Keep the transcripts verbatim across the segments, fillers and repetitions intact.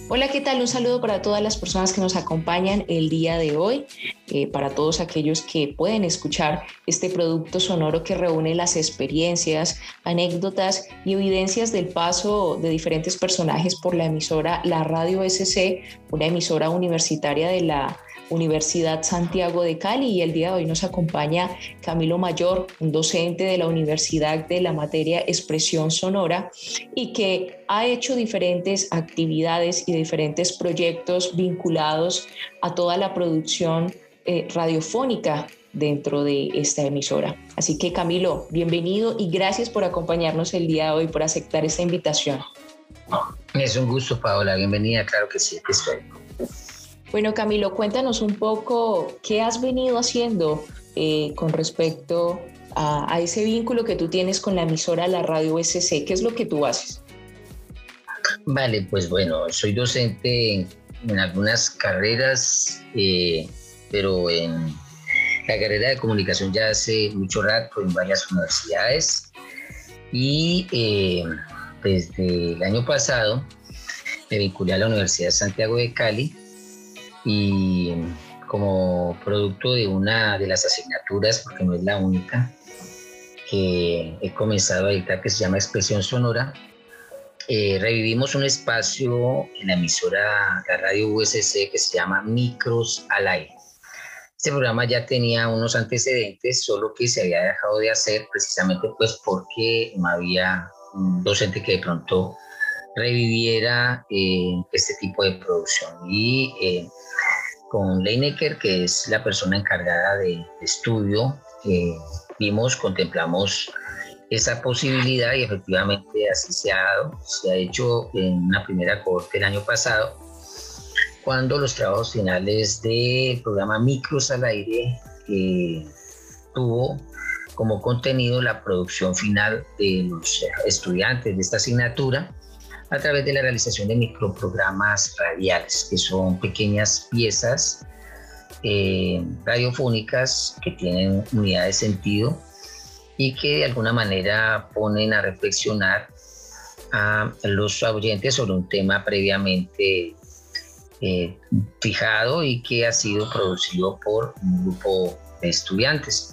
Hola, ¿qué tal? Un saludo para todas las personas que nos acompañan el día de hoy, eh, para todos aquellos que pueden escuchar este producto sonoro que reúne las experiencias, anécdotas y evidencias del paso de diferentes personajes por la emisora La Radio S C, una emisora universitaria de la Universidad Santiago de Cali, y el día de hoy nos acompaña Camilo Mayor, un docente de la universidad de la materia Expresión Sonora y que ha hecho diferentes actividades y diferentes proyectos vinculados a toda la producción eh, radiofónica dentro de esta emisora. Así que Camilo, bienvenido y gracias por acompañarnos el día de hoy, por aceptar esta invitación. Es un gusto, Paola, bienvenida, claro que sí, que estoy. Bueno, Camilo, cuéntanos un poco qué has venido haciendo eh, con respecto a, a ese vínculo que tú tienes con la emisora La Radio S C. ¿Qué es lo que tú haces? Vale, pues bueno, soy docente en, en algunas carreras, eh, pero en la carrera de comunicación ya hace mucho rato en varias universidades y eh, desde el año pasado me vinculé a la Universidad de Santiago de Cali y como producto de una de las asignaturas, porque no es la única, que he comenzado a dictar, que se llama Expresión Sonora, eh, revivimos un espacio en la emisora, la radio U S C, que se llama Micros al Aire. Este programa ya tenía unos antecedentes, solo que se había dejado de hacer precisamente pues porque no había un docente que de pronto reviviera eh, este tipo de producción. Y eh, con Leinecker, que es la persona encargada de, de estudio, eh, vimos, contemplamos esa posibilidad y efectivamente así se ha dado. Se ha hecho en una primera cohorte el año pasado, cuando los trabajos finales del programa Micros al Aire eh, tuvo como contenido la producción final de los estudiantes de esta asignatura a través de la realización de microprogramas radiales, que son pequeñas piezas eh, radiofónicas que tienen unidad de sentido y que de alguna manera ponen a reflexionar a los oyentes sobre un tema previamente eh, fijado y que ha sido producido por un grupo de estudiantes.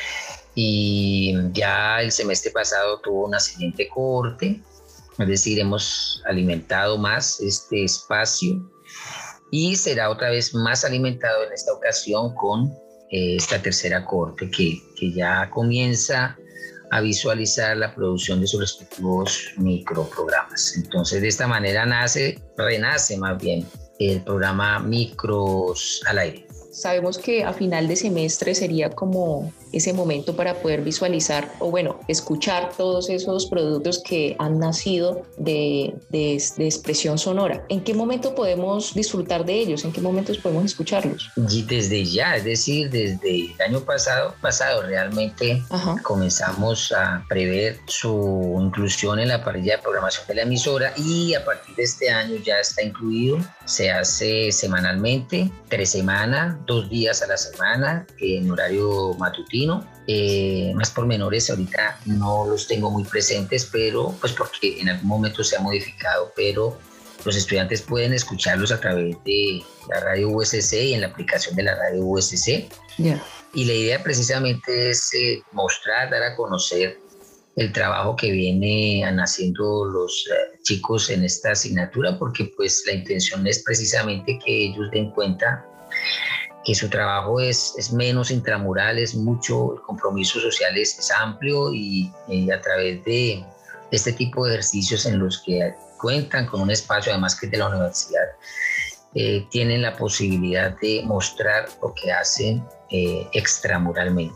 Y ya el semestre pasado tuvo una siguiente cohorte, es decir, hemos alimentado más este espacio y será otra vez más alimentado en esta ocasión con eh, esta tercera cohorte que, que ya comienza a visualizar la producción de sus respectivos microprogramas. Entonces, de esta manera nace, renace más bien el programa Micros al Aire. Sabemos que a final de semestre sería como ese momento para poder visualizar o bueno, escuchar todos esos productos que han nacido de, de, de expresión sonora. ¿En qué momento podemos disfrutar de ellos? ¿En qué momentos podemos escucharlos? Y desde ya, es decir, desde el año pasado, pasado realmente Ajá. comenzamos a prever su inclusión en la parrilla de programación de la emisora y a partir de este año ya está incluido. Se hace semanalmente, tres semanas, dos días a la semana en horario matutino. Eh, más pormenores ahorita no los tengo muy presentes, pero pues porque en algún momento se ha modificado, pero los estudiantes pueden escucharlos a través de la radio U S C y en la aplicación de la radio U S C. Yeah. Y la idea precisamente es eh, mostrar, dar a conocer el trabajo que vienen haciendo los eh, chicos en esta asignatura, porque pues la intención es precisamente que ellos den cuenta que su trabajo es, es menos intramural, es mucho, el compromiso social es, es amplio y, y a través de este tipo de ejercicios en los que cuentan con un espacio, además que es de la universidad, eh, tienen la posibilidad de mostrar lo que hacen eh, extramuralmente.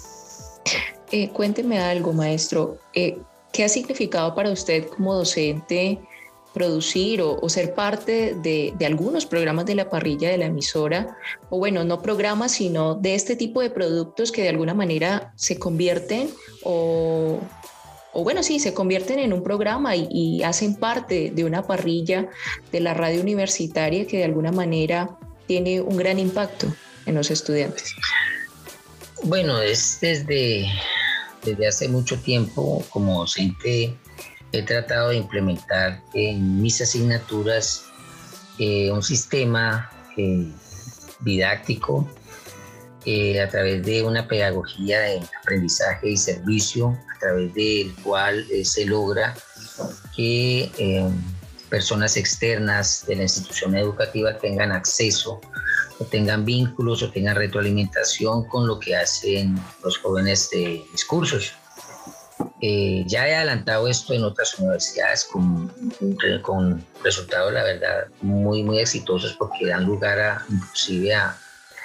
Eh, cuénteme algo, maestro. Eh, ¿Qué ha significado para usted como docente producir o, o ser parte de, de algunos programas de la parrilla de la emisora? O bueno, no programas, sino de este tipo de productos que de alguna manera se convierten o, o bueno, sí, se convierten en un programa y, y hacen parte de una parrilla de la radio universitaria que de alguna manera tiene un gran impacto en los estudiantes. Bueno, es desde, desde hace mucho tiempo como docente he tratado de implementar en mis asignaturas eh, un sistema eh, didáctico eh, a través de una pedagogía de aprendizaje y servicio, a través del cual eh, se logra que eh, personas externas de la institución educativa tengan acceso o tengan vínculos o tengan retroalimentación con lo que hacen los jóvenes de mis cursos. Eh, ya he adelantado esto en otras universidades con, con resultados, la verdad, muy, muy exitosos, porque dan lugar a, inclusive a,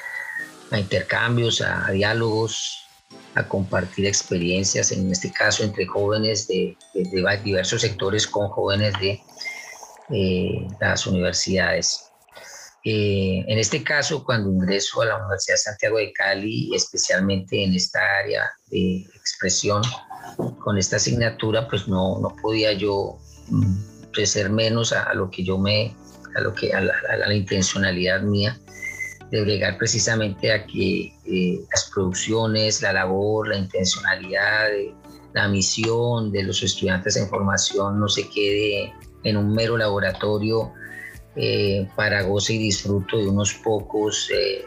a intercambios, a, a diálogos, a compartir experiencias, en este caso entre jóvenes de, de, de diversos sectores con jóvenes de eh, las universidades. Eh, en este caso, cuando ingreso a la Universidad de Santiago de Cali, especialmente en esta área de expresión, con esta asignatura, pues no, no podía yo mm, ser menos a, a lo que yo me, a lo que, a la, a la intencionalidad mía de bregar precisamente a que eh, las producciones, la labor, la intencionalidad, de, la misión de los estudiantes en formación no se quede en un mero laboratorio eh, para goce y disfruto de unos pocos eh,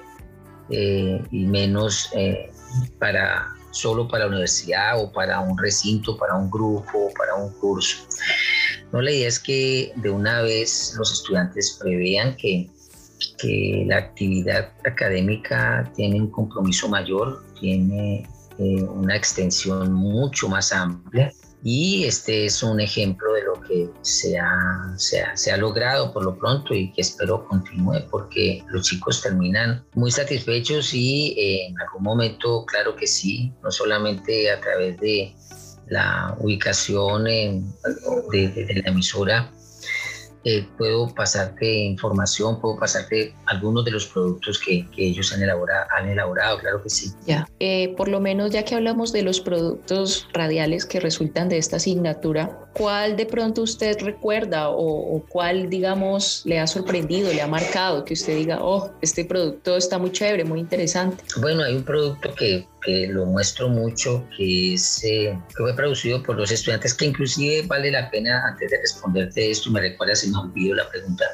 eh, y menos eh, para solo para la universidad o para un recinto, para un grupo, para un curso. No, la idea es que de una vez los estudiantes prevean que, que la actividad académica tiene un compromiso mayor, tiene eh, una extensión mucho más amplia, y este es un ejemplo de lo que se ha, se ha, se ha logrado por lo pronto y que espero continúe, porque los chicos terminan muy satisfechos y eh, en algún momento, claro que sí, no solamente a través de la ubicación en, de, de, de la emisora, Eh, puedo pasarte información, puedo pasarte algunos de los productos que, que ellos han elaborado, han elaborado, claro que sí. Ya, eh, por lo menos ya que hablamos de los productos radiales que resultan de esta asignatura, ¿cuál de pronto usted recuerda o, o cuál, digamos, le ha sorprendido, le ha marcado, que usted diga, oh, este producto está muy chévere, muy interesante? Bueno, hay un producto que, que lo muestro mucho, que, es, eh, que fue producido por los estudiantes, que inclusive vale la pena, antes de responderte esto, me recuerda si me olvido la pregunta,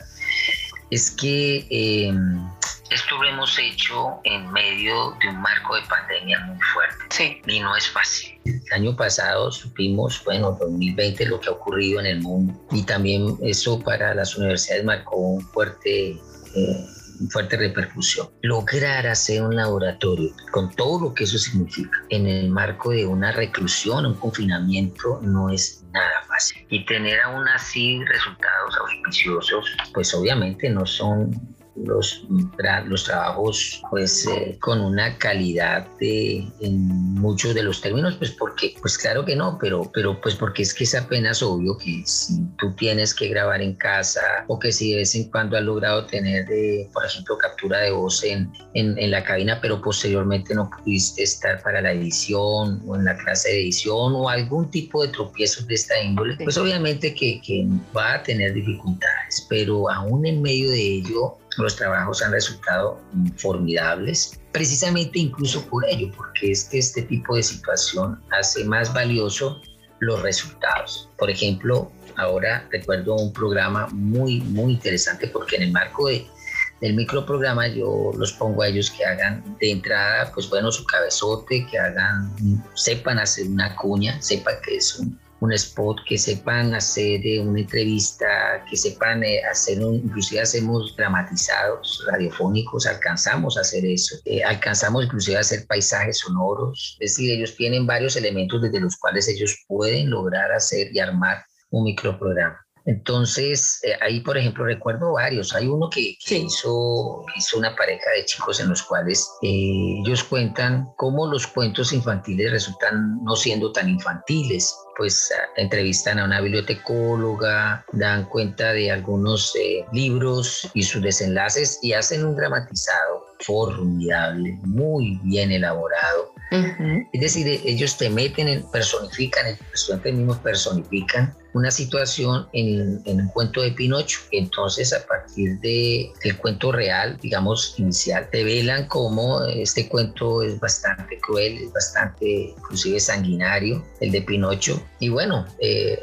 es que eh, esto lo hemos hecho en medio de un marco de pandemia muy fuerte. Sí. Y no es fácil. El año pasado supimos, bueno, dos mil veinte, lo que ha ocurrido en el mundo, y también eso para las universidades marcó un fuerte... Eh, fuerte repercusión. Lograr hacer un laboratorio con todo lo que eso significa en el marco de una reclusión, un confinamiento, no es nada fácil. Y tener aún así resultados auspiciosos, pues obviamente no son los, los trabajos pues eh, con una calidad de, en muchos de los términos, pues porque, pues claro que no, pero, pero pues porque es que es apenas obvio que si tú tienes que grabar en casa, o que si de vez en cuando has logrado tener, eh, por ejemplo, captura de voz en, en, en la cabina, pero posteriormente no pudiste estar para la edición o en la clase de edición o algún tipo de tropiezos de esta índole, sí. Pues obviamente que, que va a tener dificultades, pero aún en medio de ello los trabajos han resultado formidables, precisamente incluso por ello, porque es que este tipo de situación hace más valioso los resultados. Por ejemplo, ahora recuerdo un programa muy, muy interesante, porque en el marco de, del microprograma yo los pongo a ellos que hagan de entrada, pues bueno, su cabezote, que hagan, sepan hacer una cuña, sepan que es un un spot, que sepan hacer eh, una entrevista, que sepan eh, hacer un, inclusive hacemos dramatizados radiofónicos, alcanzamos a hacer eso, eh, alcanzamos inclusive a hacer paisajes sonoros, es decir, ellos tienen varios elementos desde los cuales ellos pueden lograr hacer y armar un microprograma. Entonces, eh, ahí, por ejemplo, recuerdo varios. Hay uno que, que sí. hizo, hizo una pareja de chicos en los cuales eh, ellos cuentan cómo los cuentos infantiles resultan no siendo tan infantiles. Pues entrevistan a una bibliotecóloga, dan cuenta de algunos eh, libros y sus desenlaces y hacen un dramatizado formidable, muy bien elaborado. Uh-huh. Es decir, ellos te meten, en, personifican, los estudiantes mismos personifican una situación en, en un cuento de Pinocho. Entonces, a partir de, del cuento real, digamos, inicial, te revelan cómo este cuento es bastante cruel, es bastante, inclusive sanguinario, el de Pinocho. Y bueno, eh,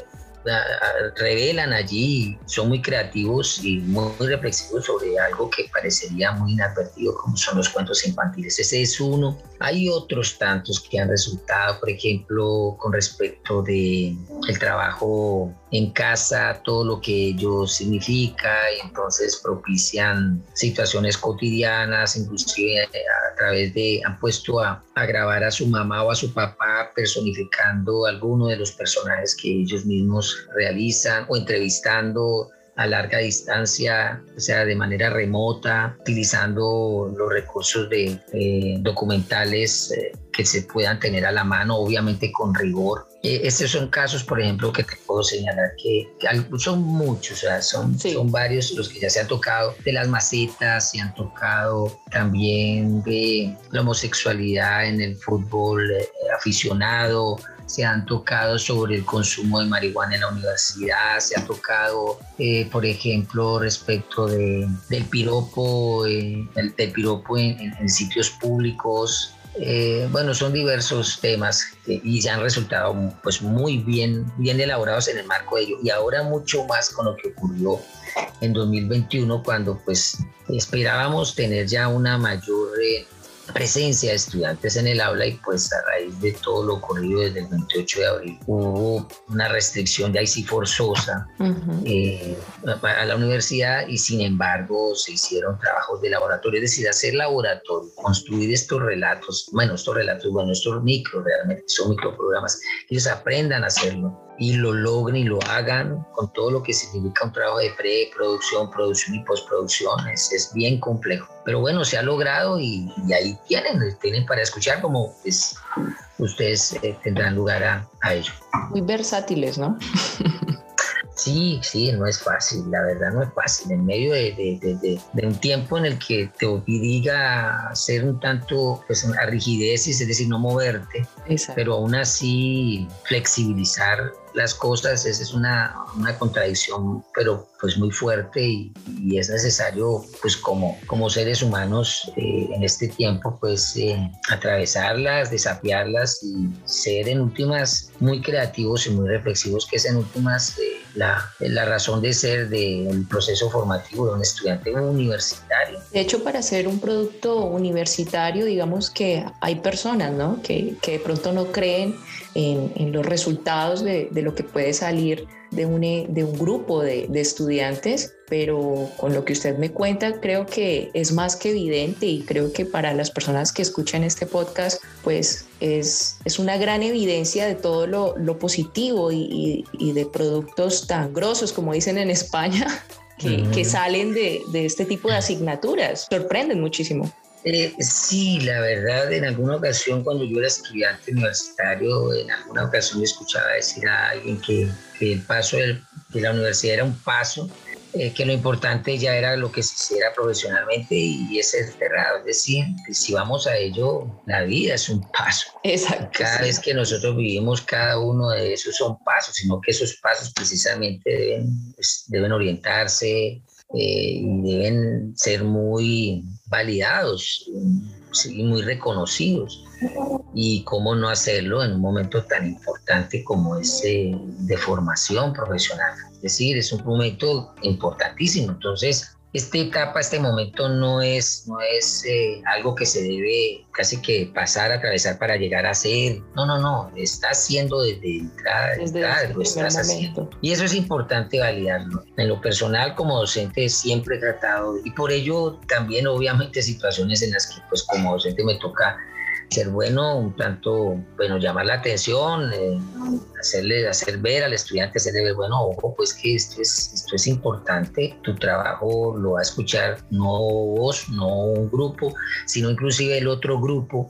revelan allí, son muy creativos y muy reflexivos sobre algo que parecería muy inadvertido, como son los cuentos infantiles. Ese es uno. Hay otros tantos que han resultado, por ejemplo, con respecto de el trabajo en casa, todo lo que ello significa, y entonces propician situaciones cotidianas, inclusive a través de, han puesto a, a grabar a su mamá o a su papá personificando alguno de los personajes que ellos mismos realizan, o entrevistando a larga distancia, o sea, de manera remota, utilizando los recursos de eh, documentales eh, que se puedan tener a la mano, obviamente con rigor. Eh, estos son casos, por ejemplo, que te puedo señalar que, que son muchos, o sea, son, sí. son varios los que ya se han tocado. De las macetas, se han tocado también de la homosexualidad en el fútbol eh, aficionado, se han tocado sobre el consumo de marihuana en la universidad, se ha tocado, eh, por ejemplo, respecto de, del piropo, eh, el, del piropo en, en, en sitios públicos. Eh, bueno, son diversos temas que, y se han resultado pues, muy bien, bien elaborados en el marco de ello. Y ahora mucho más con lo que ocurrió en dos mil veintiuno, cuando pues esperábamos tener ya una mayor eh, presencia de estudiantes en el aula, y pues a raíz de todo lo ocurrido desde el veintiocho de abril hubo una restricción de ahí sí forzosa uh-huh. eh, a la universidad, y sin embargo se hicieron trabajos de laboratorio, es decir, hacer laboratorio, construir estos relatos, bueno, estos relatos, bueno, estos micro, realmente son microprogramas, que ellos aprendan a hacerlo y lo logren y lo hagan con todo lo que significa un trabajo de preproducción, producción y postproducción. Es, es bien complejo, pero bueno, se ha logrado, y, y ahí tienen, tienen para escuchar, como pues, ustedes eh, tendrán lugar a, a ello. Muy versátiles, ¿no? Sí, sí, no es fácil, la verdad no es fácil, en medio de, de, de, de, de un tiempo en el que te obliga a ser un tanto, pues, a rigideces, es decir, no moverte, exacto, pero aún así flexibilizar las cosas. Esa es una, una contradicción, pero pues muy fuerte, y, y es necesario, pues como, como seres humanos eh, en este tiempo, pues eh, atravesarlas, desafiarlas y ser en últimas muy creativos y muy reflexivos, que es en últimas eh, la, la razón de ser del proceso formativo de un estudiante universitario. De hecho, para ser un producto universitario, digamos que hay personas, ¿no?, que, que de pronto no creen en, en los resultados de, de lo que puede salir de un, de un grupo de, de estudiantes, pero con lo que usted me cuenta creo que es más que evidente, y creo que para las personas que escuchan este podcast pues es, es una gran evidencia de todo lo, lo positivo y, y, y de productos tan grosos, como dicen en España, que, mm. que salen de, de este tipo de asignaturas. Sorprenden muchísimo. Eh, sí, la verdad, en alguna ocasión cuando yo era estudiante universitario, en alguna ocasión escuchaba decir a alguien que, que el paso del, de la universidad era un paso, eh, que lo importante ya era lo que se hiciera profesionalmente, y ese es cerrado. Es decir, que si vamos a ello, la vida es un paso. Exacto. Cada sí. vez que nosotros vivimos, cada uno de esos son pasos, sino que esos pasos precisamente deben, pues, deben orientarse, Eh, y deben ser muy validados, sí, muy reconocidos. Y cómo no hacerlo en un momento tan importante como ese de formación profesional. Es decir, es un momento importantísimo. Entonces, esta etapa, este momento no es, no es eh, algo que se debe casi que pasar, atravesar para llegar a ser. No, no, no. Estás haciendo desde entrada, desde entrada lo estás haciendo. Y eso es importante validarlo. En lo personal, como docente, siempre he tratado, y por ello también obviamente situaciones en las que pues como docente me toca ser bueno, un tanto, bueno, llamar la atención, eh, hacerle, hacer ver al estudiante, hacerle ver, bueno, ojo, pues que esto es, esto es importante, tu trabajo lo va a escuchar no vos, no un grupo, sino inclusive el otro grupo,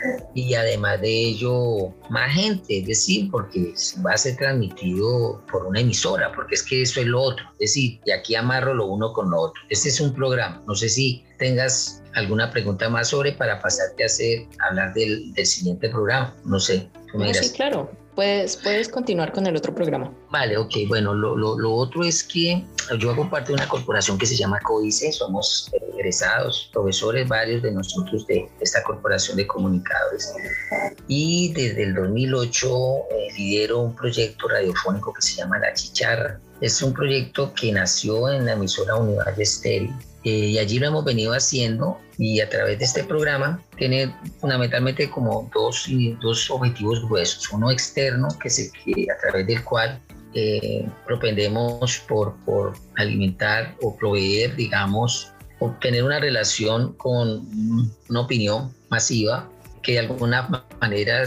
y además de ello, más gente, es decir, porque va a ser transmitido por una emisora, porque es que eso es lo otro, es decir, y aquí amarro lo uno con lo otro. Este es un programa, no sé si tengas alguna pregunta más sobre para pasarte a hacer, hablar del, del siguiente programa, no sé. No, sí, claro. Puedes, puedes continuar con el otro programa. Vale, ok, bueno, lo, lo, lo otro es que yo hago parte de una corporación que se llama CODICE, somos egresados, profesores varios de nosotros de esta corporación de comunicadores, y desde el dos mil ocho eh, lidero un proyecto radiofónico que se llama La Chicharra. Es un proyecto que nació en la emisora Univalle Estéreo. Eh, y allí lo hemos venido haciendo, y a través de este programa tiene fundamentalmente como dos, dos objetivos gruesos. Uno externo, que, se, que a través del cual eh, propendemos por, por alimentar o proveer, digamos, obtener una relación con una opinión masiva que de alguna manera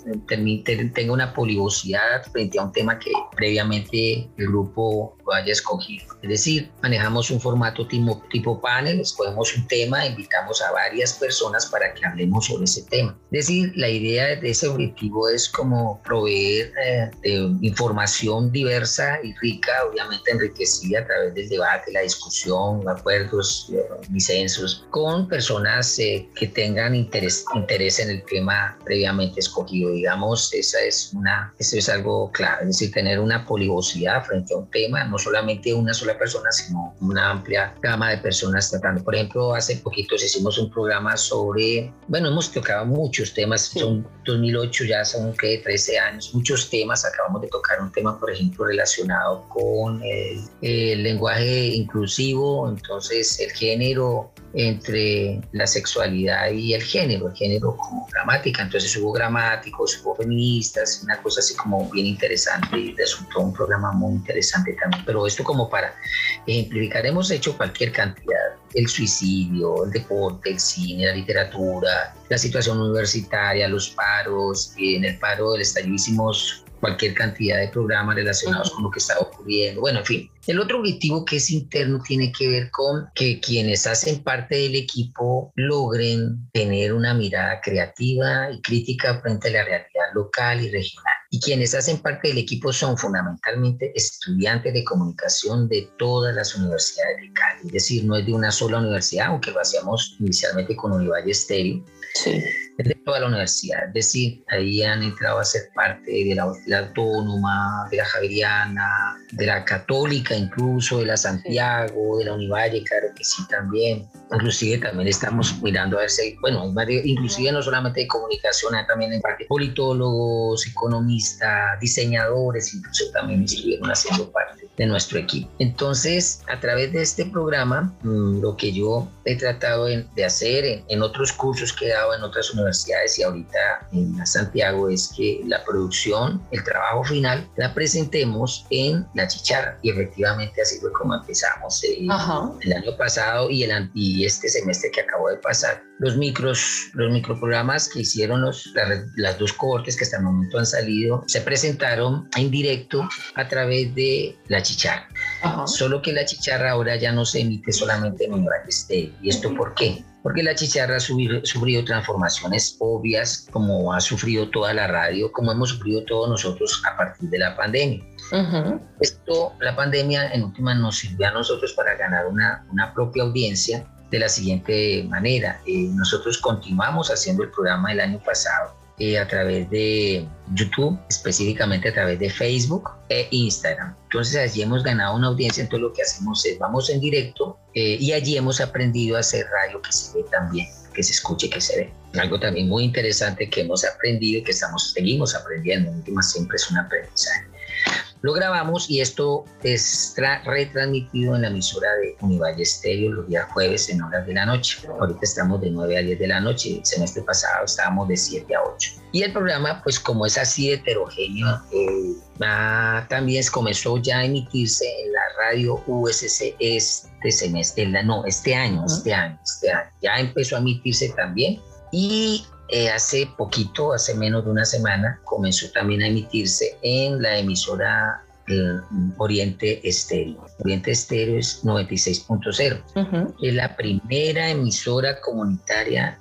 tenga una polivocidad frente a un tema que previamente el grupo lo haya escogido. Es decir, manejamos un formato tipo, tipo panel, escogemos un tema, invitamos a varias personas para que hablemos sobre ese tema. Es decir, la idea de ese objetivo es como proveer eh, de información diversa y rica, obviamente enriquecida a través del debate, la discusión, acuerdos, eh, disensos, con personas eh, que tengan interés, interés en el tema previamente escogido. Digamos, esa es una, eso es algo clave, es decir, tener una polivocidad frente a un tema, no solamente una sola persona, sino una amplia gama de personas tratando. Por ejemplo, hace poquitos hicimos un programa sobre, bueno, hemos tocado muchos temas, sí. Son dos mil ocho, ya son que trece años, muchos temas. Acabamos de tocar un tema, por ejemplo, relacionado con el, el lenguaje inclusivo, entonces el género entre la sexualidad y el género, el género como gramática. Entonces hubo gramáticos, hubo feministas, una cosa así como bien interesante, y resultó un programa muy interesante también. Pero esto como para ejemplificar, hemos hecho cualquier cantidad: el suicidio, el deporte, el cine, la literatura, la situación universitaria, los paros. En el paro del estallido hicimos cualquier cantidad de programas relacionados con lo que está ocurriendo. Bueno, en fin. El otro objetivo, que es interno, tiene que ver con que quienes hacen parte del equipo logren tener una mirada creativa y crítica frente a la realidad local y regional. Y quienes hacen parte del equipo son fundamentalmente estudiantes de comunicación de todas las universidades de Cali. Es decir, no es de una sola universidad, aunque lo hacíamos inicialmente con Univalle Estéreo. Sí. Es de toda la universidad, es decir, ahí han entrado a ser parte de la, de la Autónoma, de la Javeriana, de la Católica incluso, de la Santiago, de la Univalle, claro que sí también. Inclusive también estamos mirando a ver si, bueno, hay varios, inclusive no solamente de comunicación, hay también en parte politólogos, economistas, diseñadores, incluso también estuvieron haciendo parte de nuestro equipo. Entonces, a través de este programa, mmm, lo que yo he tratado en, de hacer en, en otros cursos que he dado en otras universidades y ahorita en Santiago, es que la producción, el trabajo final, la presentemos en La Chicharra. Y efectivamente así fue como empezamos eh, el año pasado y, el, y este semestre que acabó de pasar. Los micros, los microprogramas que hicieron los, las, las dos cohortes que hasta el momento han salido, se presentaron en directo a través de La Chicharra. Ajá. Solo que La Chicharra ahora ya no se emite solamente en Univalle Estéreo. ¿Y esto por qué? Porque La Chicharra ha sufrido transformaciones obvias, como ha sufrido toda la radio, como hemos sufrido todos nosotros a partir de la pandemia. Uh-huh. Esto, la pandemia en última nos sirvió a nosotros para ganar una, una propia audiencia de la siguiente manera. Eh, nosotros continuamos haciendo el programa del año pasado eh, a través de YouTube, específicamente a través de Facebook e Instagram. Entonces allí hemos ganado una audiencia. Entonces lo que hacemos es, vamos en directo eh, y allí hemos aprendido a hacer radio que se ve también, que se escuche, que se ve. Algo también muy interesante que hemos aprendido y que estamos, seguimos aprendiendo, en última siempre es un aprendizaje. Lo grabamos y esto es tra- retransmitido en la emisora de Univalle Estéreo los días jueves en horas de la noche. Ahorita estamos de nueve a diez de la noche, el semestre pasado estábamos de siete a ocho. Y el programa, pues como es así heterogéneo, eh, va, también comenzó ya a emitirse en la radio U S C este semestre, no, este año, uh-huh. este año, este año. Ya empezó a emitirse también. Y eh, hace poquito, hace menos de una semana, comenzó también a emitirse en la emisora eh, Oriente Estéreo. Oriente Estéreo es noventa y seis punto cero. Uh-huh. Es la primera emisora comunitaria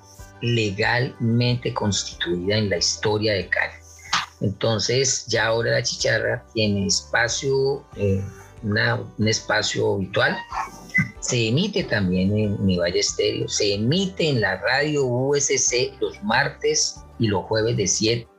legalmente constituida en la historia de Cali. Entonces, ya ahora La Chicharra tiene espacio, eh, una, un espacio habitual. Se emite también en Univalle Estéreo, se emite en la radio U S C los martes y los jueves de siete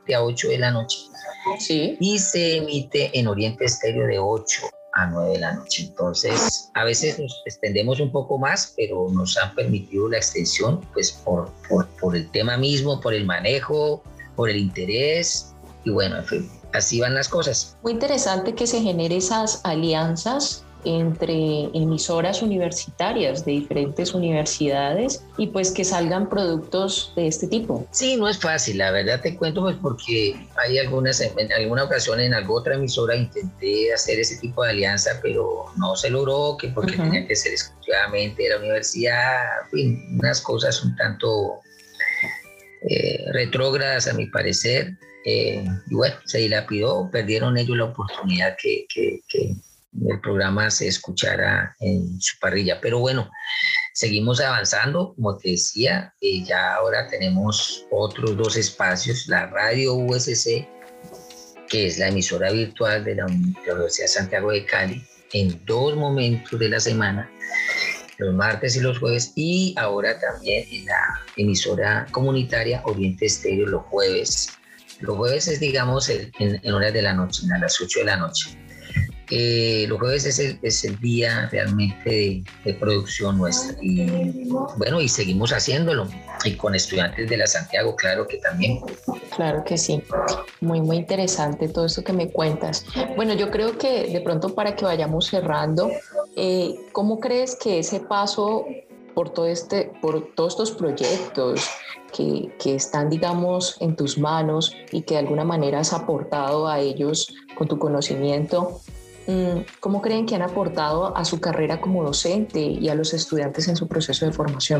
siete a ocho de la noche. Sí. Y se emite en Oriente Estéreo de ocho a nueve de la noche. Entonces, a veces nos extendemos un poco más, pero nos han permitido la extensión, pues por, por, por el tema mismo, por el manejo, por el interés, y bueno, en fin, así van las cosas. Muy interesante que se generen esas alianzas entre emisoras universitarias de diferentes universidades y pues que salgan productos de este tipo. Sí, no es fácil, la verdad te cuento, pues porque hay algunas, en alguna ocasión en alguna otra emisora intenté hacer ese tipo de alianza, pero no se logró, que porque uh-huh. tenía que ser exclusivamente de la universidad, en fin, unas cosas un tanto eh, retrógradas a mi parecer, eh, y bueno, se dilapidó, perdieron ellos la oportunidad que, que, que el programa se escuchara en su parrilla. Pero bueno, seguimos avanzando, como te decía, eh, ya ahora tenemos otros dos espacios, la radio U S C, que es la emisora virtual de la, de la Universidad de Santiago de Cali, en dos momentos de la semana, los martes y los jueves, y ahora también en la emisora comunitaria Oriente Estéreo los jueves. Los jueves es, digamos, en, en horas de la noche, a las ocho de la noche. Eh, los jueves es el, es el día realmente de, de producción nuestra y bueno, y seguimos haciéndolo y con estudiantes de la Santiago, claro que también. Claro que sí, muy muy interesante todo esto que me cuentas. Bueno, yo creo que de pronto para que vayamos cerrando, eh, ¿cómo crees que ese paso por todo este, por todos estos proyectos que, que están, digamos, en tus manos y que de alguna manera has aportado a ellos con tu conocimiento, ¿cómo creen que han aportado a su carrera como docente y a los estudiantes en su proceso de formación?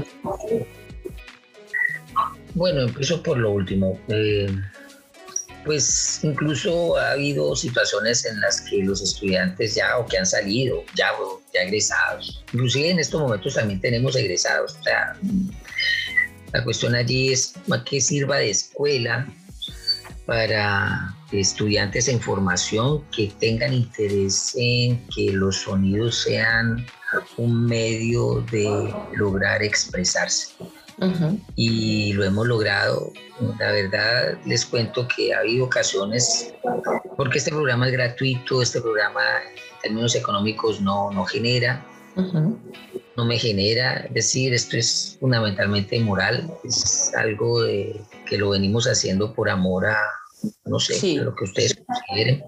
Bueno, empiezo por lo último. Eh, pues incluso ha habido situaciones en las que los estudiantes ya o que han salido, ya, ya egresados, inclusive en estos momentos también tenemos egresados. O sea, la cuestión allí es que sirva de escuela para estudiantes en formación que tengan interés en que los sonidos sean un medio de lograr expresarse. Uh-huh. Y lo hemos logrado. La verdad, les cuento que ha habido ocasiones, porque este programa es gratuito, este programa en términos económicos no, no genera, uh-huh. no me genera, es decir, esto es fundamentalmente moral, es algo de, que lo venimos haciendo por amor a, no sé, sí. a lo que ustedes consideren.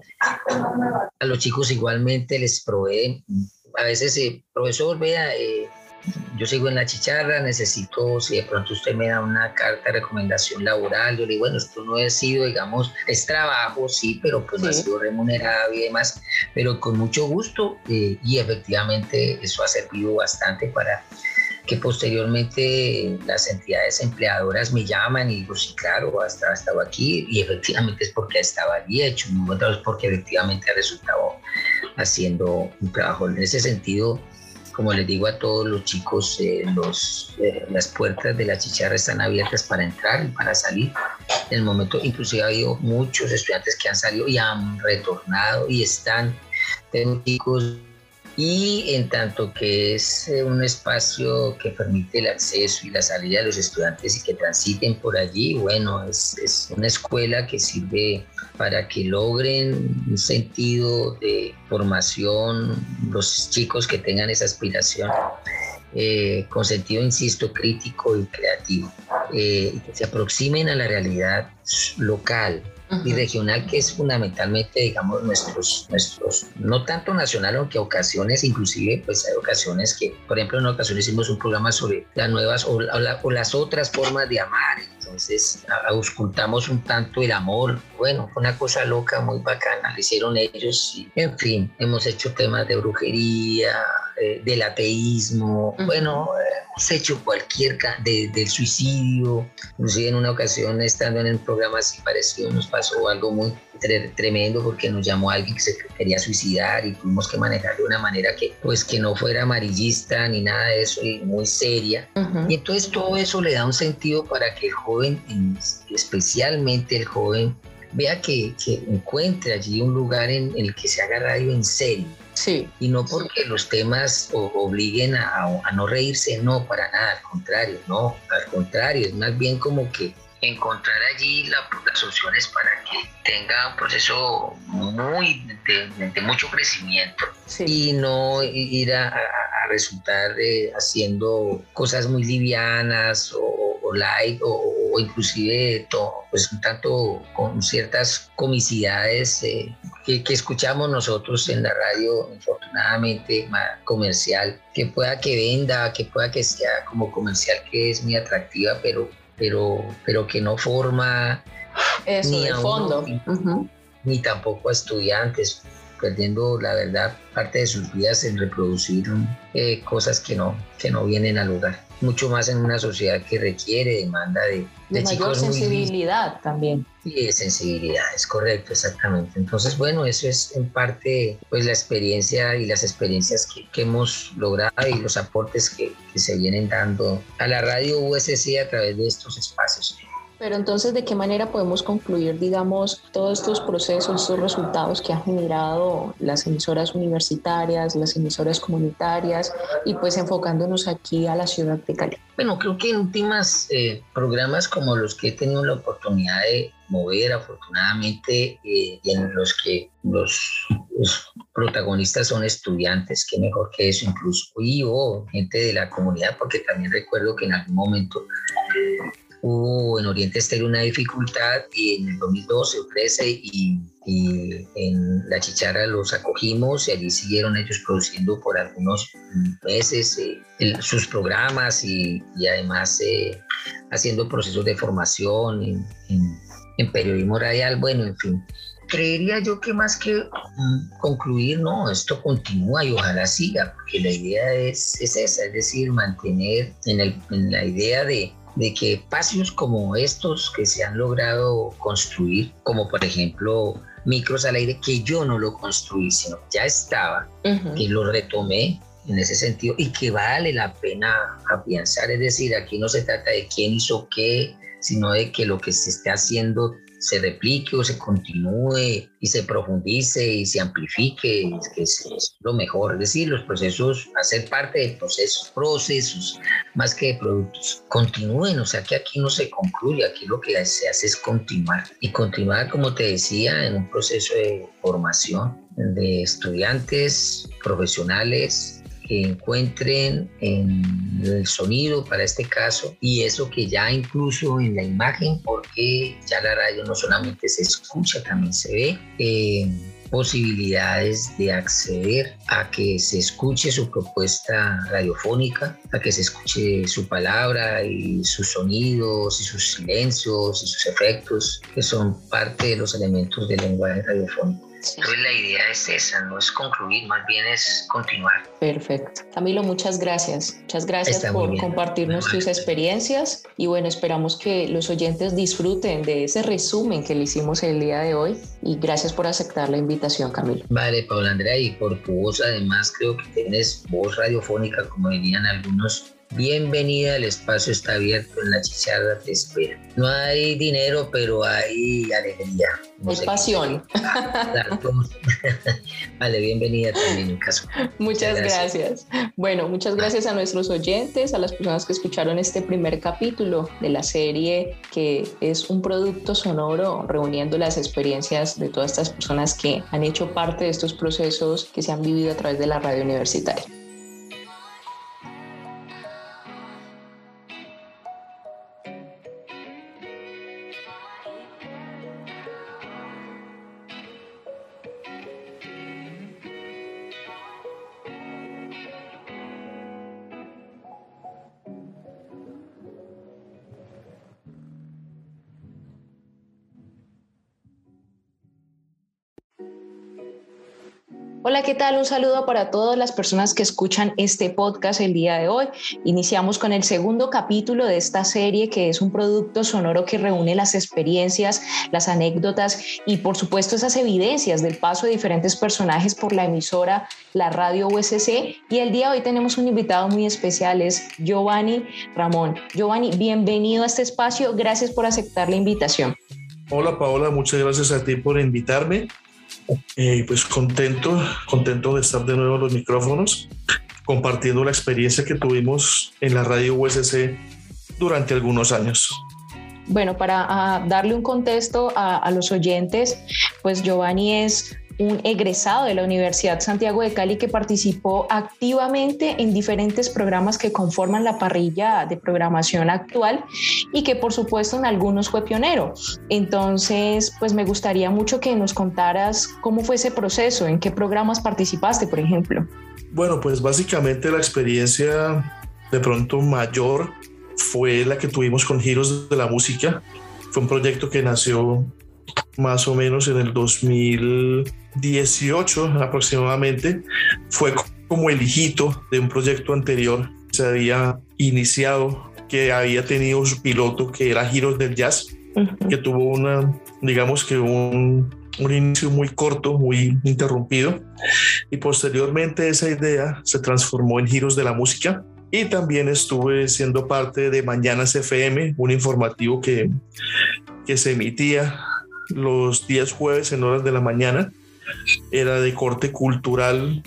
A los chicos igualmente les proveen, a veces, eh, profesor, vea, eh, yo sigo en la chicharra, necesito, si de pronto usted me da una carta de recomendación laboral, yo le digo, bueno, esto no ha sido, digamos, es trabajo, sí, pero pues sí. no ha sido remunerado y demás, pero con mucho gusto, eh, y efectivamente eso ha servido bastante para que posteriormente las entidades empleadoras me llaman y digo, sí, claro, hasta estaba aquí, y efectivamente es porque estaba allí hecho, muy es porque efectivamente ha resultado haciendo un trabajo. En ese sentido, como les digo a todos los chicos, eh, los, eh, las puertas de la chicharra están abiertas para entrar y para salir. En el momento, inclusive ha habido muchos estudiantes que han salido y han retornado y están, tengo chicos, y en tanto que es un espacio que permite el acceso y la salida de los estudiantes y que transiten por allí, bueno, es, es una escuela que sirve para que logren un sentido de formación, los chicos que tengan esa aspiración, eh, con sentido, insisto, crítico y creativo, eh, y que se aproximen a la realidad local uh-huh. y regional, que es fundamentalmente, digamos, nuestros, nuestros, no tanto nacional, aunque a ocasiones, inclusive, pues hay ocasiones que, por ejemplo, en ocasiones hicimos un programa sobre las nuevas o, o, la, o las otras formas de amar. Entonces auscultamos un tanto el amor, bueno, fue una cosa loca, muy bacana, lo hicieron ellos y, en fin, hemos hecho temas de brujería, eh, del ateísmo, uh-huh. bueno, eh, hemos hecho cualquier, de, del suicidio, inclusive en una ocasión estando en el programa así parecido nos pasó algo muy tre- tremendo porque nos llamó alguien que se quería suicidar y tuvimos que manejar de una manera que, pues, que no fuera amarillista ni nada de eso y muy seria, uh-huh. y entonces todo eso le da un sentido para que el joven, especialmente el joven, vea que, que encuentre allí un lugar en, en el que se haga radio en serio. Sí. Y no porque los temas o, obliguen a, a no reírse, no, para nada, al contrario, no, al contrario, es más bien como que encontrar allí la, las opciones para que tenga un proceso muy de, de mucho crecimiento, sí. Y no ir a, a resultar eh, haciendo cosas muy livianas o, o light o, o inclusive to, pues un tanto con ciertas comicidades eh, que, que escuchamos nosotros en la radio, infortunadamente más comercial, que pueda que venda, que pueda que sea como comercial, que es muy atractiva, pero pero, pero que no forma Eso, ni de a fondo. uno, ni, uh-huh. ni tampoco a estudiantes, perdiendo la verdad parte de sus vidas en reproducir eh, cosas que no, que no vienen al lugar. Mucho más en una sociedad que requiere, demanda de, de, de mayor sensibilidad muy, también. Sí, de sensibilidad, es correcto, exactamente. Entonces, bueno, eso es en parte pues la experiencia y las experiencias que, que hemos logrado y los aportes que, que se vienen dando a la radio U S C a través de estos espacios. Pero entonces, ¿de qué manera podemos concluir, digamos, todos estos procesos, estos resultados que han generado las emisoras universitarias, las emisoras comunitarias y pues enfocándonos aquí a la ciudad de Cali? Bueno, creo que en últimas eh, programas como los que he tenido la oportunidad de mover, afortunadamente, eh, y en los que los, los protagonistas son estudiantes, qué mejor que eso, incluso, y o gente de la comunidad, porque también recuerdo que en algún momento hubo en Oriente Estéreo una dificultad y en el dos mil doce o trece y, y en La Chicharra los acogimos y allí siguieron ellos produciendo por algunos meses eh, el, sus programas y, y además eh, haciendo procesos de formación en, en, en periodismo radial, bueno, en fin. Creería yo que más que um, concluir, no, esto continúa y ojalá siga, porque la idea es, es esa, es decir, mantener en, el, en la idea de de que espacios como estos que se han logrado construir, como por ejemplo Micros al Aire, que yo no lo construí, sino que ya estaba, uh-huh. que lo retomé en ese sentido y que vale la pena afianzar, es decir, aquí no se trata de quién hizo qué, sino de que lo que se esté haciendo se replique o se continúe y se profundice y se amplifique, que es, es lo mejor, es decir, los procesos, hacer parte de procesos, procesos más que de productos, continúen, o sea que aquí no se concluye, aquí lo que se hace es continuar y continuar, como te decía, en un proceso de formación de estudiantes, profesionales, que encuentren en el sonido para este caso y eso que ya incluso en la imagen, porque ya la radio no solamente se escucha, también se ve, eh, posibilidades de acceder a que se escuche su propuesta radiofónica, a que se escuche su palabra y sus sonidos y sus silencios y sus efectos, que son parte de los elementos del lenguaje radiofónico. Entonces la idea es esa, no es concluir, más bien es continuar. Perfecto. Camilo, muchas gracias. Muchas gracias Está por compartirnos tus experiencias y bueno, esperamos que los oyentes disfruten de ese resumen que le hicimos el día de hoy y gracias por aceptar la invitación, Camilo. Vale, Paula Andrea, y por tu voz además creo que tienes voz radiofónica, como dirían algunos. Bienvenida, el espacio está abierto, en La Chicharra te espera. No hay dinero, pero hay alegría. No hay sé pasión. Vale, bienvenida también en caso. Muchas, muchas gracias. gracias. Bueno, muchas gracias a nuestros oyentes, a las personas que escucharon este primer capítulo de la serie, que es un producto sonoro reuniendo las experiencias de todas estas personas que han hecho parte de estos procesos que se han vivido a través de la radio universitaria. Hola, ¿qué tal? Un saludo para todas las personas que escuchan este podcast el día de hoy. Iniciamos con el segundo capítulo de esta serie, que es un producto sonoro que reúne las experiencias, las anécdotas y, por supuesto, esas evidencias del paso de diferentes personajes por la emisora, la radio U S C. Y el día de hoy tenemos un invitado muy especial, es Giovanni Ramón. Giovanni, bienvenido a este espacio. Gracias por aceptar la invitación. Hola, Paola. Muchas gracias a ti por invitarme. Eh, pues contento, contento de estar de nuevo en los micrófonos, compartiendo la experiencia que tuvimos en la radio U S C durante algunos años. Bueno, para uh, darle un contexto a, a los oyentes, pues Giovanni es un egresado de la Universidad Santiago de Cali que participó activamente en diferentes programas que conforman la parrilla de programación actual y que por supuesto en algunos fue pionero. Entonces, pues me gustaría mucho que nos contaras cómo fue ese proceso, en qué programas participaste, por ejemplo. Bueno, pues básicamente la experiencia de pronto mayor fue la que tuvimos con Giros de la Música. Fue un proyecto que nació más o menos en el dos mil dieciocho aproximadamente. Fue como el hijito de un proyecto anterior que se había iniciado, que había tenido su piloto, que era Giros del Jazz, uh-huh. que tuvo una, digamos que un, un inicio muy corto, muy interrumpido, y posteriormente esa idea se transformó en Giros de la Música. Y también estuve siendo parte de Mañanas F M, un informativo que, que se emitía los días jueves en horas de la mañana. Era de corte cultural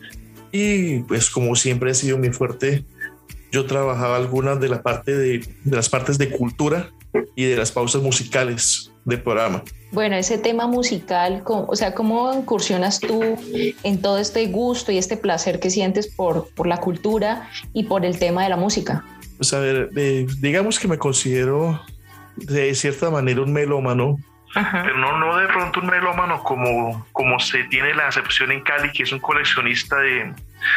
y pues como siempre ha sido mi fuerte, yo trabajaba algunas de la parte de, de las partes de cultura y de las pausas musicales del programa. Bueno, ese tema musical, o sea, ¿cómo incursionas tú en todo este gusto y este placer que sientes por, por la cultura y por el tema de la música? Pues a ver, eh, digamos que me considero de cierta manera un melómano. Ajá. Pero no, no de pronto un melómano como, como se tiene la acepción en Cali, que es un coleccionista de,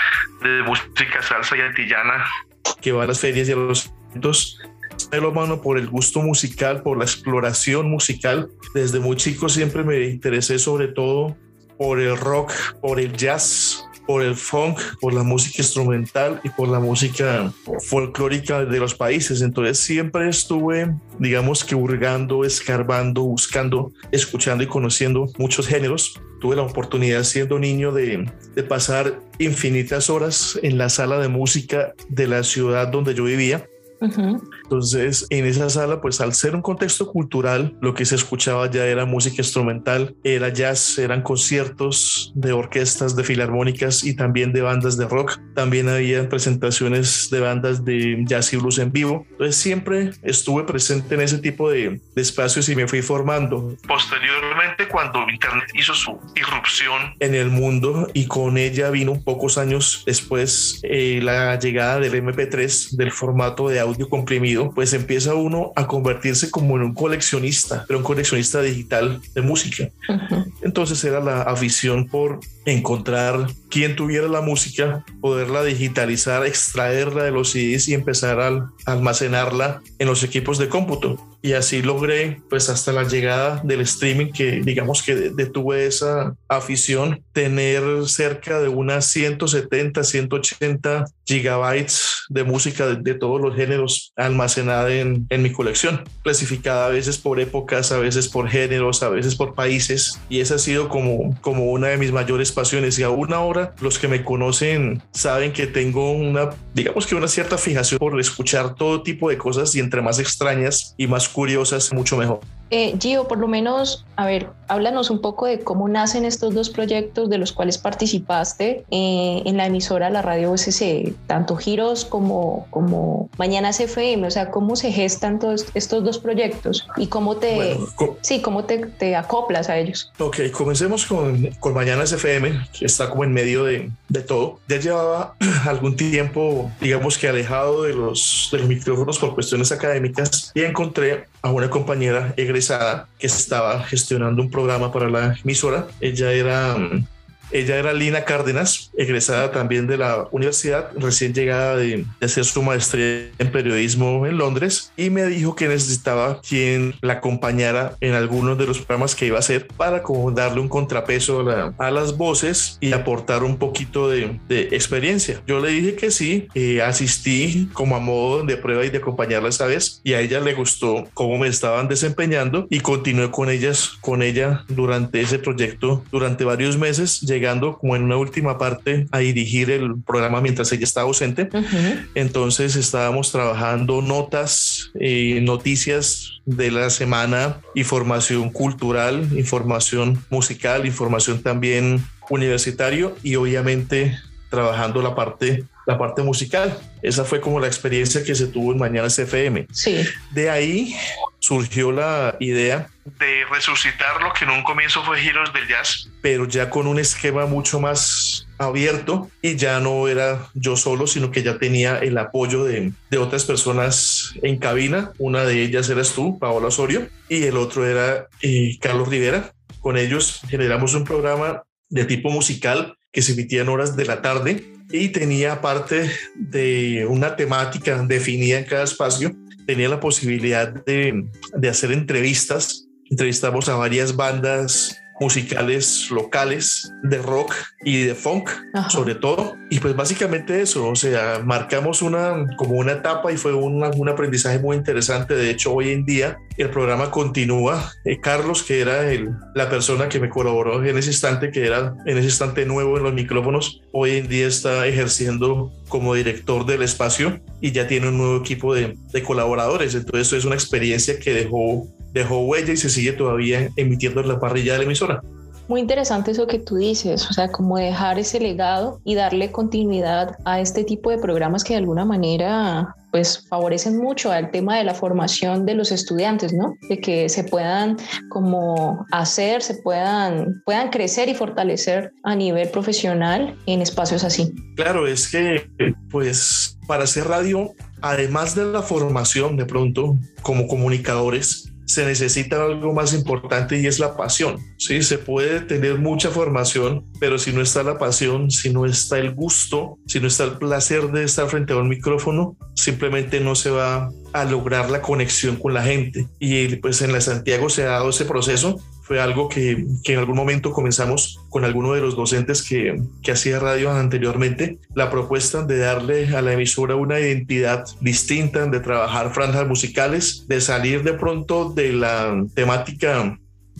de música salsa y antillana que va a las ferias y a los eventos. Melómano por el gusto musical, por la exploración musical. Desde muy chico siempre me interesé sobre todo por el rock, por el jazz, por el funk, por la música instrumental y por la música folclórica de los países. Entonces siempre estuve, digamos que hurgando, escarbando, buscando, escuchando y conociendo muchos géneros. Tuve la oportunidad siendo niño de, de pasar infinitas horas en la sala de música de la ciudad donde yo vivía. Uh-huh. Entonces en esa sala, pues al ser un contexto cultural, lo que se escuchaba ya era música instrumental, era jazz, eran conciertos de orquestas, de filarmónicas y también de bandas de rock. También había presentaciones de bandas de jazz y blues en vivo. Entonces siempre estuve presente en ese tipo de, de espacios y me fui formando. Posteriormente, cuando Internet hizo su irrupción en el mundo y con ella vino pocos años después eh, la llegada del eme pe tres, del formato de audio comprimido, pues empieza uno a convertirse como en un coleccionista, pero un coleccionista digital de música. Uh-huh. Entonces era la afición por encontrar quien tuviera la música, poderla digitalizar, extraerla de los C Ds y empezar a almacenarla en los equipos de cómputo. Y así logré, pues hasta la llegada del streaming, que digamos que detuve esa afición, tener cerca de unas ciento setenta, ciento ochenta gigabytes de música de, de todos los géneros almacenada en, en mi colección, clasificada a veces por épocas, a veces por géneros, a veces por países. Y esa ha sido como, como una de mis mayores pasiones. Y aún ahora los que me conocen saben que tengo una, digamos que una cierta fijación por escuchar todo tipo de cosas, y entre más extrañas y más curiosas, mucho mejor. Eh, Gio, por lo menos, a ver, háblanos un poco de cómo nacen estos dos proyectos de los cuales participaste eh, en la emisora La Radio U S C, tanto Giros como, como Mañanas F M, o sea, cómo se gestan todos estos dos proyectos y cómo te, bueno, com- sí, cómo te, te acoplas a ellos. Ok, comencemos con, con Mañanas F M, que está como en medio de, de todo. Ya llevaba algún tiempo, digamos que alejado de los, de los micrófonos por cuestiones académicas, y encontré a una compañera egresada que estaba gestionando un programa para la emisora. Ella era, ella era Lina Cárdenas, egresada también de la universidad, recién llegada de, de hacer su maestría en periodismo en Londres, y me dijo que necesitaba quien la acompañara en algunos de los programas que iba a hacer para como darle un contrapeso a, la, a las voces y aportar un poquito de, de experiencia. Yo le dije que sí, eh, asistí como a modo de prueba y de acompañarla esta vez, y a ella le gustó cómo me estaban desempeñando, y continué con ellas, con ella durante ese proyecto durante varios meses, llegando como en una última parte a dirigir el programa mientras ella estaba ausente. Uh-huh. Entonces estábamos trabajando notas, eh, noticias de la semana, información cultural, información musical, información también universitario, y obviamente trabajando la parte, la parte musical. Esa fue como la experiencia que se tuvo en Mañanas F M. Sí. De ahí surgió la idea de resucitar lo que en un comienzo fue Giros del Jazz, pero ya con un esquema mucho más abierto, y ya no era yo solo, sino que ya tenía el apoyo de, de otras personas en cabina. Una de ellas eras tú, Paola Osorio, y el otro era eh, Carlos Rivera. Con ellos generamos un programa de tipo musical que se emitía en horas de la tarde y tenía, parte de una temática definida en cada espacio, tenía la posibilidad de, de hacer entrevistas. Entrevistamos a varias bandas musicales locales de rock y de funk. Ajá. Sobre todo, y pues básicamente eso, o sea, marcamos una como una etapa y fue una, un aprendizaje muy interesante. De hecho, hoy en día el programa continúa. eh, Carlos, que era el, la persona que me colaboró en ese instante, que era en ese instante nuevo en los micrófonos, hoy en día está ejerciendo como director del espacio y ya tiene un nuevo equipo de, de colaboradores. Entonces eso es una experiencia que dejó dejó huella y se sigue todavía emitiendo en la parrilla de la emisora. Muy interesante eso que tú dices, o sea, como dejar ese legado y darle continuidad a este tipo de programas que de alguna manera pues favorecen mucho al tema de la formación de los estudiantes, ¿no? De que se puedan como hacer, se puedan, puedan crecer y fortalecer a nivel profesional en espacios así. Claro, es que pues para hacer radio, además de la formación de pronto como comunicadores, se necesita algo más importante, y es la pasión. Sí, se puede tener mucha formación, pero si no está la pasión, si no está el gusto, si no está el placer de estar frente a un micrófono, simplemente no se va a lograr la conexión con la gente. Y pues en la Santiago se ha dado ese proceso. Fue algo que, que en algún momento comenzamos con alguno de los docentes que, que hacía radio anteriormente, la propuesta de darle a la emisora una identidad distinta, de trabajar franjas musicales, de salir de pronto de la temática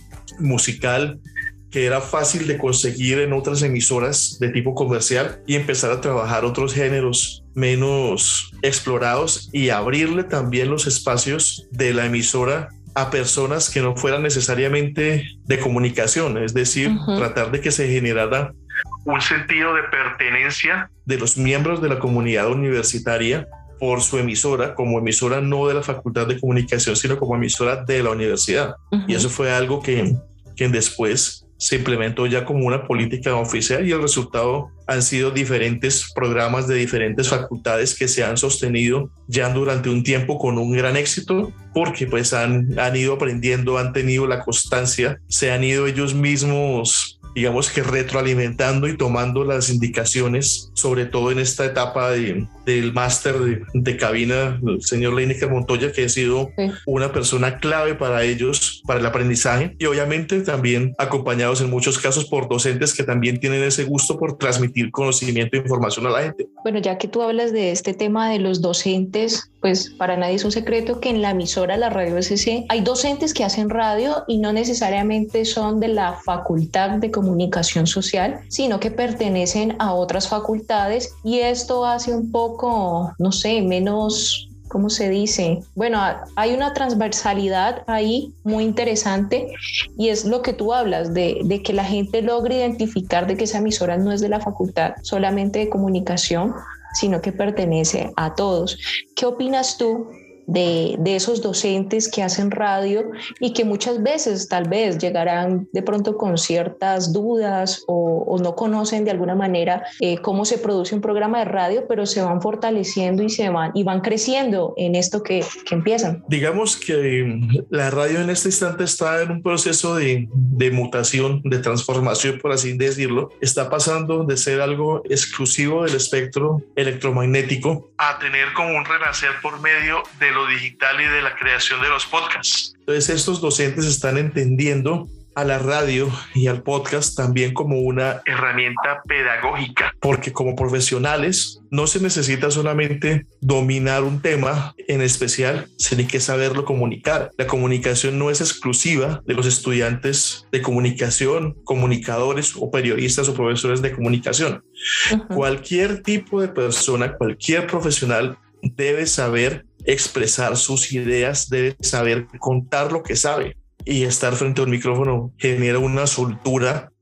musical que era fácil de conseguir en otras emisoras de tipo comercial, y empezar a trabajar otros géneros menos explorados y abrirle también los espacios de la emisora a personas que no fueran necesariamente de comunicación, es decir, uh-huh. tratar de que se generara un sentido de pertenencia de los miembros de la comunidad universitaria por su emisora, como emisora no de la Facultad de Comunicación, sino como emisora de la universidad. Uh-huh. Y eso fue algo que, que después se implementó ya como una política oficial, y el resultado han sido diferentes programas de diferentes facultades que se han sostenido ya durante un tiempo con un gran éxito, porque pues han, han ido aprendiendo, han tenido la constancia, se han ido ellos mismos, digamos que retroalimentando y tomando las indicaciones, sobre todo en esta etapa de, del máster de, de cabina, el señor Leinecker Montoya, que ha sido sí. una persona clave para ellos, para el aprendizaje, y obviamente también acompañados en muchos casos por docentes que también tienen ese gusto por transmitir conocimiento e información a la gente. Bueno, ya que tú hablas de este tema de los docentes, pues para nadie es un secreto que en la emisora, la Radio S C, hay docentes que hacen radio y no necesariamente son de la Facultad de Comunicación Social, sino que pertenecen a otras facultades, y esto hace un poco, no sé, menos... ¿Cómo se dice? Bueno, hay una transversalidad ahí muy interesante, y es lo que tú hablas de, de que la gente logre identificar de que esa emisora no es de la facultad solamente de comunicación, sino que pertenece a todos. ¿Qué opinas tú de, de esos docentes que hacen radio y que muchas veces tal vez llegarán de pronto con ciertas dudas o, o no conocen de alguna manera eh, cómo se produce un programa de radio, pero se van fortaleciendo y se van y van creciendo en esto que, que empiezan? Digamos que la radio en este instante está en un proceso de, de mutación, de transformación, por así decirlo. Está pasando de ser algo exclusivo del espectro electromagnético a tener como un renacer por medio de lo digital y de la creación de los podcasts. Entonces estos docentes están entendiendo a la radio y al podcast también como una herramienta pedagógica, porque como profesionales no se necesita solamente dominar un tema en especial, sino que saberlo comunicar. La comunicación no es exclusiva de los estudiantes de comunicación, comunicadores o periodistas o profesores de comunicación. Uh-huh. Cualquier tipo de persona, cualquier profesional debe saber expresar sus ideas, debe saber contar lo que sabe, y estar frente a un micrófono genera una soltura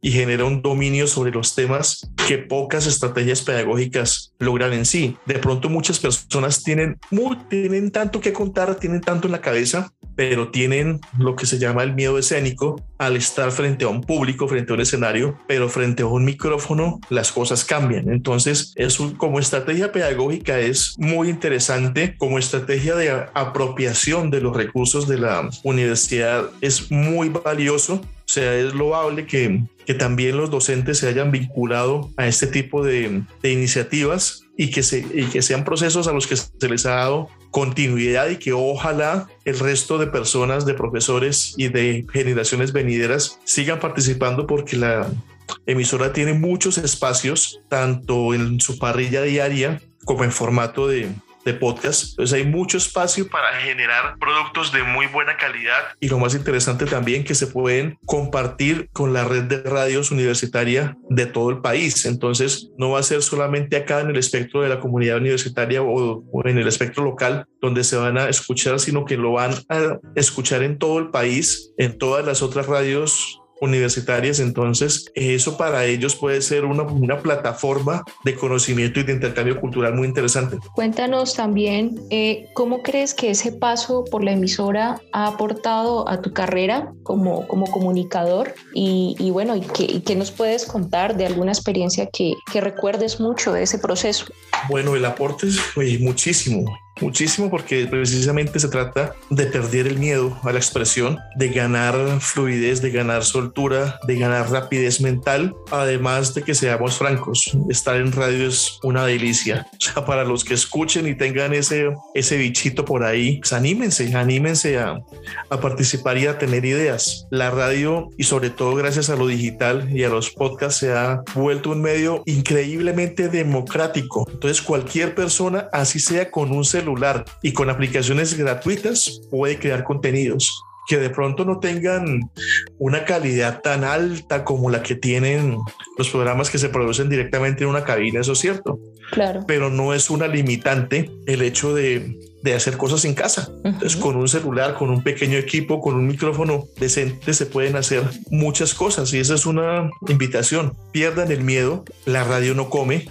y genera un dominio sobre los temas que pocas estrategias pedagógicas logran en sí. De pronto muchas personas tienen, muy, tienen tanto que contar, tienen tanto en la cabeza, pero tienen lo que se llama el miedo escénico al estar frente a un público, frente a un escenario, pero frente a un micrófono las cosas cambian. Entonces, es un, como estrategia pedagógica es muy interesante, como estrategia de apropiación de los recursos de la universidad es muy valioso. O sea, es loable que, que también los docentes se hayan vinculado a este tipo de, de iniciativas y que, se, y que sean procesos a los que se les ha dado continuidad y que ojalá el resto de personas, de profesores y de generaciones venideras sigan participando, porque la emisora tiene muchos espacios, tanto en su parrilla diaria como en formato de de podcast. Entonces hay mucho espacio para generar productos de muy buena calidad y lo más interesante también que se pueden compartir con la red de radios universitaria de todo el país. Entonces no va a ser solamente acá en el espectro de la comunidad universitaria o, o en el espectro local donde se van a escuchar, sino que lo van a escuchar en todo el país, en todas las otras radios universitarias. Entonces eso para ellos puede ser una, una plataforma de conocimiento y de intercambio cultural muy interesante. Cuéntanos también eh, cómo crees que ese paso por la emisora ha aportado a tu carrera como, como comunicador y, y bueno, y qué, y qué nos puedes contar de alguna experiencia que, que recuerdes mucho de ese proceso. Bueno, el aporte es oye, muchísimo. Muchísimo, porque precisamente se trata de perder el miedo a la expresión, de ganar fluidez, de ganar soltura, de ganar rapidez mental, además de que seamos francos, estar en radio es una delicia. O sea, para los que escuchen y tengan ese, ese bichito por ahí, pues anímense, anímense a, a participar y a tener ideas. La radio, y sobre todo gracias a lo digital y a los podcasts, se ha vuelto un medio increíblemente democrático. Entonces cualquier persona, así sea con un celular celular y con aplicaciones gratuitas, puede crear contenidos que de pronto no tengan una calidad tan alta como la que tienen los programas que se producen directamente en una cabina, eso es cierto. Claro. Pero no es una limitante el hecho de, de hacer cosas en casa. Uh-huh. Entonces, con un celular, con un pequeño equipo, con un micrófono decente, se pueden hacer muchas cosas y esa es una invitación. Pierdan el miedo, la radio no come.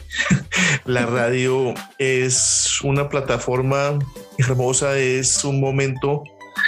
La radio es una plataforma hermosa, es un momento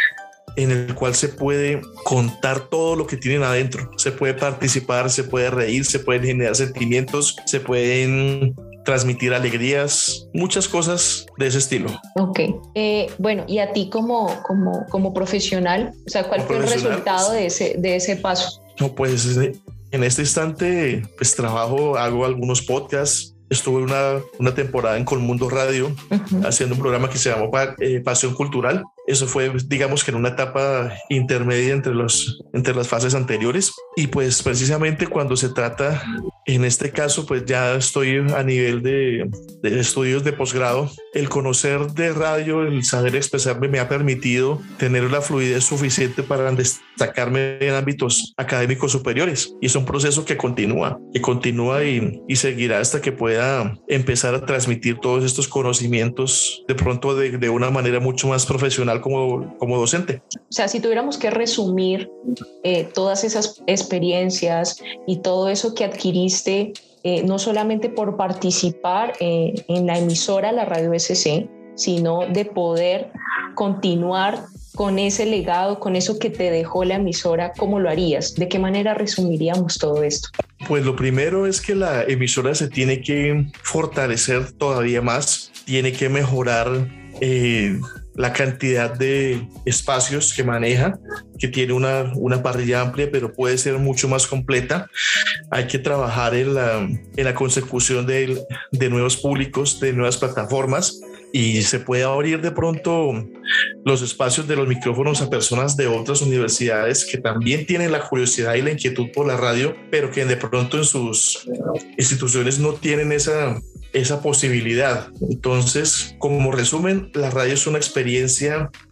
en el cual se puede contar todo lo que tienen adentro. Se puede participar, se puede reír, se pueden generar sentimientos, se pueden transmitir alegrías, muchas cosas de ese estilo. Ok. Eh, bueno, y a ti como, como, como profesional, o sea, ¿cuál fue el resultado de ese, de ese paso? No, pues en este instante, pues trabajo, hago algunos podcasts. Estuve una, una temporada en Colmundo Radio, uh-huh, haciendo un programa que se llamó eh, Pasión Cultural. Eso fue, digamos que en una etapa intermedia entre, los, entre las fases anteriores. Y pues precisamente cuando se trata, en este caso, pues ya estoy a nivel de, de estudios de posgrado. El conocer de radio, el saber expresarme me ha permitido tener la fluidez suficiente para destacarme en ámbitos académicos superiores. Y es un proceso que continúa, que continúa y, y seguirá hasta que pueda empezar a transmitir todos estos conocimientos de pronto de, de una manera mucho más profesional como, como docente. O sea, si tuviéramos que resumir eh, todas esas experiencias y todo eso que adquiriste, eh, no solamente por participar eh, en la emisora, la Radio S C, sino de poder continuar con ese legado, con eso que te dejó la emisora, ¿cómo lo harías? ¿De qué manera resumiríamos todo esto? Pues lo primero es que la emisora se tiene que fortalecer todavía más, tiene que mejorar eh, la cantidad de espacios que maneja, que tiene una, una parrilla amplia, pero puede ser mucho más completa. Hay que trabajar en la, en la consecución de, de nuevos públicos, de nuevas plataformas, y se puede abrir de pronto los espacios de los micrófonos a personas de otras universidades que también tienen la curiosidad y la inquietud por la radio, pero que de pronto en sus instituciones no tienen esa, esa posibilidad. Entonces, como resumen, la radio es una experiencia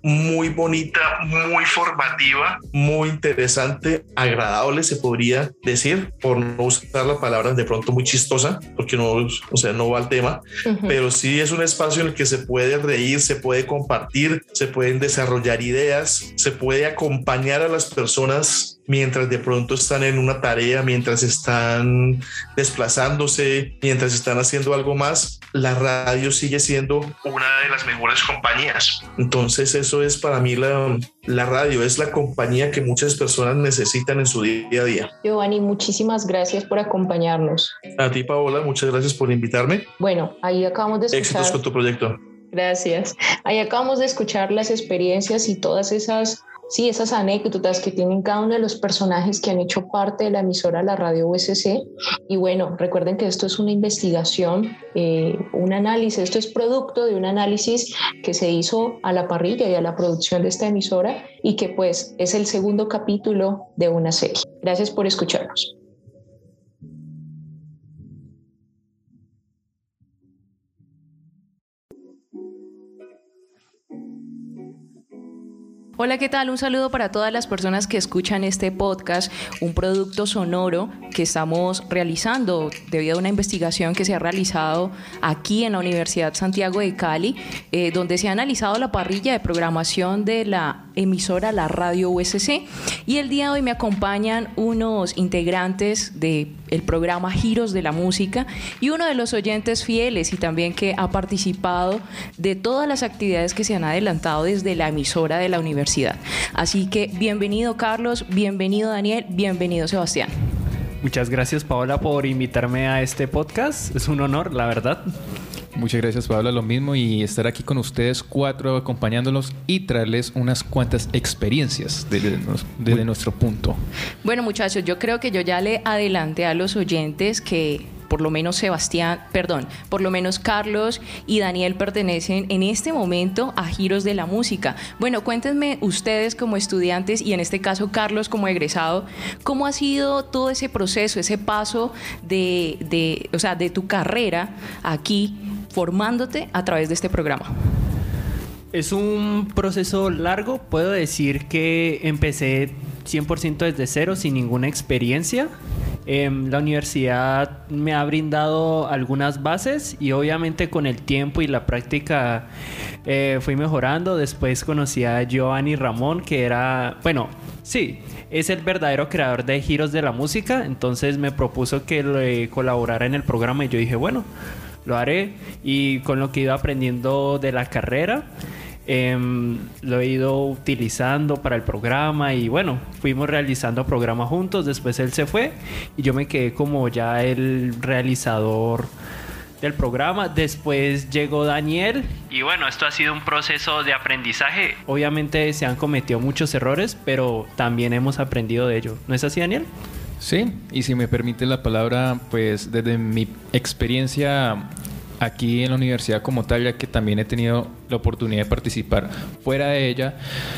muy bonita, muy formativa, muy interesante, agradable, se podría decir, por no usar la palabra de pronto muy chistosa, porque no, o sea, no va al tema, uh-huh. Pero sí es un espacio en el que se puede reír, se puede compartir, se pueden desarrollar ideas, se puede acompañar a las personas mientras de pronto están en una tarea, mientras están desplazándose, mientras están haciendo algo más. La radio sigue siendo una de las mejores compañías. Entonces eso es para mí la, la radio, es la compañía que muchas personas necesitan en su día a día. Giovanni, muchísimas gracias por acompañarnos. A ti, Paola, muchas gracias por invitarme. Bueno, ahí acabamos de escuchar... Éxitos con tu proyecto. Gracias. Ahí acabamos de escuchar las experiencias y todas esas... Sí, esas anécdotas que tienen cada uno de los personajes que han hecho parte de la emisora La Radio U S C. Y bueno, recuerden que esto es una investigación, eh, un análisis, esto es producto de un análisis que se hizo a la parrilla y a la producción de esta emisora y que pues es el segundo capítulo de una serie. Gracias por escucharnos. Hola, ¿qué tal? Un saludo para todas las personas que escuchan este podcast, un producto sonoro que estamos realizando debido a una investigación que se ha realizado aquí en la Universidad Santiago de Cali, eh, donde se ha analizado la parrilla de programación de la emisora La Radio U S C. Y el día de hoy me acompañan unos integrantes del programa Giros de la Música y uno de los oyentes fieles y también que ha participado de todas las actividades que se han adelantado desde la emisora de la universidad. Así que bienvenido Carlos, bienvenido Daniel, bienvenido Sebastián. Muchas gracias Paola por invitarme a este podcast, es un honor, la verdad. Muchas gracias Paola, lo mismo, y estar aquí con ustedes cuatro acompañándolos y traerles unas cuantas experiencias desde, desde nuestro punto. Bueno muchachos, yo creo que yo ya le adelanté a los oyentes que por lo menos Sebastián, perdón, por lo menos Carlos y Daniel pertenecen en este momento a Giros de la Música. Bueno, cuéntenme ustedes como estudiantes y en este caso Carlos como egresado, ¿cómo ha sido todo ese proceso, ese paso de, de, o sea, de tu carrera aquí formándote a través de este programa? Es un proceso largo, puedo decir que empecé cien por ciento desde cero, sin ninguna experiencia. Eh, la universidad me ha brindado algunas bases y obviamente con el tiempo y la práctica eh, fui mejorando. Después conocí a Giovanni Ramón, que era, bueno, sí, es el verdadero creador de Giros de la Música. Entonces me propuso que le colaborara en el programa y yo dije, bueno, lo haré. Y con lo que iba aprendiendo de la carrera, Eh, lo he ido utilizando para el programa y bueno, fuimos realizando programas juntos. Después él se fue y yo me quedé como ya el realizador del programa. Después llegó Daniel y bueno, esto ha sido un proceso de aprendizaje. Obviamente se han cometido muchos errores, pero también hemos aprendido de ello. ¿No es así, Daniel? Sí, y si me permite la palabra, pues desde mi experiencia aquí en la universidad como tal, ya que también he tenido la oportunidad de participar fuera de ella,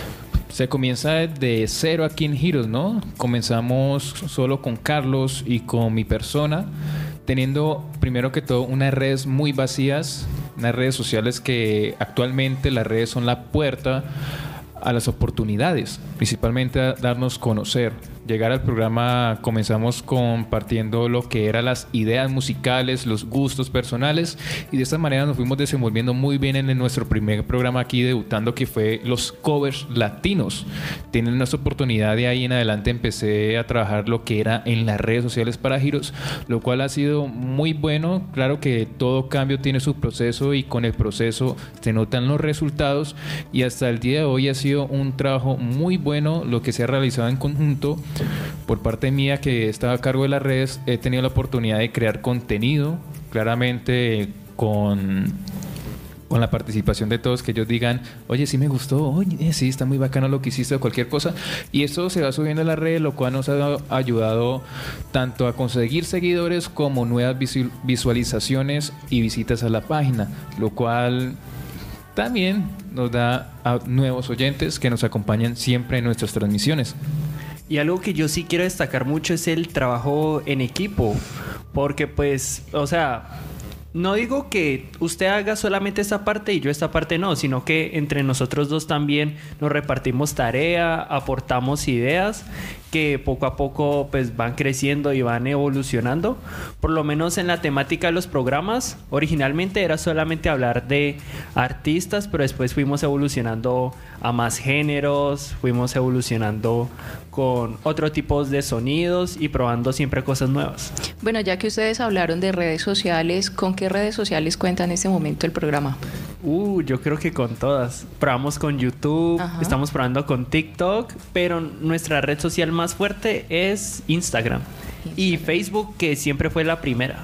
se comienza de cero aquí en Giros, ¿no? Comenzamos solo con Carlos y con mi persona, teniendo primero que todo unas redes muy vacías, unas redes sociales que actualmente las redes son la puerta a las oportunidades, principalmente a darnos conocer. Llegar al programa comenzamos compartiendo lo que eran las ideas musicales, los gustos personales, y de esta manera nos fuimos desenvolviendo muy bien en nuestro primer programa aquí debutando, que fue los covers latinos. Tienen nuestra oportunidad, de ahí en adelante empecé a trabajar lo que era en las redes sociales para Giros, lo cual ha sido muy bueno. Claro que todo cambio tiene su proceso y con el proceso se notan los resultados, y hasta el día de hoy ha sido un trabajo muy bueno lo que se ha realizado en conjunto. Por parte mía, que estaba a cargo de las redes, he tenido la oportunidad de crear contenido, claramente con, con la participación de todos, que ellos digan, oye, sí me gustó, oye, sí, está muy bacano lo que hiciste o cualquier cosa, y eso se va subiendo a las redes, lo cual nos ha ayudado tanto a conseguir seguidores como nuevas visualizaciones y visitas a la página, lo cual también nos da a nuevos oyentes que nos acompañan siempre en nuestras transmisiones. Y algo que yo sí quiero destacar mucho es el trabajo en equipo, porque pues, o sea, no digo que usted haga solamente esta parte y yo esta parte no, sino que entre nosotros dos también nos repartimos tarea, aportamos ideas que poco a poco pues van creciendo y van evolucionando. Por lo menos en la temática de los programas, originalmente era solamente hablar de artistas, pero después fuimos evolucionando a más géneros, fuimos evolucionando con otro tipo de sonidos y probando siempre cosas nuevas. Bueno, ya que ustedes hablaron de redes sociales, ¿con qué redes sociales cuenta en este momento el programa? Uh, yo creo que con todas. Probamos con YouTube, Ajá. estamos probando con TikTok, pero nuestra red social más fuerte es Instagram. Instagram. Y Facebook, que siempre fue la primera.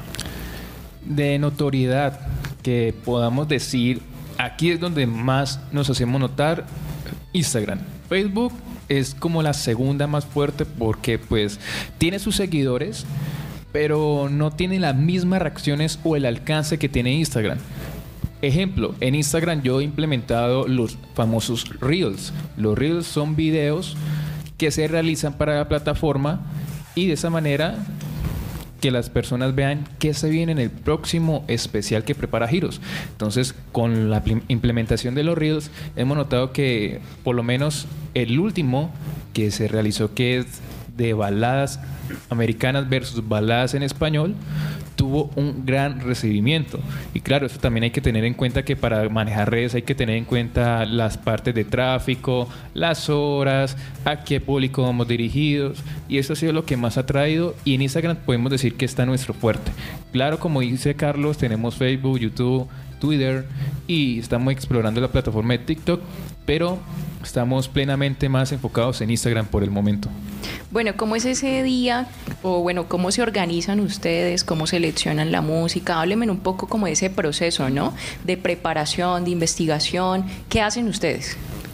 De notoriedad, que podamos decir, aquí es donde más nos hacemos notar, Instagram. Facebook es como la segunda más fuerte porque pues tiene sus seguidores, pero no tiene las mismas reacciones o el alcance que tiene Instagram. Ejemplo, en Instagram yo he implementado los famosos Reels. Los Reels son videos que se realizan para la plataforma y de esa manera que las personas vean qué se viene en el próximo especial que prepara Giros. Entonces, con la implementación de los Reels, hemos notado que por lo menos el último que se realizó, que es de baladas americanas versus baladas en español, tuvo un gran recibimiento. Y claro, eso también hay que tener en cuenta que para manejar redes hay que tener en cuenta las partes de tráfico, las horas, a qué público vamos dirigidos, y eso ha sido lo que más ha traído, y en Instagram podemos decir que está nuestro fuerte. Claro, como dice Carlos, tenemos Facebook, YouTube, Twitter y estamos explorando la plataforma de TikTok, pero estamos plenamente más enfocados en Instagram por el momento. Bueno, ¿cómo es ese día? O bueno, ¿cómo se organizan ustedes? ¿Cómo seleccionan la música? Háblenme un poco como de ese proceso, ¿no? De preparación, de investigación. ¿Qué hacen ustedes?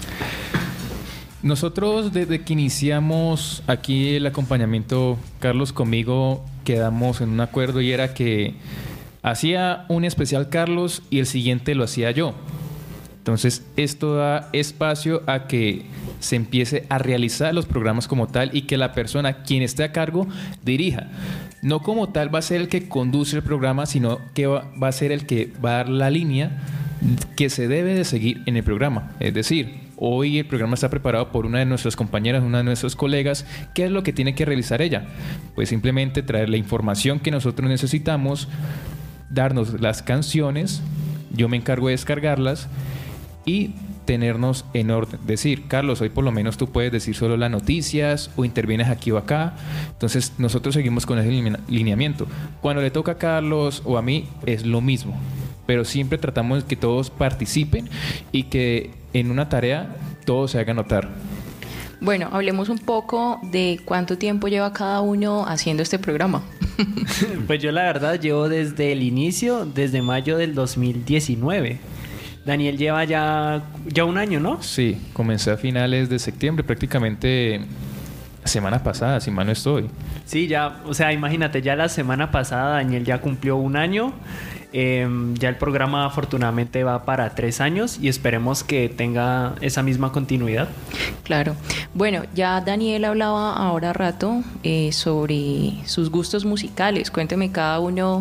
Nosotros desde que iniciamos aquí el acompañamiento, Carlos conmigo quedamos en un acuerdo y era que hacía un especial Carlos y el siguiente lo hacía yo. Entonces, esto da espacio a que se empiece a realizar los programas como tal y que la persona, quien esté a cargo, dirija. No como tal va a ser el que conduce el programa, sino que va, va a ser el que va a dar la línea que se debe de seguir en el programa. Es decir, hoy el programa está preparado por una de nuestras compañeras, una de nuestros colegas. ¿Qué es lo que tiene que realizar ella? Pues simplemente traer la información que nosotros necesitamos, darnos las canciones, yo me encargo de descargarlas y tenernos en orden. Decir, Carlos, hoy por lo menos tú puedes decir solo las noticias o intervienes aquí o acá. Entonces nosotros seguimos con ese lineamiento. Cuando le toca a Carlos o a mí es lo mismo, pero siempre tratamos de que todos participen y que en una tarea todo se haga notar. Bueno, hablemos un poco de cuánto tiempo lleva cada uno haciendo este programa. Pues yo la verdad llevo desde el inicio, desde mayo del dos mil diecinueve. Daniel lleva ya, ya un año, ¿no? Sí, comencé a finales de septiembre, prácticamente semana pasada, si mal no estoy. Sí, ya, o sea, imagínate, ya la semana pasada Daniel ya cumplió un año. Eh, ya el programa afortunadamente va para tres años y esperemos que tenga esa misma continuidad. Claro. Bueno, ya Daniel hablaba ahora rato eh, sobre sus gustos musicales. Cuénteme cada uno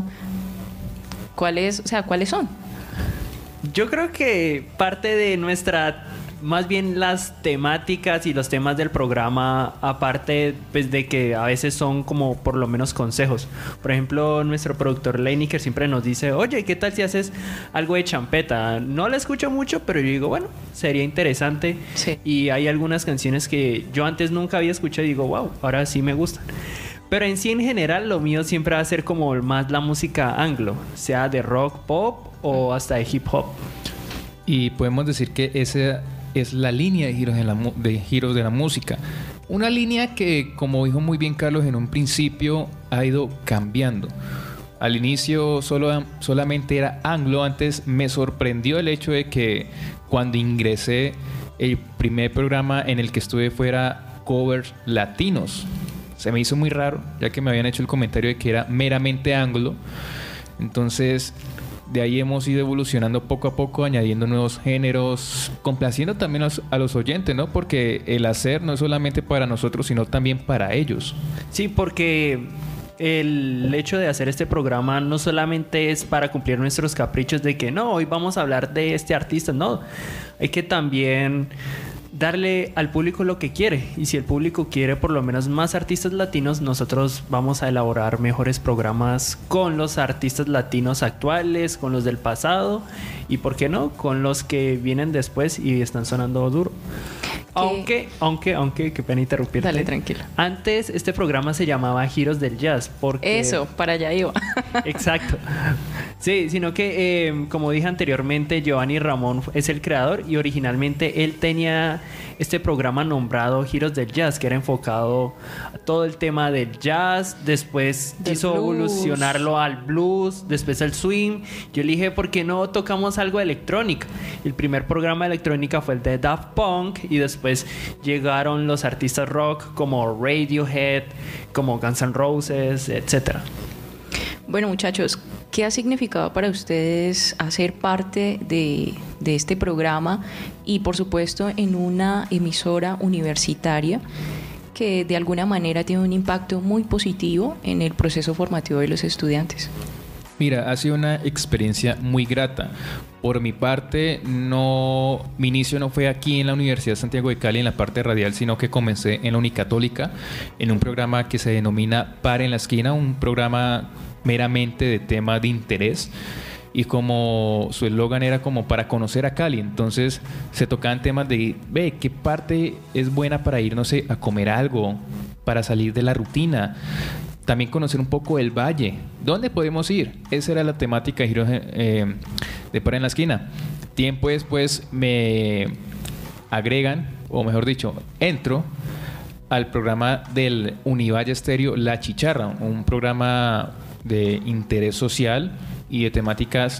cuáles, o sea, cuáles son. Yo creo que parte de nuestra, más bien las temáticas y los temas del programa, aparte pues, de que a veces son como por lo menos consejos. Por ejemplo, nuestro productor Leiniker siempre nos dice, oye, ¿qué tal si haces algo de champeta? No la escucho mucho, pero yo digo, bueno, sería interesante. Sí. Y hay algunas canciones que yo antes nunca había escuchado y digo, wow, ahora sí me gustan. Pero en sí, en general, lo mío siempre va a ser como más la música anglo, sea de rock, pop o hasta de hip hop. Y podemos decir que esa es la línea de giros de la, de giros de la música. Una línea que, como dijo muy bien Carlos en un principio, ha ido cambiando. Al inicio solo, solamente era anglo. Antes me sorprendió el hecho de que cuando ingresé, el primer programa en el que estuve fuera covers latinos. Se me hizo muy raro, ya que me habían hecho el comentario de que era meramente anglo. Entonces, de ahí hemos ido evolucionando poco a poco, añadiendo nuevos géneros, complaciendo también a los, a los oyentes, ¿no? Porque el hacer no es solamente para nosotros, sino también para ellos. Sí, porque el hecho de hacer este programa no solamente es para cumplir nuestros caprichos de que no, hoy vamos a hablar de este artista, no, hay que también darle al público lo que quiere, y si el público quiere por lo menos más artistas latinos, nosotros vamos a elaborar mejores programas con los artistas latinos actuales, con los del pasado y por qué no, con los que vienen después y están sonando duro. Aunque, aunque, aunque, qué pena interrumpirte. Dale, tranquilo. Antes este programa se llamaba Giros del Jazz porque... Eso, para allá iba. Exacto. Sí, sino que, eh, como dije anteriormente, Giovanni Ramón es el creador y originalmente él tenía este programa nombrado Giros del Jazz, que era enfocado a todo el tema del jazz. Después Del quiso blues. evolucionarlo al blues, después al swing. Yo le dije, ¿por qué no tocamos algo de electrónica? El primer programa de electrónica fue el de Daft Punk y después llegaron los artistas rock como Radiohead, como Guns N' Roses, etcétera. Bueno, muchachos, ¿qué ha significado para ustedes hacer parte de, de este programa y, por supuesto, en una emisora universitaria que de alguna manera tiene un impacto muy positivo en el proceso formativo de los estudiantes? Mira, ha sido una experiencia muy grata. Por mi parte, no, mi inicio no fue aquí en la Universidad de Santiago de Cali en la parte radial, sino que comencé en la Unicatólica en un programa que se denomina Par en la Esquina, un programa meramente de temas de interés, y como su eslogan era como para conocer a Cali, entonces se tocaban temas de, ve, ¿qué parte es buena para ir, no sé, a comer algo, para salir de la rutina? También conocer un poco el valle. ¿Dónde podemos ir? Esa era la temática de Giros eh, de Par en la Esquina. Tiempo después me agregan, o mejor dicho, entro al programa del Univalle Estéreo La Chicharra, un programa de interés social y de temáticas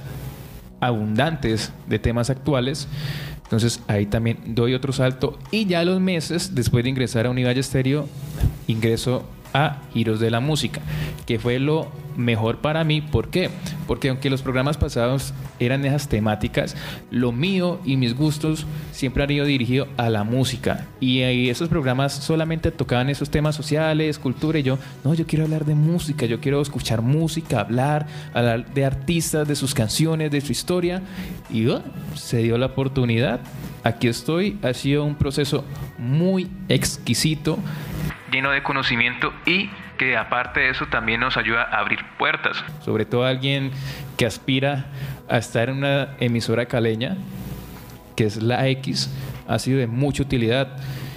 abundantes de temas actuales. Entonces ahí también doy otro salto y ya a los meses después de ingresar a Univalle Estéreo ingreso a Giros de la Música, que fue lo mejor para mí. ¿Por qué? Porque aunque los programas pasados eran esas temáticas, lo mío y mis gustos siempre han ido dirigidos a la música, y, y esos programas solamente tocaban esos temas sociales, cultura, y yo, no, yo quiero hablar de música, yo quiero escuchar música, hablar, hablar de artistas, de sus canciones, de su historia, y oh, se dio la oportunidad. Aquí estoy. Ha sido un proceso muy exquisito, lleno de conocimiento, y que aparte de eso también nos ayuda a abrir puertas, sobre todo a alguien que aspira a estar en una emisora caleña, que es la X. Ha sido de mucha utilidad.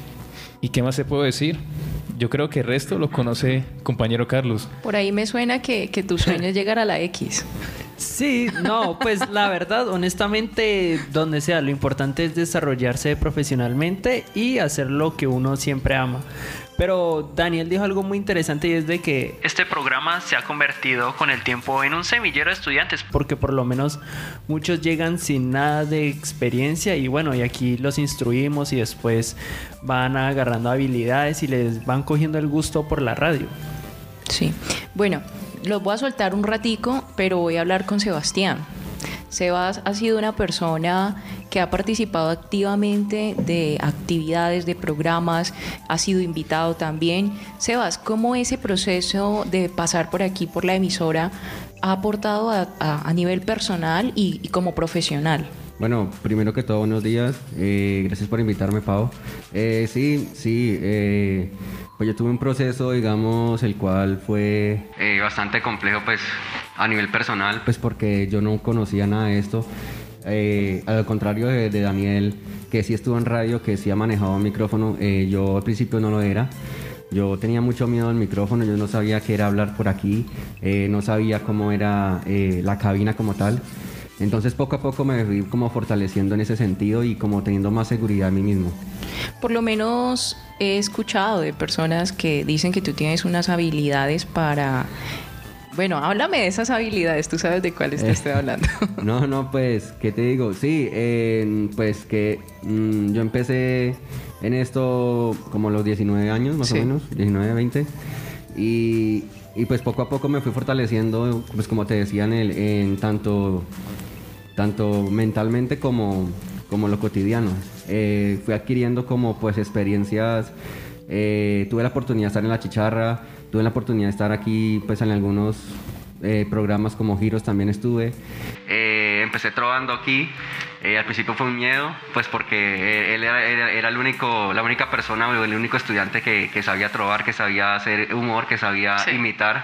¿Y qué más se puede decir? Yo creo que el resto lo conoce compañero Carlos. Por ahí me suena que, que tu sueño es llegar a la X. Sí, no, pues la verdad, honestamente, donde sea, lo importante es desarrollarse profesionalmente y hacer lo que uno siempre ama. Pero Daniel dijo algo muy interesante, y es de que este programa se ha convertido con el tiempo en un semillero de estudiantes, porque por lo menos muchos llegan sin nada de experiencia, y bueno, y aquí los instruimos y después van agarrando habilidades y les van cogiendo el gusto por la radio. Sí, bueno, los voy a soltar un ratico, pero voy a hablar con Sebastián. Sebas ha sido una persona que ha participado activamente de actividades, de programas, ha sido invitado también. Sebas, ¿cómo ese proceso de pasar por aquí, por la emisora, ha aportado a, a, a nivel personal y, y como profesional? Bueno, primero que todo, buenos días. Eh, gracias por invitarme, Pau. Eh, sí, sí. Eh, pues yo tuve un proceso, digamos, el cual fue eh, bastante complejo, pues, a nivel personal, pues porque yo no conocía nada de esto. Eh, al contrario de, de Daniel, que sí estuvo en radio, que sí ha manejado un micrófono, eh, yo al principio no lo era. Yo tenía mucho miedo al micrófono, yo no sabía qué era hablar por aquí, eh, no sabía cómo era eh, la cabina como tal. Entonces poco a poco me fui como fortaleciendo en ese sentido y como teniendo más seguridad en mí mismo. Por lo menos he escuchado de personas que dicen que tú tienes unas habilidades para... Bueno, háblame de esas habilidades, tú sabes de cuáles te estoy hablando. No, no, pues, ¿qué te digo? Sí, eh, pues que mmm, yo empecé en esto como a los diecinueve años, más sí. o menos, diecinueve, veinte, y, y pues poco a poco me fui fortaleciendo, pues como te decía, en, el, en tanto, tanto mentalmente como, como lo cotidiano. Eh, fui adquiriendo como pues experiencias. Eh, tuve la oportunidad de estar en La Chicharra, tuve la oportunidad de estar aquí pues en algunos eh, programas como Giros también estuve. Eh, empecé trovando aquí. Eh, al principio fue un miedo, pues porque él era, era, era el único, la única persona o el único estudiante que, que sabía trovar, que sabía hacer humor, que sabía sí. imitar.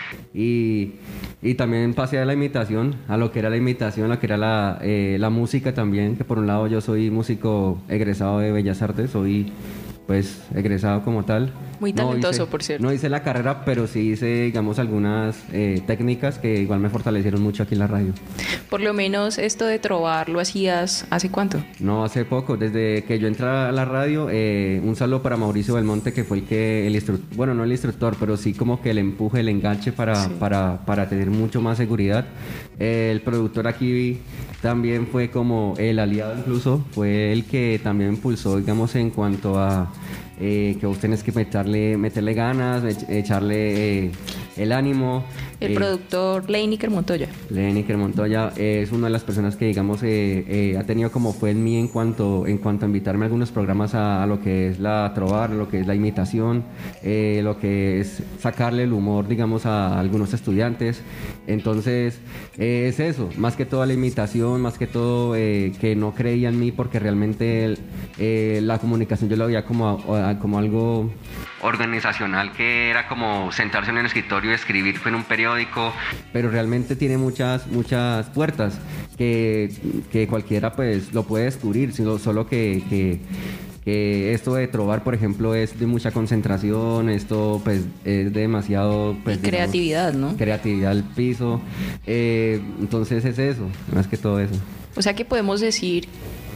Y, y también pasé a la imitación, a lo que era la imitación, a lo que era la, eh, la música también, que por un lado yo soy músico egresado de Bellas Artes, soy pues egresado como tal. Muy talentoso, no hice, por cierto. No hice la carrera, pero sí hice, digamos, algunas eh, técnicas que igual me fortalecieron mucho aquí en la radio. Por lo menos esto de trovar, ¿lo hacías hace cuánto? No, hace poco. Desde que yo entré a la radio, eh, un saludo para Mauricio Belmonte, que fue el que, el instructor, bueno, no el instructor, pero sí como que el empuje, el enganche para, sí. para, para tener mucho más seguridad. Eh, el productor aquí también fue como el aliado incluso, fue el que también impulsó, digamos, en cuanto a eh, que vos tenés que meterle, meterle ganas, echarle eh, el ánimo. El eh, productor Leiniker Montoya. Leiniker Montoya eh, es una de las personas que, digamos, eh, eh, ha tenido como fue en mí en cuanto, en cuanto a invitarme a algunos programas a, a lo que es la trovar, lo que es la imitación, eh, lo que es sacarle el humor, digamos, a algunos estudiantes. Entonces, eh, es eso, más que todo la imitación, más que todo eh, que no creía en mí porque realmente eh, la comunicación yo la veía como, a, como algo organizacional, que era como sentarse en el escritorio y escribir en un periódico, pero realmente tiene muchas muchas puertas que, que cualquiera pues lo puede descubrir, sino solo que, que, que esto de trovar, por ejemplo, es de mucha concentración, esto pues es demasiado pues, digamos, creatividad, ¿no? Creatividad al piso, eh, entonces es eso, más que todo eso. O sea que podemos decir,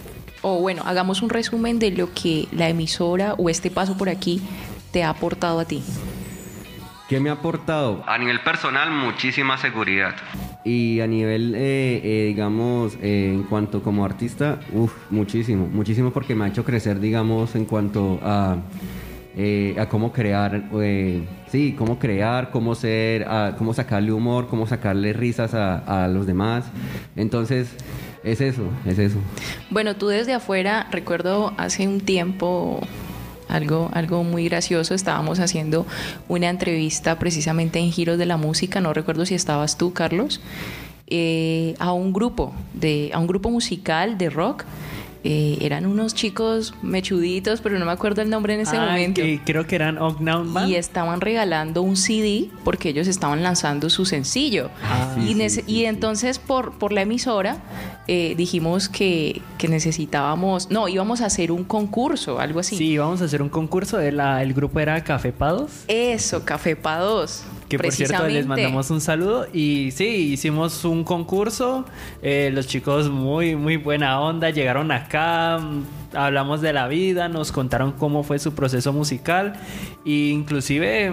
o bueno, hagamos un resumen de lo que la emisora o este paso por aquí te ha aportado a ti. ¿Qué me ha aportado? A nivel personal, muchísima seguridad. Y a nivel, eh, eh, digamos, eh, en cuanto como artista, uff, muchísimo, muchísimo porque me ha hecho crecer, digamos, en cuanto a, eh, a cómo crear, eh, sí, cómo crear, cómo ser, a, cómo sacarle humor, cómo sacarle risas a, a los demás. Entonces, es eso, es eso. Bueno, tú desde afuera, recuerdo hace un tiempo... Algo, algo muy gracioso, estábamos haciendo una entrevista precisamente en Giros de la Música, no recuerdo si estabas tú, Carlos, eh, a un grupo, de, a un grupo musical de rock. Eh, eran unos chicos mechuditos, pero no me acuerdo el nombre en ese ah, momento. Que creo que eran Ognown Man. Y estaban regalando un C D porque ellos estaban lanzando su sencillo. Ah, y, sí, sí, y sí, entonces por, por la emisora eh, dijimos que, que necesitábamos, no, íbamos a hacer un concurso, algo así. Sí, íbamos a hacer un concurso. De la, el grupo era Café Pa' Dos. Eso, Café Pa' Dos. Que por cierto les mandamos un saludo. Y sí, hicimos un concurso. Eh, los chicos muy, muy buena onda. Llegaron acá, hablamos de la vida, nos contaron cómo fue su proceso musical. E inclusive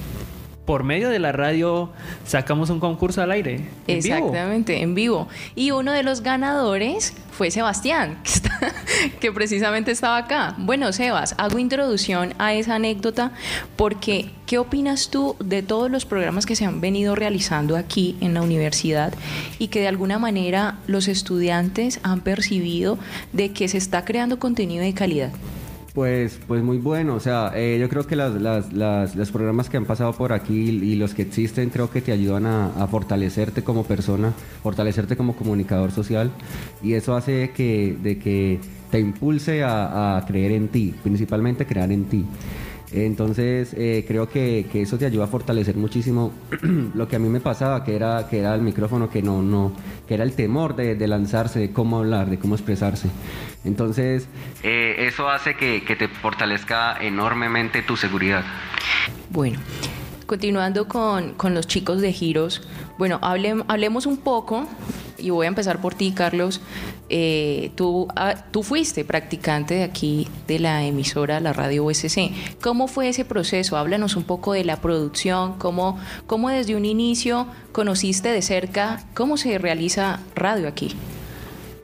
por medio de la radio sacamos un concurso al aire. En Exactamente, vivo. en vivo. Y uno de los ganadores fue Sebastián, que, está, que precisamente estaba acá. Bueno, Sebas, hago introducción a esa anécdota porque ¿qué opinas tú de todos los programas que se han venido realizando aquí en la universidad y que de alguna manera los estudiantes han percibido de que se está creando contenido de calidad? Pues, pues muy bueno, o sea, eh, yo creo que las, las, las, los programas que han pasado por aquí y los que existen creo que te ayudan a, a fortalecerte como persona, fortalecerte como comunicador social, y eso hace que, de que te impulse a, a creer en ti, principalmente creer en ti. Entonces eh, creo que, que eso te ayuda a fortalecer muchísimo lo que a mí me pasaba, que era, que era el micrófono, que no, no, que era el temor de, de lanzarse, de cómo hablar, de cómo expresarse. Entonces eh, eso hace que, que te fortalezca enormemente tu seguridad. Bueno, continuando con, con los chicos de Giros, bueno, hable, hablemos un poco, y voy a empezar por ti, Carlos. Eh, tú, ah, tú fuiste practicante de aquí, de la emisora, la radio U S C. ¿Cómo fue ese proceso? Háblanos un poco de la producción, cómo, cómo desde un inicio conociste de cerca cómo se realiza radio aquí.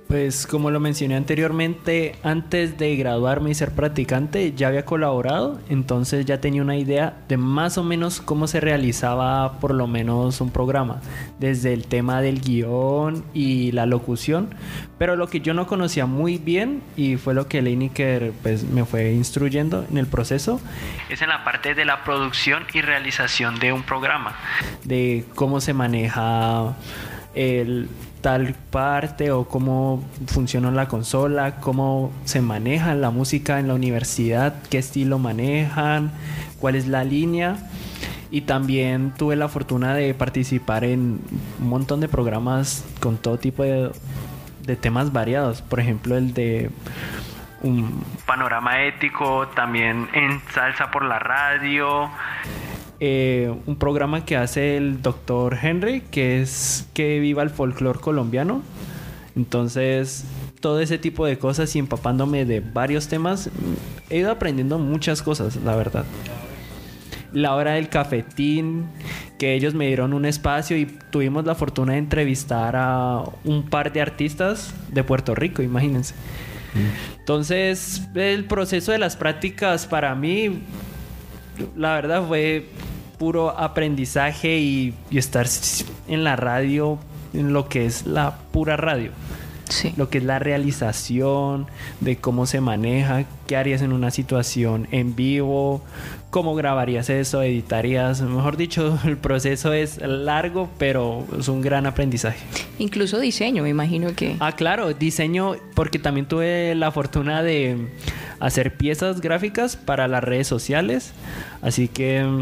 Pues como lo mencioné anteriormente, antes de graduarme y ser practicante ya había colaborado, entonces ya tenía una idea de más o menos cómo se realizaba por lo menos un programa, desde el tema del guión y la locución, pero lo que yo no conocía muy bien, y fue lo que Leinecker pues me fue instruyendo en el proceso, es en la parte de la producción y realización de un programa, de cómo se maneja el tal parte o cómo funciona la consola, cómo se maneja la música en la universidad, qué estilo manejan, cuál es la línea. Y también tuve la fortuna de participar en un montón de programas con todo tipo de, de temas variados. Por ejemplo, el de un panorama ético, también en Salsa por la Radio. Eh, un programa que hace el doctor Henry, que es Que Viva el Folclor Colombiano. Entonces, todo ese tipo de cosas y empapándome de varios temas, he ido aprendiendo muchas cosas, la verdad. La hora del cafetín, que ellos me dieron un espacio y tuvimos la fortuna de entrevistar a un par de artistas de Puerto Rico, imagínense. Mm. Entonces, el proceso de las prácticas para mí, la verdad, fue puro aprendizaje y, y estar en la radio, en lo que es la pura radio. Sí. Lo que es la realización de cómo se maneja, qué harías en una situación en vivo, cómo grabarías eso, editarías. Mejor dicho, el proceso es largo, pero es un gran aprendizaje. Incluso diseño, me imagino que... Ah, claro, diseño, porque también tuve la fortuna de hacer piezas gráficas para las redes sociales. Así que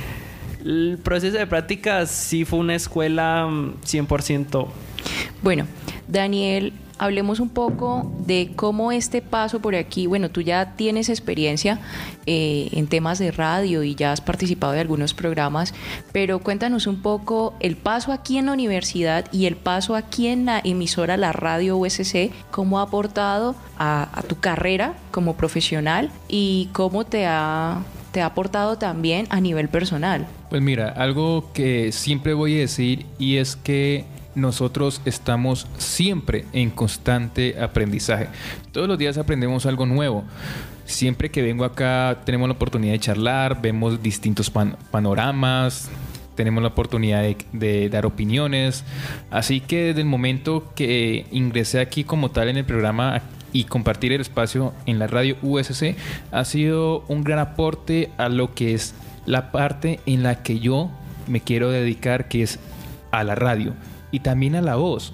el proceso de prácticas sí fue una escuela cien por ciento. Bueno, Daniel, hablemos un poco de cómo este paso por aquí, bueno, tú ya tienes experiencia eh, en temas de radio y ya has participado de algunos programas, pero cuéntanos un poco el paso aquí en la universidad y el paso aquí en la emisora, la radio U S C, cómo ha aportado a, a tu carrera como profesional y cómo te ha, te ha aportado también a nivel personal. Pues mira, algo que siempre voy a decir y es que nosotros estamos siempre en constante aprendizaje. Todos los días aprendemos algo nuevo. Siempre que vengo acá tenemos la oportunidad de charlar, vemos distintos pan- panoramas, tenemos la oportunidad de, de dar opiniones. Así que desde el momento que ingresé aquí como tal en el programa y compartir el espacio en la radio U S C, ha sido un gran aporte a lo que es la parte en la que yo me quiero dedicar, que es a la radio. Y también a la voz,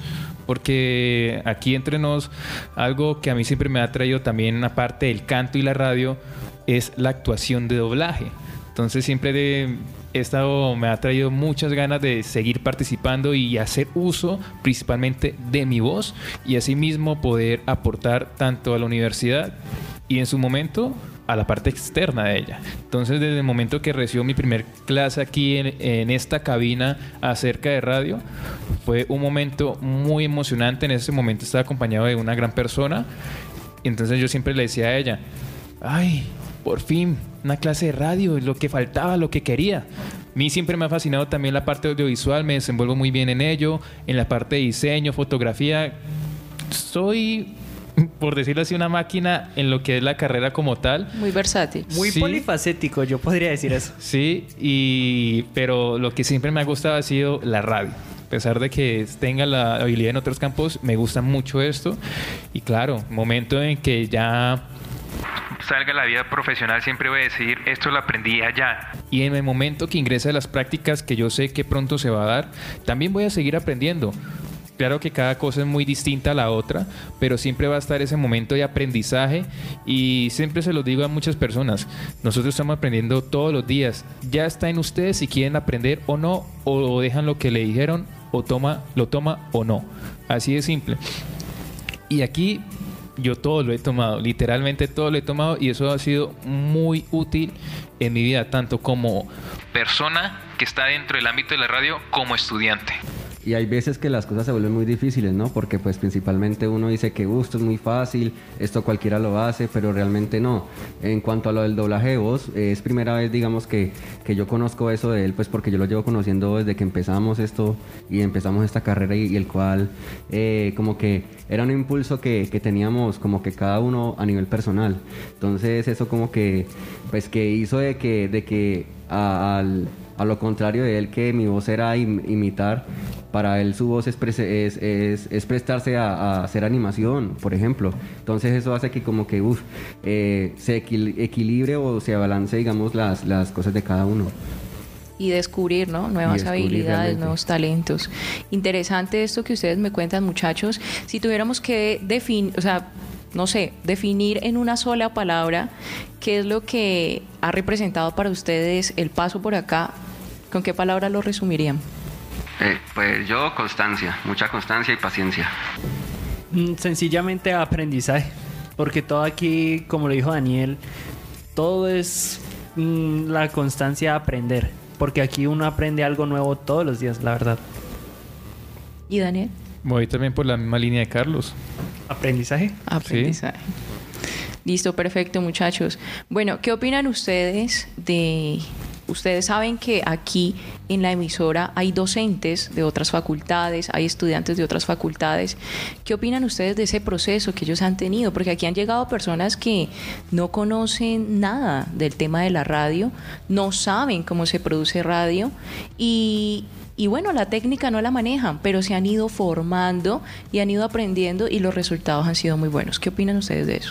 porque aquí entre nos, algo que a mí siempre me ha traído también, aparte del canto y la radio, es la actuación de doblaje. Entonces siempre de, he estado, me ha traído muchas ganas de seguir participando y hacer uso principalmente de mi voz y asimismo poder aportar tanto a la universidad y en su momento a la parte externa de ella. Entonces, desde el momento que recibo mi primer clase aquí en, en esta cabina acerca de radio, fue un momento muy emocionante. En ese momento estaba acompañado de una gran persona. Entonces yo siempre le decía a ella, ay, por fin, una clase de radio, lo que faltaba, lo que quería. A mí siempre me ha fascinado también la parte audiovisual, me desenvuelvo muy bien en ello, en la parte de diseño, fotografía. Soy, por decirlo así, una máquina en lo que es la carrera como tal. Muy versátil. Muy sí. Polifacético, yo podría decir eso. Sí, y, pero lo que siempre me ha gustado ha sido la radio. A pesar de que tenga la habilidad en otros campos, me gusta mucho esto. Y claro, momento en que ya salga la vida profesional, siempre voy a decir, esto lo aprendí allá. Y en el momento que ingrese a las prácticas, que yo sé que pronto se va a dar, también voy a seguir aprendiendo. Claro que cada cosa es muy distinta a la otra, pero siempre va a estar ese momento de aprendizaje y siempre se lo digo a muchas personas, nosotros estamos aprendiendo todos los días. Ya está en ustedes si quieren aprender o no, o dejan lo que le dijeron, o toma, lo toma o no. Así de simple. Y aquí yo todo lo he tomado, literalmente todo lo he tomado y eso ha sido muy útil en mi vida, tanto como persona que está dentro del ámbito de la radio como estudiante. y hay veces que las cosas se vuelven muy difíciles, ¿no? Porque pues principalmente uno dice que uh, esto es muy fácil, esto cualquiera lo hace, pero realmente no. En cuanto a lo del doblaje de voz, eh, es primera vez, digamos, que, que yo conozco eso de él, pues porque yo lo llevo conociendo desde que empezamos esto y empezamos esta carrera y, y el cual eh, como que era un impulso que, que teníamos como que cada uno a nivel personal. Entonces eso como que pues que hizo de que, de que a, al A lo contrario de él, que mi voz era im- imitar, para él su voz es, pre- es, es, es prestarse a, a hacer animación, por ejemplo. Entonces eso hace que como que uf, eh, se equil- equilibre o se balance, digamos, las, las cosas de cada uno. Y descubrir, ¿no? Nuevas descubrir habilidades, realmente. nuevos talentos. Interesante esto que ustedes me cuentan, muchachos. Si tuviéramos que definir, o sea, no sé, definir en una sola palabra qué es lo que ha representado para ustedes el paso por acá, ¿con qué palabra lo resumirían? Eh, pues yo, constancia, mucha constancia y paciencia. Mm, Sencillamente aprendizaje, porque todo aquí, como lo dijo Daniel, todo es mm, la constancia de aprender, porque aquí uno aprende algo nuevo todos los días, la verdad. ¿Y Daniel? Voy también por la misma línea de Carlos. ¿Aprendizaje? Aprendizaje. Listo, perfecto, muchachos. Bueno, ¿qué opinan ustedes de... Ustedes saben que aquí en la emisora hay docentes de otras facultades, hay estudiantes de otras facultades. ¿Qué opinan ustedes de ese proceso que ellos han tenido? Porque aquí han llegado personas que no conocen nada del tema de la radio, no saben cómo se produce radio y... Y bueno, la técnica no la manejan, pero se han ido formando y han ido aprendiendo y los resultados han sido muy buenos. ¿Qué opinan ustedes de eso?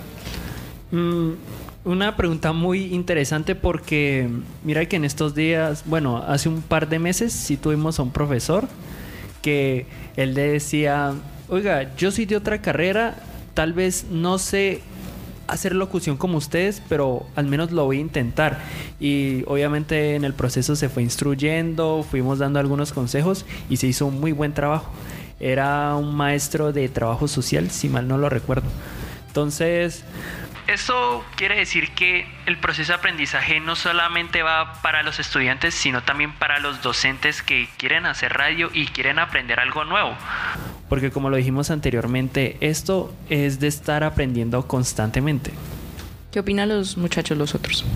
Mm, una pregunta muy interesante porque mira que en estos días, bueno, hace un par de meses sí tuvimos a un profesor que él le decía, oiga, yo soy de otra carrera, tal vez no sé hacer locución como ustedes, pero al menos lo voy a intentar. Y obviamente en el proceso se fue instruyendo, fuimos dando algunos consejos y se hizo un muy buen trabajo. Era un maestro de trabajo social, si mal no lo recuerdo. Entonces, esto quiere decir que el proceso de aprendizaje no solamente va para los estudiantes, sino también para los docentes que quieren hacer radio y quieren aprender algo nuevo. Porque como lo dijimos anteriormente, esto es de estar aprendiendo constantemente. ¿Qué opinan los muchachos, los otros?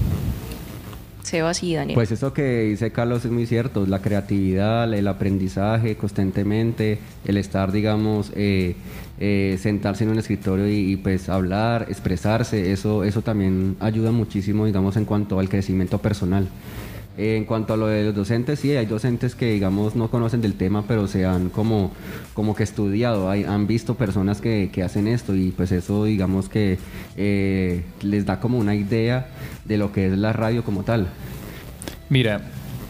Sebas y Daniel. Pues eso que dice Carlos es muy cierto, la creatividad, el aprendizaje constantemente, el estar, digamos, eh, eh, sentarse en un escritorio y, y pues hablar, expresarse, eso, eso también ayuda muchísimo, digamos, en cuanto al crecimiento personal. Eh, en cuanto a lo de los docentes, sí, hay docentes que, digamos, no conocen del tema, pero se han como, como que estudiado, hay, han visto personas que, que hacen esto y pues eso, digamos, que eh, les da como una idea de lo que es la radio como tal. Mira,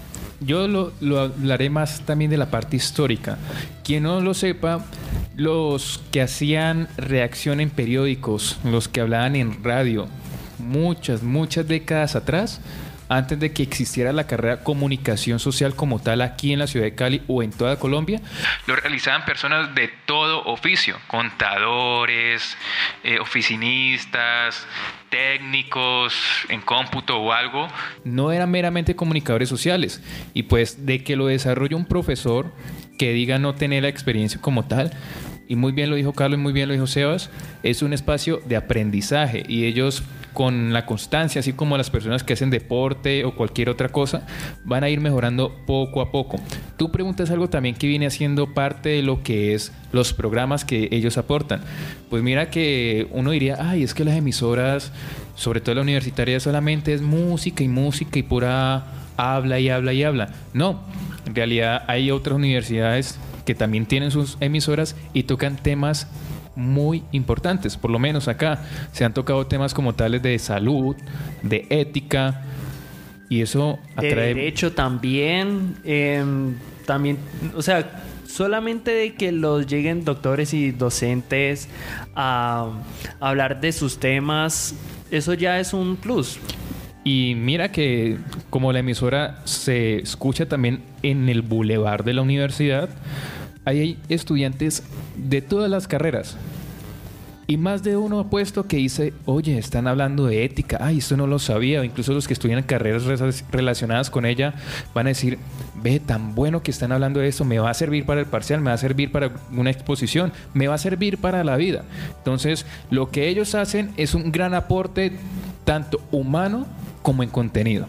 yo lo, lo hablaré más también de la parte histórica. Quien no lo sepa, los que hacían reacción en periódicos, los que hablaban en radio, muchas, muchas décadas atrás, antes de que existiera la carrera comunicación social como tal aquí en la ciudad de Cali o en toda Colombia, lo realizaban personas de todo oficio, contadores, eh, oficinistas, técnicos en cómputo o algo. No eran meramente comunicadores sociales. Y pues de que lo desarrolle un profesor que diga no tener la experiencia como tal, y muy bien lo dijo Carlos y muy bien lo dijo Sebas, es un espacio de aprendizaje y ellos con la constancia, así como las personas que hacen deporte o cualquier otra cosa, van a ir mejorando poco a poco. Tú preguntas algo también que viene haciendo parte de lo que es los programas que ellos aportan. Pues mira que uno diría, ay, es que las emisoras, sobre todo la universitaria, solamente es música y música y pura habla y habla y habla. No, en realidad hay otras universidades que también tienen sus emisoras y tocan temas muy importantes. Por lo menos acá se han tocado temas como tales de salud, de ética, y eso atrae... De derecho también, eh, también, o sea, solamente de que los lleguen doctores y docentes a, a hablar de sus temas, eso ya es un plus. Y mira que como la emisora se escucha también en el bulevar de la universidad, ahí hay estudiantes de todas las carreras. Y más de uno ha puesto que dice, oye, están hablando de ética, ay, esto no lo sabía. O incluso los que estudian carreras relacionadas con ella van a decir, ve, tan bueno que están hablando de esto, me va a servir para el parcial, me va a servir para una exposición, me va a servir para la vida. Entonces, lo que ellos hacen es un gran aporte, tanto humano como en contenido.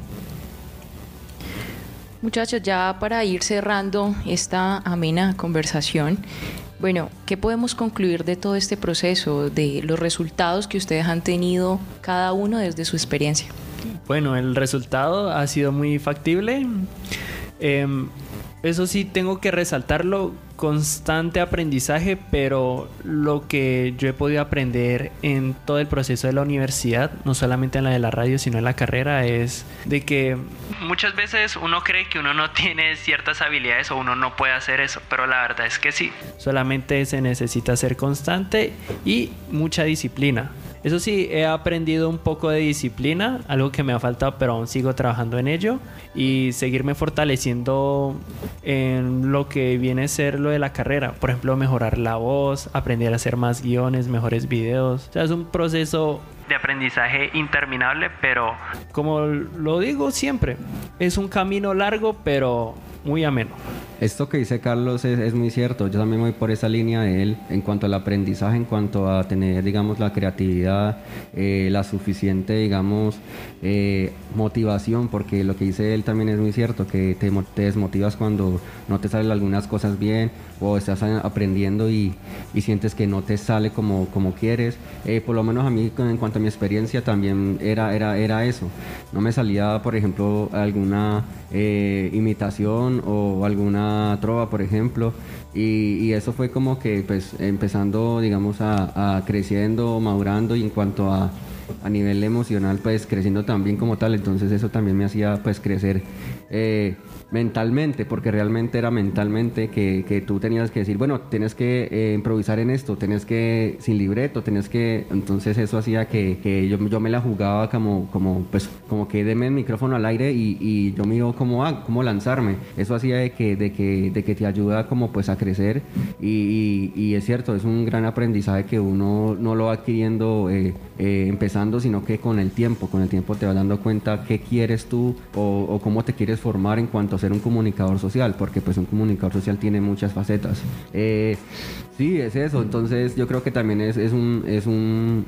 Muchachos, ya para ir cerrando esta amena conversación, bueno, ¿qué podemos concluir de todo este proceso, de los resultados que ustedes han tenido cada uno desde su experiencia? Bueno, el resultado ha sido muy factible. Eh, eso sí, tengo que resaltarlo, constante aprendizaje, pero lo que yo he podido aprender en todo el proceso de la universidad, no solamente en la de la radio, sino en la carrera, es de que muchas veces uno cree que uno no tiene ciertas habilidades o uno no puede hacer eso, pero la verdad es que sí. Solamente se necesita ser constante y mucha disciplina. Eso sí, he aprendido un poco de disciplina, algo que me ha faltado, pero aún sigo trabajando en ello, y seguirme fortaleciendo en lo que viene a ser lo de la carrera. Por ejemplo, mejorar la voz, aprender a hacer más guiones, mejores videos. O sea, es un proceso de aprendizaje interminable, pero como lo digo siempre, es un camino largo, pero muy ameno. Esto que dice Carlos es, es muy cierto. Yo también voy por esa línea de él en cuanto al aprendizaje, en cuanto a tener, digamos, la creatividad, eh, la suficiente, digamos, eh, motivación, porque lo que dice él también es muy cierto, que te, te desmotivas cuando no te salen algunas cosas bien o estás aprendiendo y, y sientes que no te sale como, como quieres. Eh, por lo menos a mí, en cuanto a mi experiencia, también era, era, era eso. No me salía, por ejemplo, alguna eh, imitación o alguna trova, por ejemplo, y, y eso fue como que pues empezando, digamos, a, a creciendo, madurando, y en cuanto a a nivel emocional, pues creciendo también como tal. Entonces eso también me hacía pues crecer eh, mentalmente, porque realmente era mentalmente que, que tú tenías que decir, bueno, tienes que eh, improvisar en esto, tienes que, sin libreto, tienes que, entonces eso hacía que, que yo, yo me la jugaba como, como pues como que deme el micrófono al aire y, y yo me digo cómo, ah, cómo lanzarme. Eso hacía de que, de que, de que te ayuda como pues a crecer, y, y, y es cierto, es un gran aprendizaje que uno no lo va adquiriendo eh, eh, empezando, sino que con el tiempo, con el tiempo te vas dando cuenta qué quieres tú o, o cómo te quieres formar en cuanto a ser un comunicador social, porque pues un comunicador social tiene muchas facetas. Eh, sí, es eso. Entonces yo creo que también es, es, un, es un,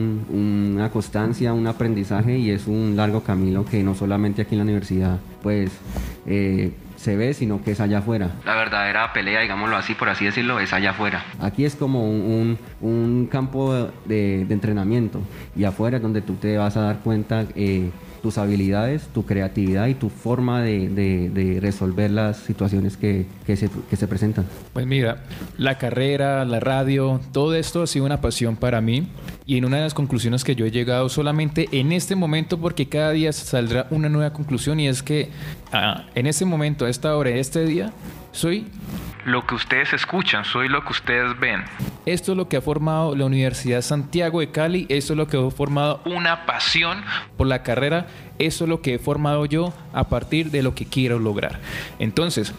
un, una constancia, un aprendizaje, y es un largo camino que no solamente aquí en la universidad pues eh, se ve, sino que es allá afuera. La verdadera pelea, digámoslo así, por así decirlo, es allá afuera. Aquí es como un, un, un campo de, de entrenamiento, y afuera es donde tú te vas a dar cuenta eh, tus habilidades, tu creatividad y tu forma de, de, de resolver las situaciones que, que, se, que se presentan. Pues mira, la carrera, la radio, todo esto ha sido una pasión para mí, y en una de las conclusiones que yo he llegado solamente en este momento, porque cada día saldrá una nueva conclusión, y es que ah, en este momento, a esta hora, este día, soy lo que ustedes escuchan, soy lo que ustedes ven. Esto es lo que ha formado la Universidad Santiago de Cali, esto es lo que ha formado una pasión por la carrera, eso es lo que he formado yo a partir de lo que quiero lograr. Entonces,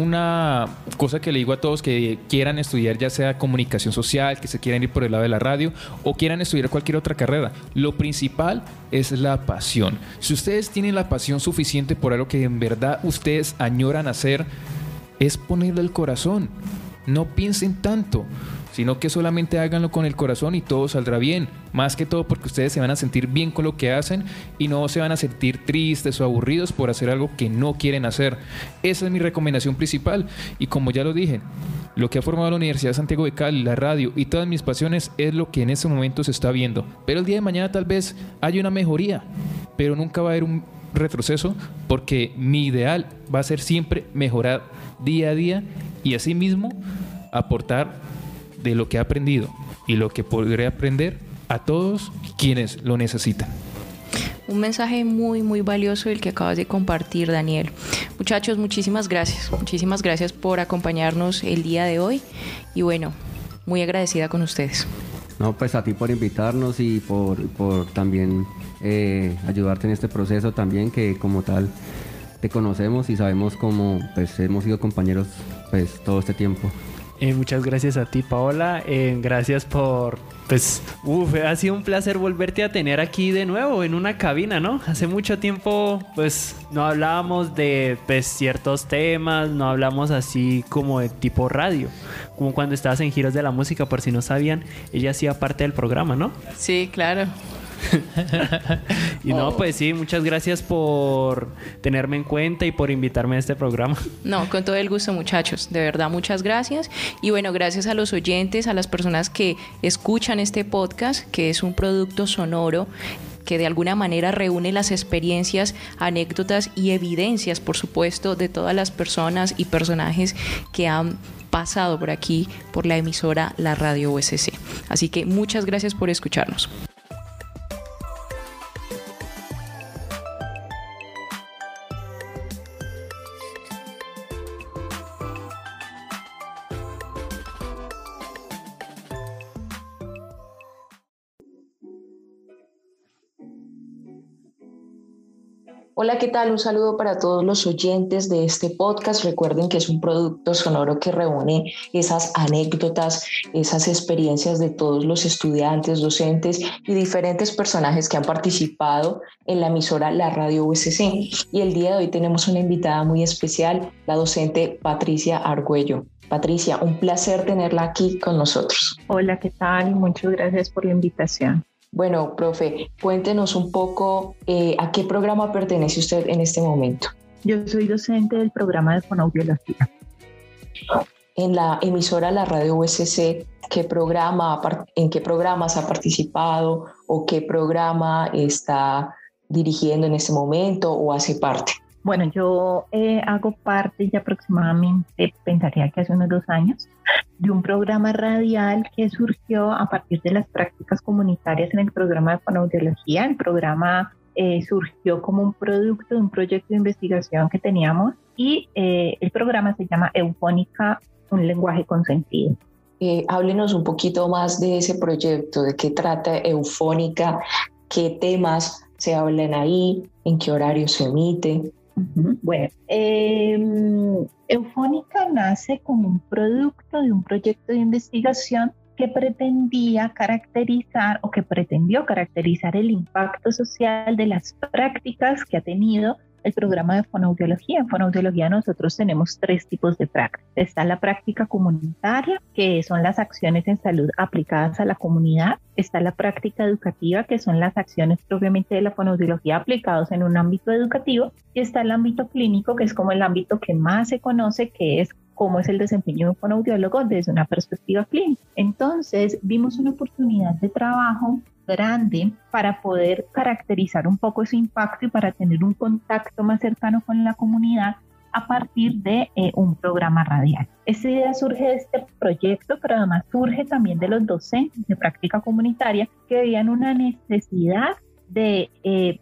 una cosa que le digo a todos que quieran estudiar, ya sea comunicación social, que se quieran ir por el lado de la radio o quieran estudiar cualquier otra carrera, lo principal es la pasión. Si ustedes tienen la pasión suficiente por algo que en verdad ustedes añoran hacer, es ponerle el corazón. No piensen tanto, sino que solamente háganlo con el corazón y todo saldrá bien. Más que todo porque ustedes se van a sentir bien con lo que hacen y no se van a sentir tristes o aburridos por hacer algo que no quieren hacer. Esa es mi recomendación principal. Y como ya lo dije, lo que ha formado la Universidad de Santiago de Cali, la radio y todas mis pasiones es lo que en este momento se está viendo. Pero el día de mañana tal vez haya una mejoría, pero nunca va a haber un retroceso, porque mi ideal va a ser siempre mejorar día a día y asimismo aportar de lo que he aprendido y lo que podré aprender a todos quienes lo necesitan. Un mensaje muy muy valioso el que acabas de compartir, Daniel. Muchachos, muchísimas gracias. Muchísimas gracias por acompañarnos el día de hoy, y bueno, muy agradecida con ustedes. No, pues a ti por invitarnos y por, por también eh, ayudarte en este proceso también, que como tal te conocemos y sabemos cómo pues hemos sido compañeros pues todo este tiempo. Eh, muchas gracias a ti, Paola. Eh, gracias por, pues, uf, ha sido un placer volverte a tener aquí de nuevo en una cabina, ¿no? Hace mucho tiempo, pues, no hablábamos de, pues, ciertos temas, no hablamos así como de tipo radio, como cuando estabas en Giros de la Música, por si no sabían, ella hacía parte del programa, ¿no? Sí, claro. Y no, pues sí, muchas gracias por tenerme en cuenta y por invitarme a este programa. No, con todo el gusto, muchachos, de verdad, muchas gracias. Y bueno, gracias a los oyentes, a las personas que escuchan este podcast, que es un producto sonoro que de alguna manera reúne las experiencias, anécdotas y evidencias, por supuesto, de todas las personas y personajes que han pasado por aquí, por la emisora La Radio U S C. Así que muchas gracias por escucharnos. Hola, ¿qué tal? Un saludo para todos los oyentes de este podcast. Recuerden que es un producto sonoro que reúne esas anécdotas, esas experiencias de todos los estudiantes, docentes y diferentes personajes que han participado en la emisora La Radio U S C. Y el día de hoy tenemos una invitada muy especial, la docente Patricia Argüello. Patricia, un placer tenerla aquí con nosotros. Hola, ¿qué tal? Muchas gracias por la invitación. Bueno, profe, cuéntenos un poco eh, a qué programa pertenece usted en este momento. Yo soy docente del programa de fonoaudiología. En la emisora La Radio U S C, ¿qué programa, ¿en qué programas ha participado o qué programa está dirigiendo en este momento o hace parte? Bueno, yo eh, hago parte ya aproximadamente, pensaría que hace unos dos años, de un programa radial que surgió a partir de las prácticas comunitarias en el programa de fonoaudiología. El programa eh, surgió como un producto de un proyecto de investigación que teníamos y eh, el programa se llama Eufónica, un lenguaje consentido. Eh, háblenos un poquito más de ese proyecto, de qué trata Eufónica, qué temas se hablan ahí, en qué horario se emite. Uh-huh. Bueno, eh, Eufónica nace como un producto de un proyecto de investigación que pretendía caracterizar o que pretendió caracterizar el impacto social de las prácticas que ha tenido el programa de fonoaudiología. En fonoaudiología nosotros tenemos tres tipos de prácticas. Está la práctica comunitaria, que son las acciones en salud aplicadas a la comunidad. Está la práctica educativa, que son las acciones propiamente de la fonoaudiología aplicadas en un ámbito educativo. Y está el ámbito clínico, que es como el ámbito que más se conoce, que es cómo es el desempeño de un fonoaudiólogo desde una perspectiva clínica. Entonces vimos una oportunidad de trabajo grande para poder caracterizar un poco ese impacto y para tener un contacto más cercano con la comunidad a partir de eh, un programa radial. Esta idea surge de este proyecto, pero además surge también de los docentes de práctica comunitaria que veían una necesidad de, eh,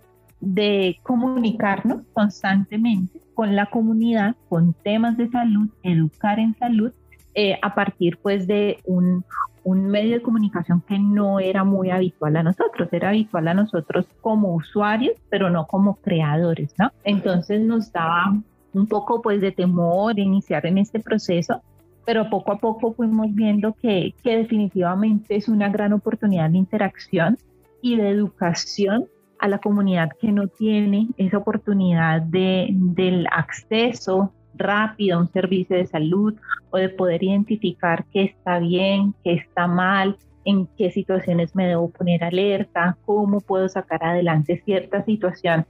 de comunicarnos constantemente con la comunidad, con temas de salud, educar en salud, eh, a partir pues de un un medio de comunicación que no era muy habitual a nosotros, era habitual a nosotros como usuarios, pero no como creadores, ¿no? Entonces nos daba un poco pues de temor iniciar en este proceso, pero poco a poco fuimos viendo que, que definitivamente es una gran oportunidad de interacción y de educación a la comunidad que no tiene esa oportunidad de, del acceso rápido a un servicio de salud o de poder identificar qué está bien, qué está mal, en qué situaciones me debo poner alerta, cómo puedo sacar adelante cierta situación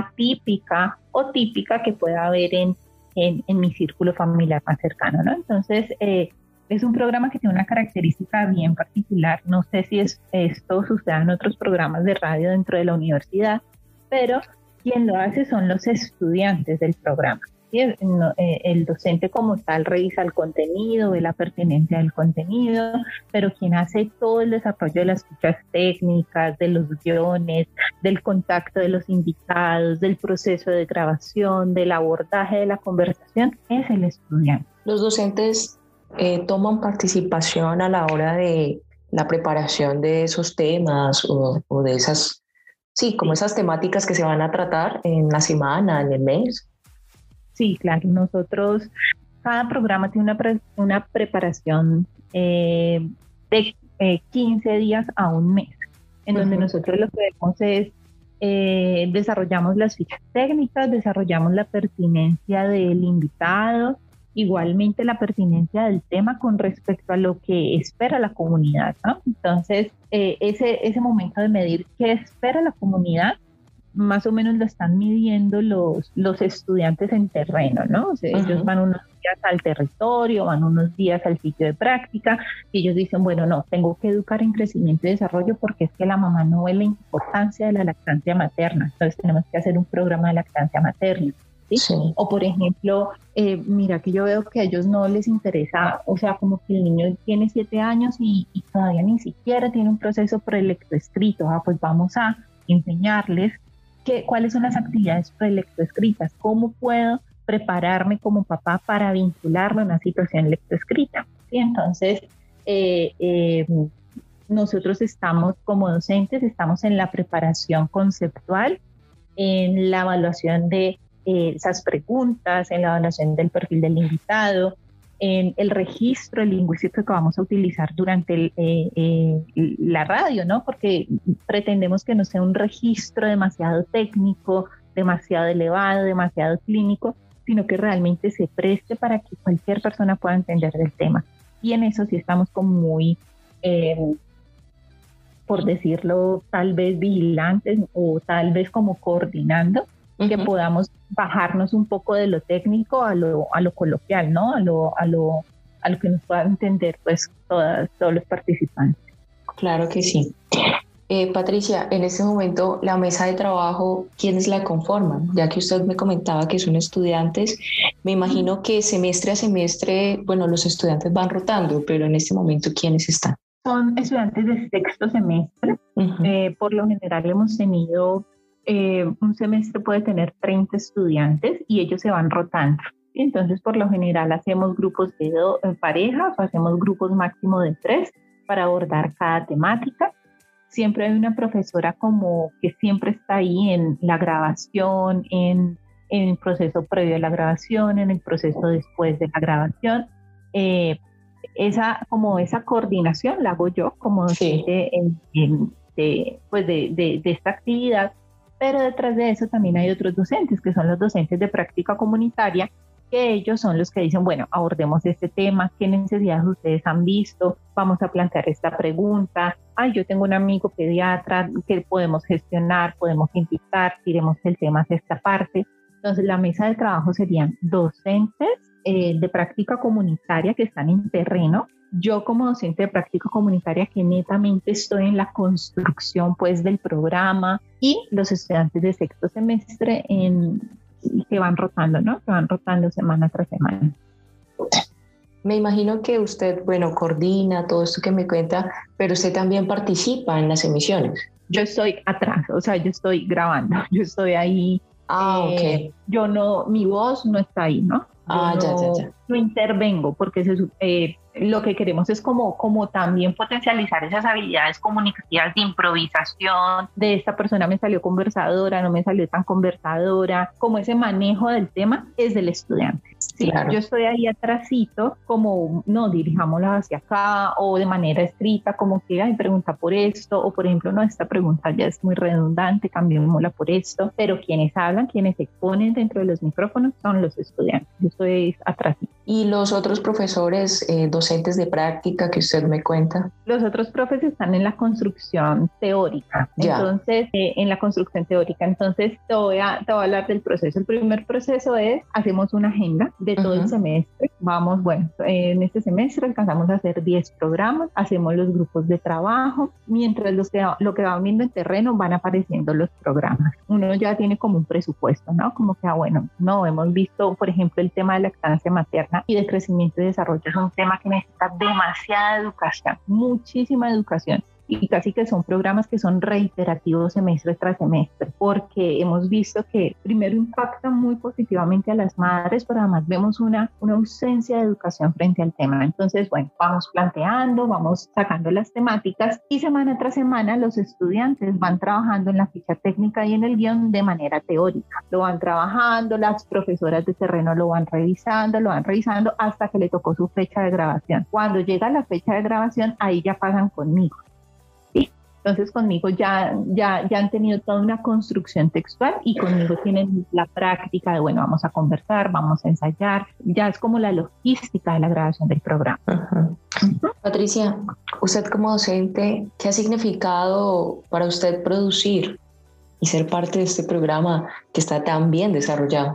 atípica o típica que pueda haber en, en, en mi círculo familiar más cercano, ¿no? Entonces, eh, es un programa que tiene una característica bien particular. No sé si es, esto sucede en otros programas de radio dentro de la universidad, pero quien lo hace son los estudiantes del programa. El docente como tal revisa el contenido, ve la pertinencia del contenido, pero quien hace todo el desarrollo de las fichas técnicas, de los guiones, del contacto de los invitados, del proceso de grabación, del abordaje de la conversación, es el estudiante. Los docentes eh, toman participación a la hora de la preparación de esos temas o, o de esas, sí, como esas temáticas que se van a tratar en la semana, en el mes. Sí, claro, nosotros cada programa tiene una, pre, una preparación eh, de eh, quince días a un mes, en uh-huh. donde nosotros lo que vemos es, eh, desarrollamos las fichas técnicas, desarrollamos la pertinencia del invitado, igualmente la pertinencia del tema con respecto a lo que espera la comunidad, ¿no? Entonces, eh, ese, ese momento de medir qué espera la comunidad, más o menos lo están midiendo los, los estudiantes en terreno, ¿no? O sea, uh-huh. ellos van unos días al territorio, van unos días al sitio de práctica y ellos dicen, bueno, no, tengo que educar en crecimiento y desarrollo porque es que la mamá no ve la importancia de la lactancia materna, entonces tenemos que hacer un programa de lactancia materna. ¿Sí? Sí. O por ejemplo, eh, mira que yo veo que a ellos no les interesa, o sea, como que el niño tiene siete años y, y todavía ni siquiera tiene un proceso preelectoescrito, ah, pues vamos a enseñarles que, cuáles son las actividades preelectoescritas, cómo puedo prepararme como papá para vincularme a una situación lectoescrita. ¿Sí? Entonces, eh, eh, nosotros estamos como docentes, estamos en la preparación conceptual, en la evaluación de Eh, esas preguntas, en la evaluación del perfil del invitado, en el registro lingüístico que vamos a utilizar durante el, eh, eh, la radio, ¿no? Porque pretendemos que no sea un registro demasiado técnico, demasiado elevado, demasiado clínico, sino que realmente se preste para que cualquier persona pueda entender del tema. Y en eso sí estamos como muy, eh, por decirlo, tal vez vigilantes o tal vez como coordinando, que uh-huh. podamos bajarnos un poco de lo técnico a lo, a lo coloquial, ¿no? A lo, a lo, a lo que nos puedan entender pues todas, todos los participantes. Claro que sí. Eh, Patricia, en este momento la mesa de trabajo, ¿quiénes la conforman? Ya que usted me comentaba que son estudiantes, me imagino que semestre a semestre, bueno, los estudiantes van rotando, pero en este momento, ¿quiénes están? Son estudiantes de sexto semestre. Uh-huh. Eh, por lo general hemos tenido Eh, un semestre puede tener treinta estudiantes y ellos se van rotando. Entonces, por lo general, hacemos grupos de do, en parejas o hacemos grupos máximo de tres para abordar cada temática. Siempre hay una profesora como que siempre está ahí en la grabación, en, en el proceso previo a la grabación, en el proceso después de la grabación. Eh, esa, como esa coordinación la hago yo como docente sí. en, en, de, pues de, de, de esta actividad. Pero detrás de eso también hay otros docentes, que son los docentes de práctica comunitaria, que ellos son los que dicen, bueno, abordemos este tema, qué necesidades ustedes han visto, vamos a plantear esta pregunta, ay, yo tengo un amigo pediatra que podemos gestionar, podemos invitar, tiremos el tema hacia esta parte. Entonces la mesa de trabajo serían docentes eh, de práctica comunitaria que están en terreno, yo como docente de práctica comunitaria que netamente estoy en la construcción pues del programa y los estudiantes de sexto semestre en, que van rotando, ¿no? Que van rotando semana tras semana. Me imagino que usted, bueno, coordina todo esto que me cuenta, pero usted también participa en las emisiones. Yo estoy atrás, o sea, yo estoy grabando, yo estoy ahí. Ah, eh, ok. Yo no, mi voz no está ahí, ¿no? Yo ah, no, ya, ya, ya. No intervengo porque se, eh, lo que queremos es como, como también potencializar esas habilidades comunicativas de improvisación, de esta persona me salió conversadora, no me salió tan conversadora, como ese manejo del tema es del estudiante. Sí, claro. Yo estoy ahí atrásito, como no, dirijámosla hacia acá o de manera escrita, como que ay, pregunta por esto, o por ejemplo, no, esta pregunta ya es muy redundante, cambiémosla por esto, pero quienes hablan, quienes se exponen dentro de los micrófonos son los estudiantes. Yo estoy atrásito. ¿Y los otros profesores, eh, docentes de práctica que usted me cuenta? Los otros profes están en la construcción teórica. Ya. Entonces, eh, en la construcción teórica. Entonces, te voy, a, te voy a hablar del proceso. El primer proceso es, hacemos una agenda de todo uh-huh. el semestre. Vamos, bueno, en este semestre alcanzamos a hacer diez programas, hacemos los grupos de trabajo, mientras los que, lo que van viendo en terreno van apareciendo los programas. Uno ya tiene como un presupuesto, ¿no? Como que, ah, bueno, no, hemos visto, por ejemplo, el tema de lactancia materna y de crecimiento y desarrollo. Es un tema que necesita demasiada educación, muchísima educación. y casi que son programas que son reiterativos semestre tras semestre, porque hemos visto que primero impactan muy positivamente a las madres, pero además vemos una, una ausencia de educación frente al tema. Entonces, bueno, vamos planteando, vamos sacando las temáticas y semana tras semana los estudiantes van trabajando en la ficha técnica y en el guión de manera teórica. Lo van trabajando, las profesoras de terreno lo van revisando, lo van revisando hasta que le tocó su fecha de grabación. Cuando llega la fecha de grabación, ahí ya pasan conmigo. ¿Sí? Entonces conmigo ya, ya, ya han tenido toda una construcción textual y conmigo tienen la práctica de, bueno, vamos a conversar, vamos a ensayar. Ya es como la logística de la grabación del programa. Uh-huh. Uh-huh. Patricia, usted como docente, ¿qué ha significado para usted producir y ser parte de este programa que está tan bien desarrollado?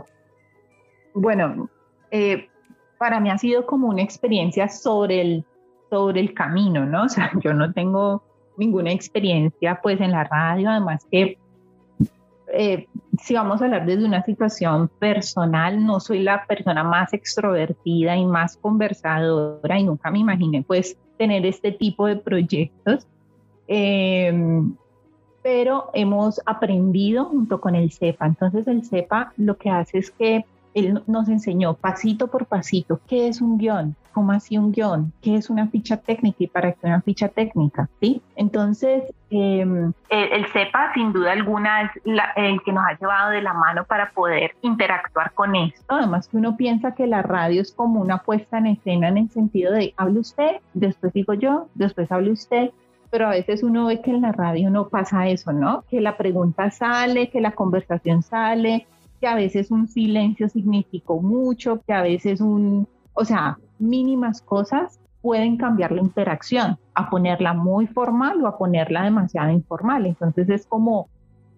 Bueno, eh, para mí ha sido como una experiencia sobre el, sobre el camino, ¿no? O sea, yo no tengo ninguna experiencia pues en la radio, además que eh, si vamos a hablar desde una situación personal, no soy la persona más extrovertida y más conversadora y nunca me imaginé pues tener este tipo de proyectos, eh, pero hemos aprendido junto con el CEPA. Entonces el CEPA lo que hace es que él nos enseñó pasito por pasito qué es un guión, cómo así un guión, qué es una ficha técnica y para qué una ficha técnica, ¿sí? Entonces, eh, el, el CEPA sin duda alguna es la, el que nos ha llevado de la mano para poder interactuar con esto. Además que uno piensa que la radio es como una puesta en escena en el sentido de hable usted, después digo yo, después hable usted, pero a veces uno ve que en la radio no pasa eso, ¿no? Que la pregunta sale, que la conversación sale, que a veces un silencio significó mucho, que a veces un, o sea, mínimas cosas pueden cambiar la interacción, a ponerla muy formal o a ponerla demasiado informal. Entonces es como,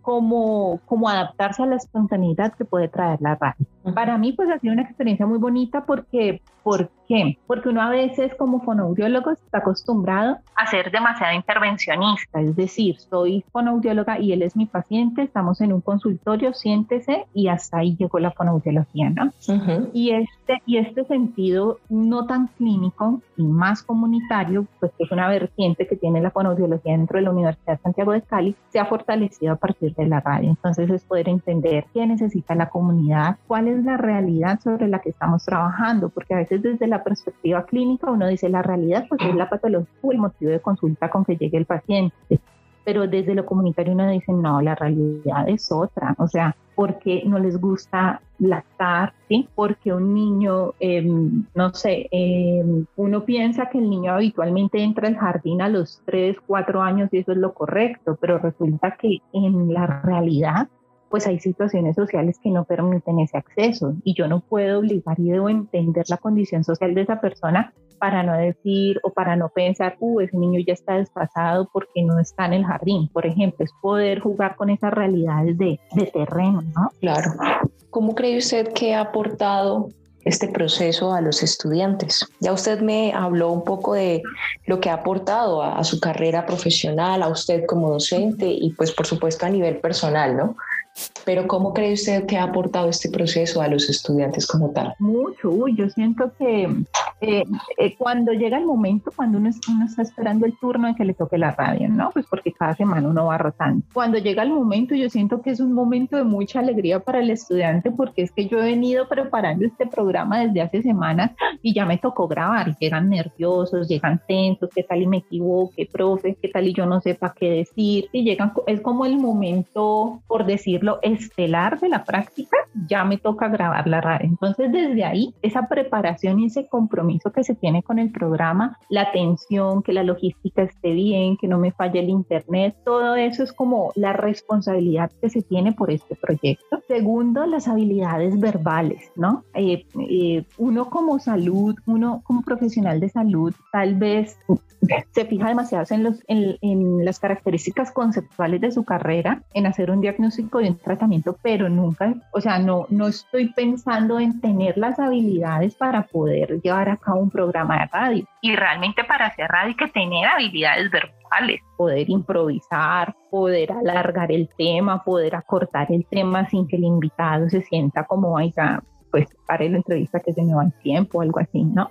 como, como adaptarse a la espontaneidad que puede traer la radio. Uh-huh. Para mí pues ha sido una experiencia muy bonita porque, ¿por qué? Porque uno a veces como fonoaudiólogo está acostumbrado a ser demasiado intervencionista, es decir, soy fonoaudióloga y él es mi paciente, estamos en un consultorio, siéntese y hasta ahí llegó la fonoaudiología, ¿no? Uh-huh. Y, este, y este sentido no tan clínico y más comunitario, pues que es una vertiente que tiene la fonoaudiología dentro de la Universidad de Santiago de Cali, se ha fortalecido a partir de la radio. Entonces es poder entender qué necesita la comunidad, cuál es la realidad sobre la que estamos trabajando, porque a veces desde la perspectiva clínica uno dice la realidad pues es la patología o el motivo de consulta con que llegue el paciente, pero desde lo comunitario uno dice no, la realidad es otra, o sea, porque no les gusta lactar, ¿sí? Porque un niño, eh, no sé, eh, uno piensa que el niño habitualmente entra al jardín a los tres, cuatro años y eso es lo correcto, pero resulta que en la realidad pues hay situaciones sociales que no permiten ese acceso y yo no puedo obligar y debo entender la condición social de esa persona para no decir o para no pensar, uh, ese niño ya está desfasado porque no está en el jardín, por ejemplo. Es poder jugar con esas realidades de, de terreno, ¿no? Claro. ¿Cómo cree usted que ha aportado este proceso a los estudiantes? Ya usted me habló un poco de lo que ha aportado a, a su carrera profesional, a usted como docente y pues por supuesto a nivel personal, ¿no? Pero ¿cómo cree usted que ha aportado este proceso a los estudiantes como tal? Mucho, uy, yo siento que eh, eh, cuando llega el momento, cuando uno, uno está esperando el turno de que le toque la radio, ¿no? Pues porque cada semana uno va rotando. Cuando llega el momento, yo siento que es un momento de mucha alegría para el estudiante porque es que yo he venido preparando este programa desde hace semanas y ya me tocó grabar. Llegan nerviosos, llegan tensos, ¿qué tal y me equivoque, profe? ¿Qué tal y yo no sepa qué decir? Y llegan, es como el momento, por decirlo, estelar de la práctica, ya me toca grabar la radio. Entonces desde ahí, esa preparación y ese compromiso que se tiene con el programa, la atención, que la logística esté bien, que no me falle el internet, todo eso es como la responsabilidad que se tiene por este proyecto. Segundo, las habilidades verbales, ¿no? Eh, eh, uno como salud, uno como profesional de salud, tal vez se fija demasiado en, los, en, en las características conceptuales de su carrera, en hacer un diagnóstico y un tratamiento, pero nunca, o sea, no, no estoy pensando en tener las habilidades para poder llevar a cabo un programa de radio. Y realmente para hacer radio hay que tener habilidades verbales, poder improvisar, poder alargar el tema, poder acortar el tema sin que el invitado se sienta como, oiga, pues pare la entrevista que se me va el tiempo o algo así, ¿no?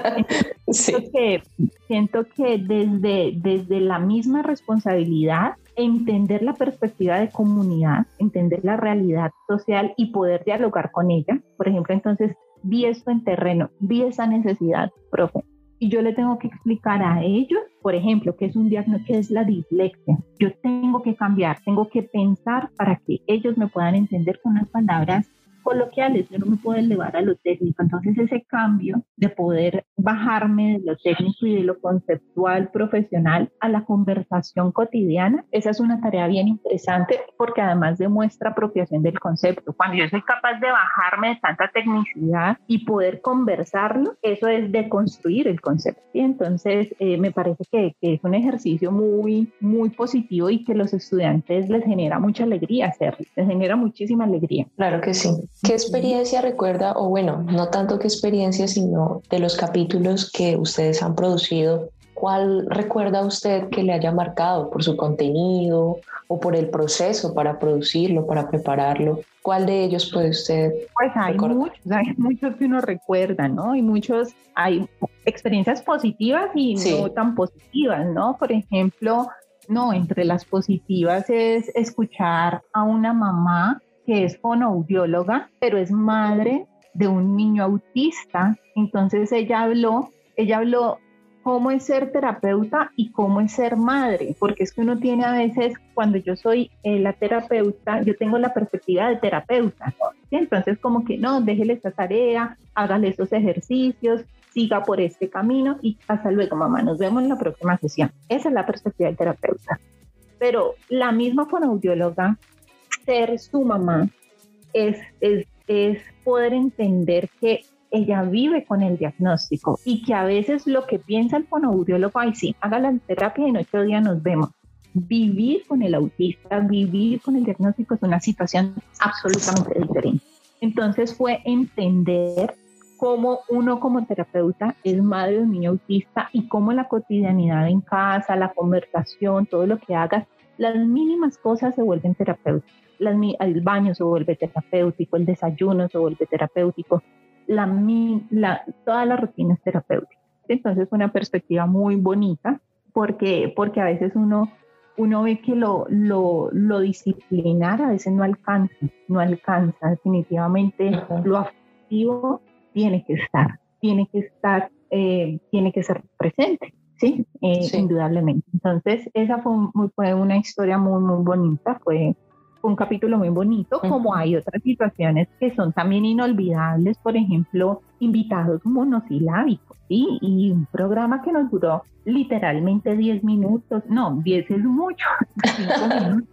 Sí. Siento que, siento que desde, desde la misma responsabilidad, entender la perspectiva de comunidad, entender la realidad social y poder dialogar con ella. Por ejemplo, entonces vi esto en terreno, vi esa necesidad, profe, y yo le tengo que explicar a ellos, por ejemplo, qué es un diagnóstico, qué es la dislexia. Yo tengo que cambiar, tengo que pensar para que ellos me puedan entender con unas palabras coloquiales, yo no me puedo elevar a lo técnico. Entonces ese cambio de poder bajarme de lo técnico y de lo conceptual profesional a la conversación cotidiana, esa es una tarea bien interesante porque además demuestra apropiación del concepto. Cuando yo soy capaz de bajarme de tanta tecnicidad y poder conversarlo, eso es deconstruir el concepto. ¿Sí? Entonces eh, me parece que, que es un ejercicio muy, muy positivo y que a los estudiantes les genera mucha alegría hacerlo, les genera muchísima alegría. Claro que sí. ¿Qué experiencia recuerda, o bueno, no tanto qué experiencia, sino de los capítulos que ustedes han producido, cuál recuerda usted que le haya marcado por su contenido o por el proceso para producirlo, para prepararlo? ¿Cuál de ellos puede usted Pues hay recordar? muchos, hay muchos que uno recuerda, ¿no? Y muchos, hay experiencias positivas y Sí. no tan positivas, ¿no? Por ejemplo, no, entre las positivas es escuchar a una mamá que es fonoaudióloga, pero es madre de un niño autista. Entonces ella habló, ella habló cómo es ser terapeuta y cómo es ser madre, porque es que uno tiene a veces, cuando yo soy eh, la terapeuta, yo tengo la perspectiva de terapeuta, ¿no? ¿Sí? Entonces como que no, déjele esta tarea, hágale estos ejercicios, siga por este camino y hasta luego, mamá, nos vemos en la próxima sesión. Esa es la perspectiva del terapeuta. Pero la misma fonoaudióloga, ser su mamá es, es, es poder entender que ella vive con el diagnóstico y que a veces lo que piensa el fonoaudiólogo, ay sí, haga la terapia y en ocho días nos vemos. Vivir con el autista, vivir con el diagnóstico es una situación absolutamente diferente. Entonces fue entender cómo uno como terapeuta es madre de un niño autista y cómo la cotidianidad en casa, la conversación, todo lo que hagas, las mínimas cosas se vuelven terapéuticas. Las, el baño se vuelve terapéutico, el desayuno se vuelve terapéutico, la, la, toda la rutina es terapéutica. Entonces una perspectiva muy bonita porque, porque a veces uno, uno ve que lo, lo, lo disciplinar a veces no alcanza, no alcanza. Definitivamente uh-huh. Lo afectivo tiene que estar, tiene que estar, eh, tiene que ser presente. Sí, eh, sí, indudablemente. Entonces esa fue, muy, fue una historia muy, muy bonita, fue un capítulo muy bonito, uh-huh. Como hay otras situaciones que son también inolvidables, por ejemplo, invitados monosilábicos, ¿sí? Y un programa que nos duró literalmente diez minutos, no, diez es mucho, cinco minutos.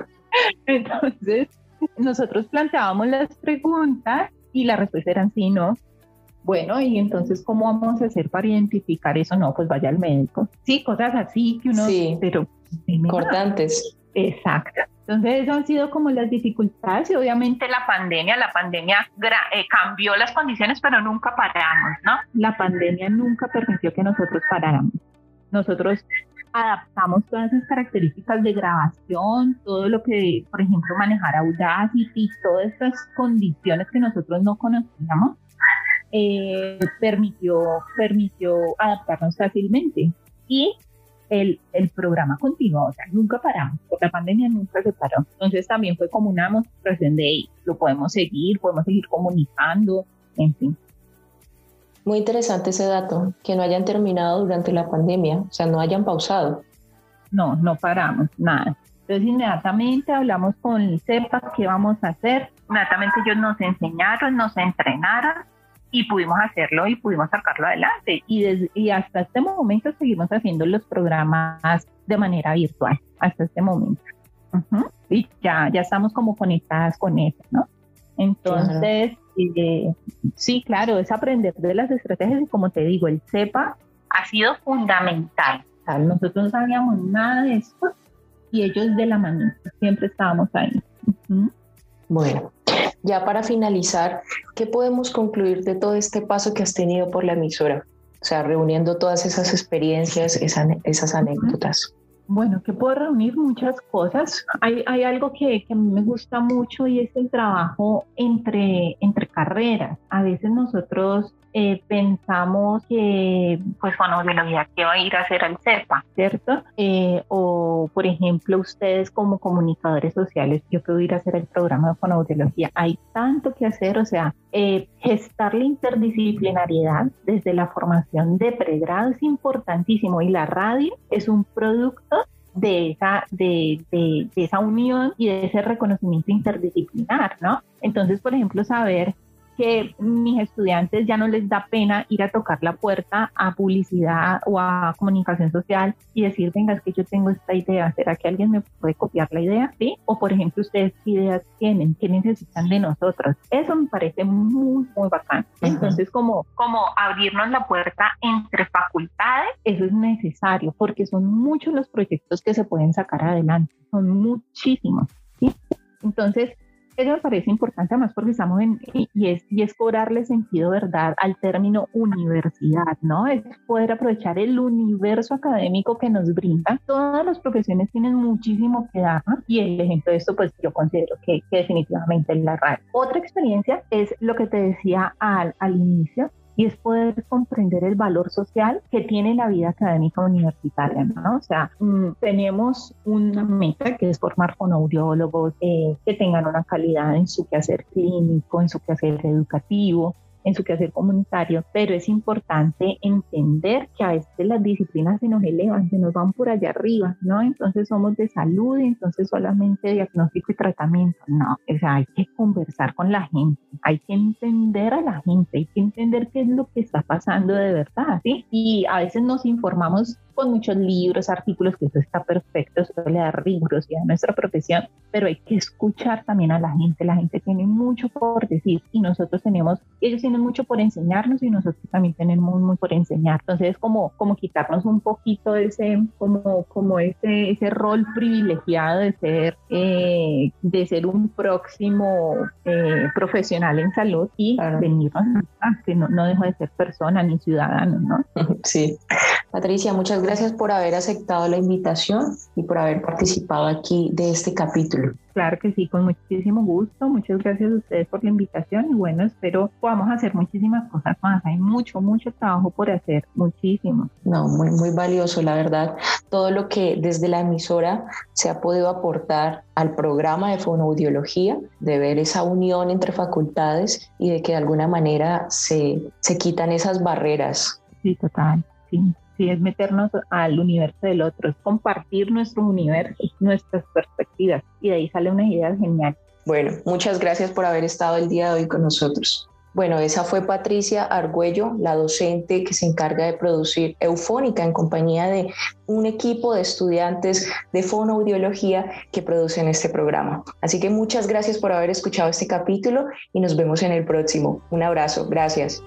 Entonces, nosotros planteábamos las preguntas y las respuestas eran sí, no. Bueno, y entonces, ¿cómo vamos a hacer para identificar eso? No, pues vaya al médico. Sí, cosas así que uno... Sí, pero importantes. Exacto. Entonces, eso han sido como las dificultades y obviamente la pandemia, la pandemia gra- eh, cambió las condiciones, pero nunca paramos, ¿no? La pandemia nunca permitió que nosotros paráramos. Nosotros adaptamos todas esas características de grabación, todo lo que, por ejemplo, manejar Audacity, todas esas condiciones que nosotros no conocíamos, eh, permitió, permitió adaptarnos fácilmente. Y El, el programa continuó, o sea, nunca paramos, por la pandemia nunca se paró. Entonces también fue como una demostración de lo podemos seguir, podemos seguir comunicando, en fin. Muy interesante ese dato, que no hayan terminado durante la pandemia, o sea, no hayan pausado. No, no paramos, nada. Entonces inmediatamente hablamos con el CEPA, qué vamos a hacer. Inmediatamente ellos nos enseñaron, nos entrenaron y pudimos hacerlo y pudimos sacarlo adelante. Y, desde, y hasta este momento seguimos haciendo los programas de manera virtual, hasta este momento. Uh-huh. Y ya, ya estamos como conectadas con eso, ¿no? Entonces, claro. Eh, sí, claro, es aprender de las estrategias y como te digo, el CEPA ha sido fundamental. O sea, nosotros no sabíamos nada de esto y ellos de la mano, siempre estábamos ahí. Uh-huh. Bueno, ya para finalizar, ¿qué podemos concluir de todo este paso que has tenido por la emisora? O sea, reuniendo todas esas experiencias, esas, esas anécdotas. Bueno, que puedo reunir muchas cosas. Hay, hay algo que, que a mí me gusta mucho y es el trabajo entre, entre carreras. A veces nosotros eh, pensamos que, pues, fonoaudiología, ¿qué va a ir a hacer al CEPA? ¿Cierto? Eh, o, por ejemplo, ustedes como comunicadores sociales, ¿yo qué voy a ir a hacer el programa de fonoaudiología? Hay tanto que hacer, o sea, eh, gestar la interdisciplinariedad desde la formación de pregrado es importantísimo, y la radio es un producto de esa, de, de, de esa unión y de ese reconocimiento interdisciplinar, ¿no? Entonces, por ejemplo, saber que mis estudiantes ya no les da pena ir a tocar la puerta a publicidad o a comunicación social y decir, venga, es que yo tengo esta idea, ¿será que alguien me puede copiar la idea? ¿Sí? O, por ejemplo, ustedes qué ideas tienen, qué necesitan de nosotros. Eso me parece muy, muy bacán. Entonces, como, como abrirnos la puerta entre facultades, eso es necesario, porque son muchos los proyectos que se pueden sacar adelante, son muchísimos, ¿sí? Entonces, eso me parece importante, además porque estamos en, y es, y es cobrarle sentido, ¿verdad?, al término universidad, ¿no? Es poder aprovechar el universo académico que nos brinda. Todas las profesiones tienen muchísimo que dar, ¿no? Y el ejemplo de esto, pues yo considero que, que definitivamente es la radio. Otra experiencia es lo que te decía al, al inicio, y es poder comprender el valor social que tiene la vida académica universitaria, ¿no? O sea, mmm, tenemos una meta que es formar fonoaudiólogos eh, que tengan una calidad en su quehacer clínico, en su quehacer educativo, en su quehacer comunitario, pero es importante entender que a veces las disciplinas se nos elevan, se nos van por allá arriba, ¿no? Entonces somos de salud y entonces solamente diagnóstico y tratamiento. No, o sea, hay que conversar con la gente, hay que entender a la gente, hay que entender qué es lo que está pasando de verdad, ¿sí? Y a veces nos informamos con muchos libros, artículos, que eso está perfecto, eso le da rigurosidad a nuestra profesión, pero hay que escuchar también a la gente. La gente tiene mucho por decir y nosotros tenemos, ellos tienen mucho por enseñarnos y nosotros también tenemos mucho por enseñar. Entonces es como, como quitarnos un poquito ese, como, como ese, ese rol privilegiado de ser, eh, de ser un próximo eh, profesional en salud y claro, venirnos a que no, no dejo de ser persona ni ciudadano, ¿no? Sí. Patricia, muchas gracias por haber aceptado la invitación y por haber participado aquí de este capítulo. Claro que sí, con muchísimo gusto. Muchas gracias a ustedes por la invitación y bueno, espero podamos hacer muchísimas cosas más. Hay mucho, mucho trabajo por hacer, muchísimo. No, muy, muy valioso, la verdad. Todo lo que desde la emisora se ha podido aportar al programa de fonoaudiología, de ver esa unión entre facultades y de que de alguna manera se, se quitan esas barreras. Sí, total, sí. Sí, es meternos al universo del otro, es compartir nuestro universo, nuestras perspectivas, y de ahí sale una idea genial. Bueno, muchas gracias por haber estado el día de hoy con nosotros. Bueno, esa fue Patricia Argüello, la docente que se encarga de producir Eufónica en compañía de un equipo de estudiantes de fonoaudiología que producen este programa. Así que muchas gracias por haber escuchado este capítulo y nos vemos en el próximo. Un abrazo, gracias.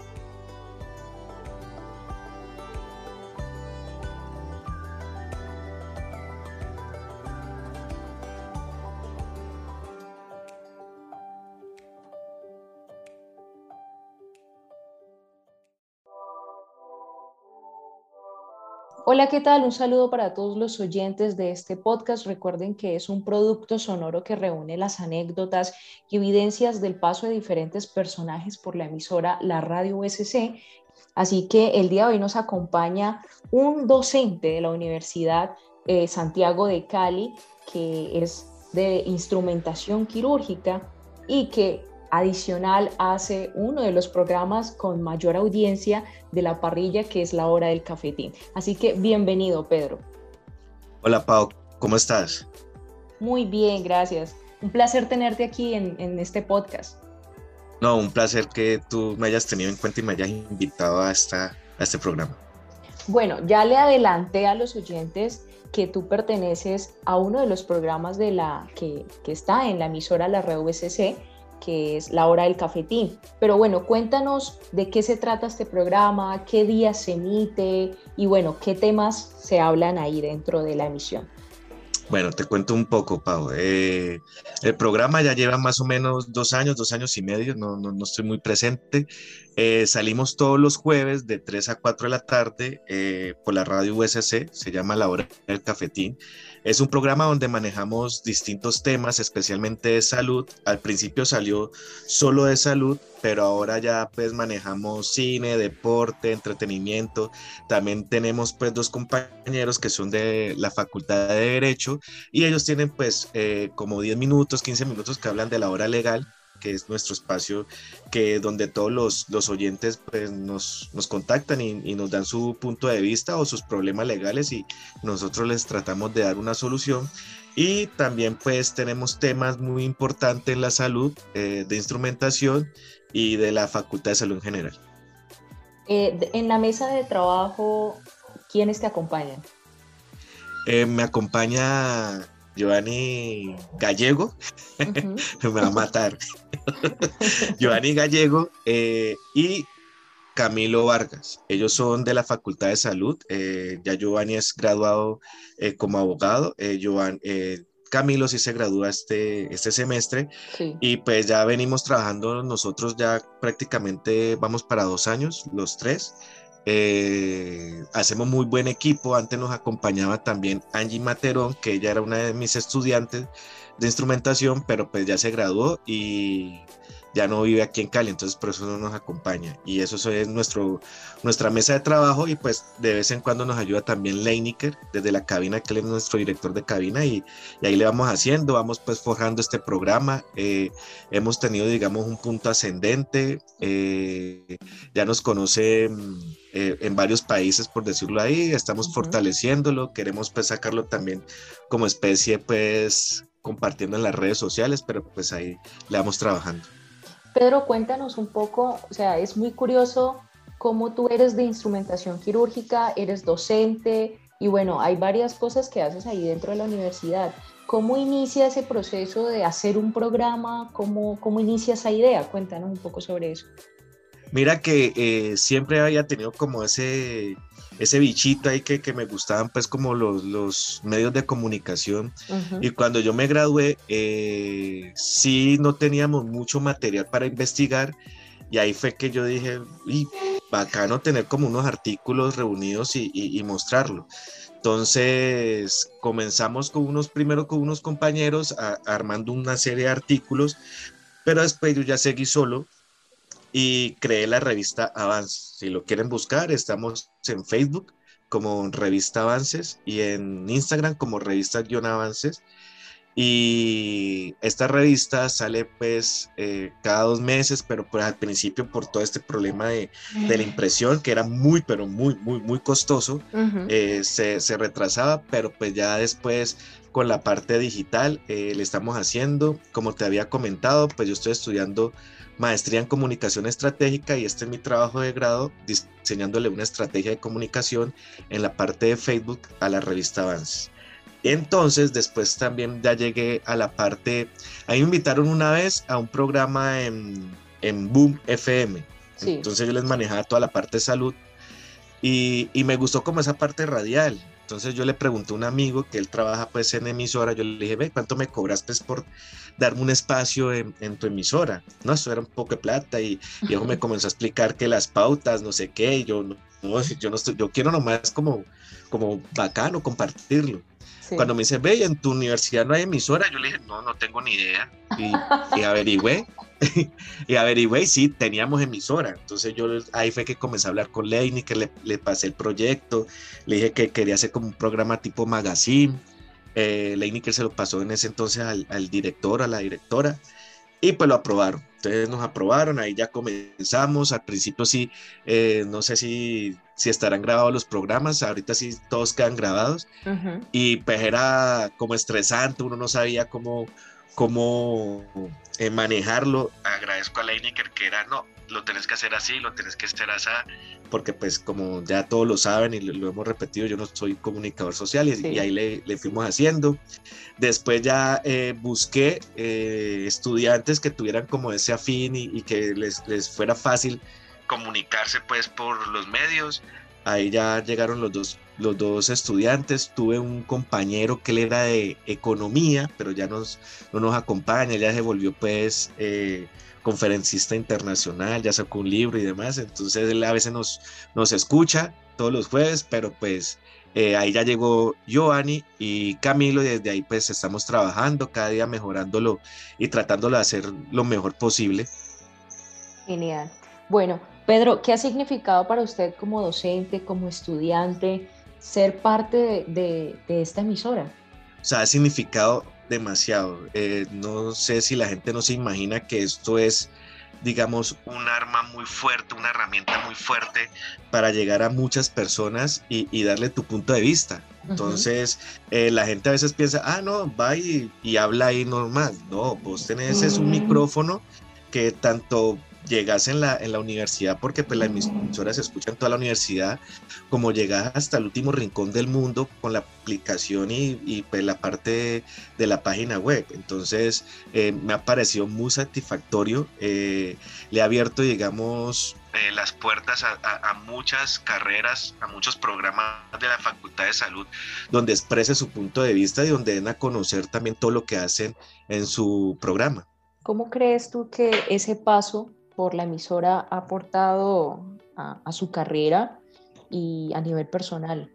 Hola, ¿qué tal? Un saludo para todos los oyentes de este podcast. Recuerden que es un producto sonoro que reúne las anécdotas y evidencias del paso de diferentes personajes por la emisora La Radio U S C. Así que el día de hoy nos acompaña un docente de la Universidad eh, Santiago de Cali, que es de instrumentación quirúrgica y que adicional hace uno de los programas con mayor audiencia de la parrilla, que es La Hora del Cafetín. Así que bienvenido, Pedro. Hola, Pau, ¿cómo estás? Muy bien, gracias. Un placer tenerte aquí en, en este podcast. No, un placer que tú me hayas tenido en cuenta y me hayas invitado a, esta, a este programa. Bueno, ya le adelanté a los oyentes que tú perteneces a uno de los programas de la, que, que está en la emisora La Radio U S C, que es La Hora del Cafetín. Pero bueno, cuéntanos de qué se trata este programa, qué días se emite y bueno, qué temas se hablan ahí dentro de la emisión. Bueno, te cuento un poco, Pau. Eh, el programa ya lleva más o menos dos años, dos años y medio, no, no, no estoy muy presente. Eh, salimos todos los jueves de tres a cuatro de la tarde eh, por la radio U S C, se llama La Hora del Cafetín. Es un programa donde manejamos distintos temas, especialmente de salud. Al principio salió solo de salud, pero ahora ya pues manejamos cine, deporte, entretenimiento. También tenemos pues dos compañeros que son de la Facultad de Derecho y ellos tienen pues eh, como diez minutos, quince minutos que hablan de la hora legal, que es nuestro espacio que donde todos los, los oyentes pues, nos, nos contactan y, y nos dan su punto de vista o sus problemas legales y nosotros les tratamos de dar una solución. Y también pues tenemos temas muy importantes en la salud, eh, de instrumentación y de la Facultad de Salud en general. Eh, en la mesa de trabajo, ¿quiénes te acompañan? Eh, me acompaña Giovanni Gallego, uh-huh. Me va a matar. Giovanni Gallego eh, y Camilo Vargas. Ellos son de la Facultad de Salud. Eh, ya Giovanni es graduado eh, como abogado. Eh, Giovanni, eh, Camilo sí se gradúa este, este semestre. Sí. Y pues ya venimos trabajando nosotros ya prácticamente, vamos para dos años, los tres. Eh, hacemos muy buen equipo. Antes nos acompañaba también Angie Materón, que ella era una de mis estudiantes de instrumentación, pero pues ya se graduó y ya no vive aquí en Cali, entonces por eso no nos acompaña. Y eso es nuestro, nuestra mesa de trabajo y pues de vez en cuando nos ayuda también Leiniker desde la cabina, que él es nuestro director de cabina y, y ahí le vamos haciendo, vamos pues forjando este programa. Eh, hemos tenido digamos un punto ascendente, eh, ya nos conocen eh, en varios países por decirlo ahí, estamos uh-huh. fortaleciéndolo, queremos pues sacarlo también como especie pues compartiendo en las redes sociales, pero pues ahí le vamos trabajando. Pedro, cuéntanos un poco, o sea, es muy curioso cómo tú eres de instrumentación quirúrgica, eres docente y bueno, hay varias cosas que haces ahí dentro de la universidad. ¿Cómo inicia ese proceso de hacer un programa? ¿Cómo, cómo inicia esa idea? Cuéntanos un poco sobre eso. Mira que eh, siempre había tenido como ese, ese bichito ahí que, que me gustaban pues como los, los medios de comunicación uh-huh. y cuando yo me gradué eh, sí no teníamos mucho material para investigar y ahí fue que yo dije, y bacano tener como unos artículos reunidos y, y, y mostrarlo. Entonces comenzamos con unos, primero con unos compañeros a, armando una serie de artículos, pero después yo ya seguí solo y creé la revista Avances. Si lo quieren buscar, estamos en Facebook como Revista Avances y en Instagram como Revista-Avances. Y esta revista sale pues eh, cada dos meses, pero pues al principio por todo este problema de, de la impresión, que era muy, pero muy, muy, muy costoso, uh-huh. eh, se, se retrasaba, pero pues ya después con la parte digital eh, le estamos haciendo. Como te había comentado, pues yo estoy estudiando maestría en comunicación estratégica y este es mi trabajo de grado, diseñándole una estrategia de comunicación en la parte de Facebook a la revista Avances. Entonces después también ya llegué a la parte, ahí me invitaron una vez a un programa en, en Boom F M, sí. Entonces yo les manejaba toda la parte de salud y, y me gustó como esa parte radial. Entonces yo le pregunté a un amigo que él trabaja pues en emisora, yo le dije, ve, ¿cuánto me cobras pues por darme un espacio en, en tu emisora? No, eso era un poco de plata y, y él me comenzó a explicar que las pautas, no sé qué, y yo no, no, yo no estoy, yo quiero nomás como, como bacano compartirlo. Sí. Cuando me dice, ve, en tu universidad no hay emisora, yo le dije, no, no tengo ni idea. Y, y averigüé, y averigüé y sí, teníamos emisora. Entonces yo ahí fue que comencé a hablar con Leini, que le, le pasé el proyecto, le dije que quería hacer como un programa tipo magazine. Eh, Leini que se lo pasó en ese entonces al, al director, a la directora, y pues lo aprobaron. Entonces nos aprobaron, ahí ya comenzamos. Al principio sí, eh, no sé si, si estarán grabados los programas, ahorita sí todos quedan grabados, uh-huh. y pues era como estresante, uno no sabía cómo, cómo eh, manejarlo. Agradezco a Leiniker que era, no, lo tenés que hacer así, lo tenés que hacer así, porque pues como ya todos lo saben y lo, lo hemos repetido, yo no soy comunicador social y, sí. y ahí le, le fuimos haciendo. Después ya eh, busqué eh, estudiantes que tuvieran como ese afín y, y que les, les fuera fácil comunicarse pues por los medios. ahí ya llegaron los dos, los dos estudiantes. Tuve un compañero que él era de economía, pero ya nos, no nos acompaña, ya se volvió pues eh, conferencista internacional, ya sacó un libro y demás, entonces él a veces nos, nos escucha todos los jueves, pero pues eh, ahí ya llegó Giovanni y Camilo, y desde ahí pues estamos trabajando cada día mejorándolo y tratándolo de hacer lo mejor posible. Genial. Bueno, Pedro, ¿qué ha significado para usted como docente, como estudiante, ser parte de, de, de esta emisora? O sea, ha significado demasiado. Eh, no sé si la gente no se imagina que esto es, digamos, un arma muy fuerte, una herramienta muy fuerte para llegar a muchas personas y, y darle tu punto de vista. Entonces, uh-huh. eh, la gente a veces piensa, ah, no, va y, y habla ahí normal. No, vos tenés uh-huh. es un micrófono que tanto llegas en la, en la universidad, porque pues la emisora se escucha en toda la universidad, como llegas hasta el último rincón del mundo con la aplicación y, y pues la parte de, de la página web. Entonces eh, me ha parecido muy satisfactorio, eh, le ha abierto, digamos, eh, las puertas a, a, a muchas carreras, a muchos programas de la Facultad de Salud, donde exprese su punto de vista y donde den a conocer también todo lo que hacen en su programa. ¿Cómo crees tú que ese paso por la emisora ha aportado a, a su carrera y a nivel personal?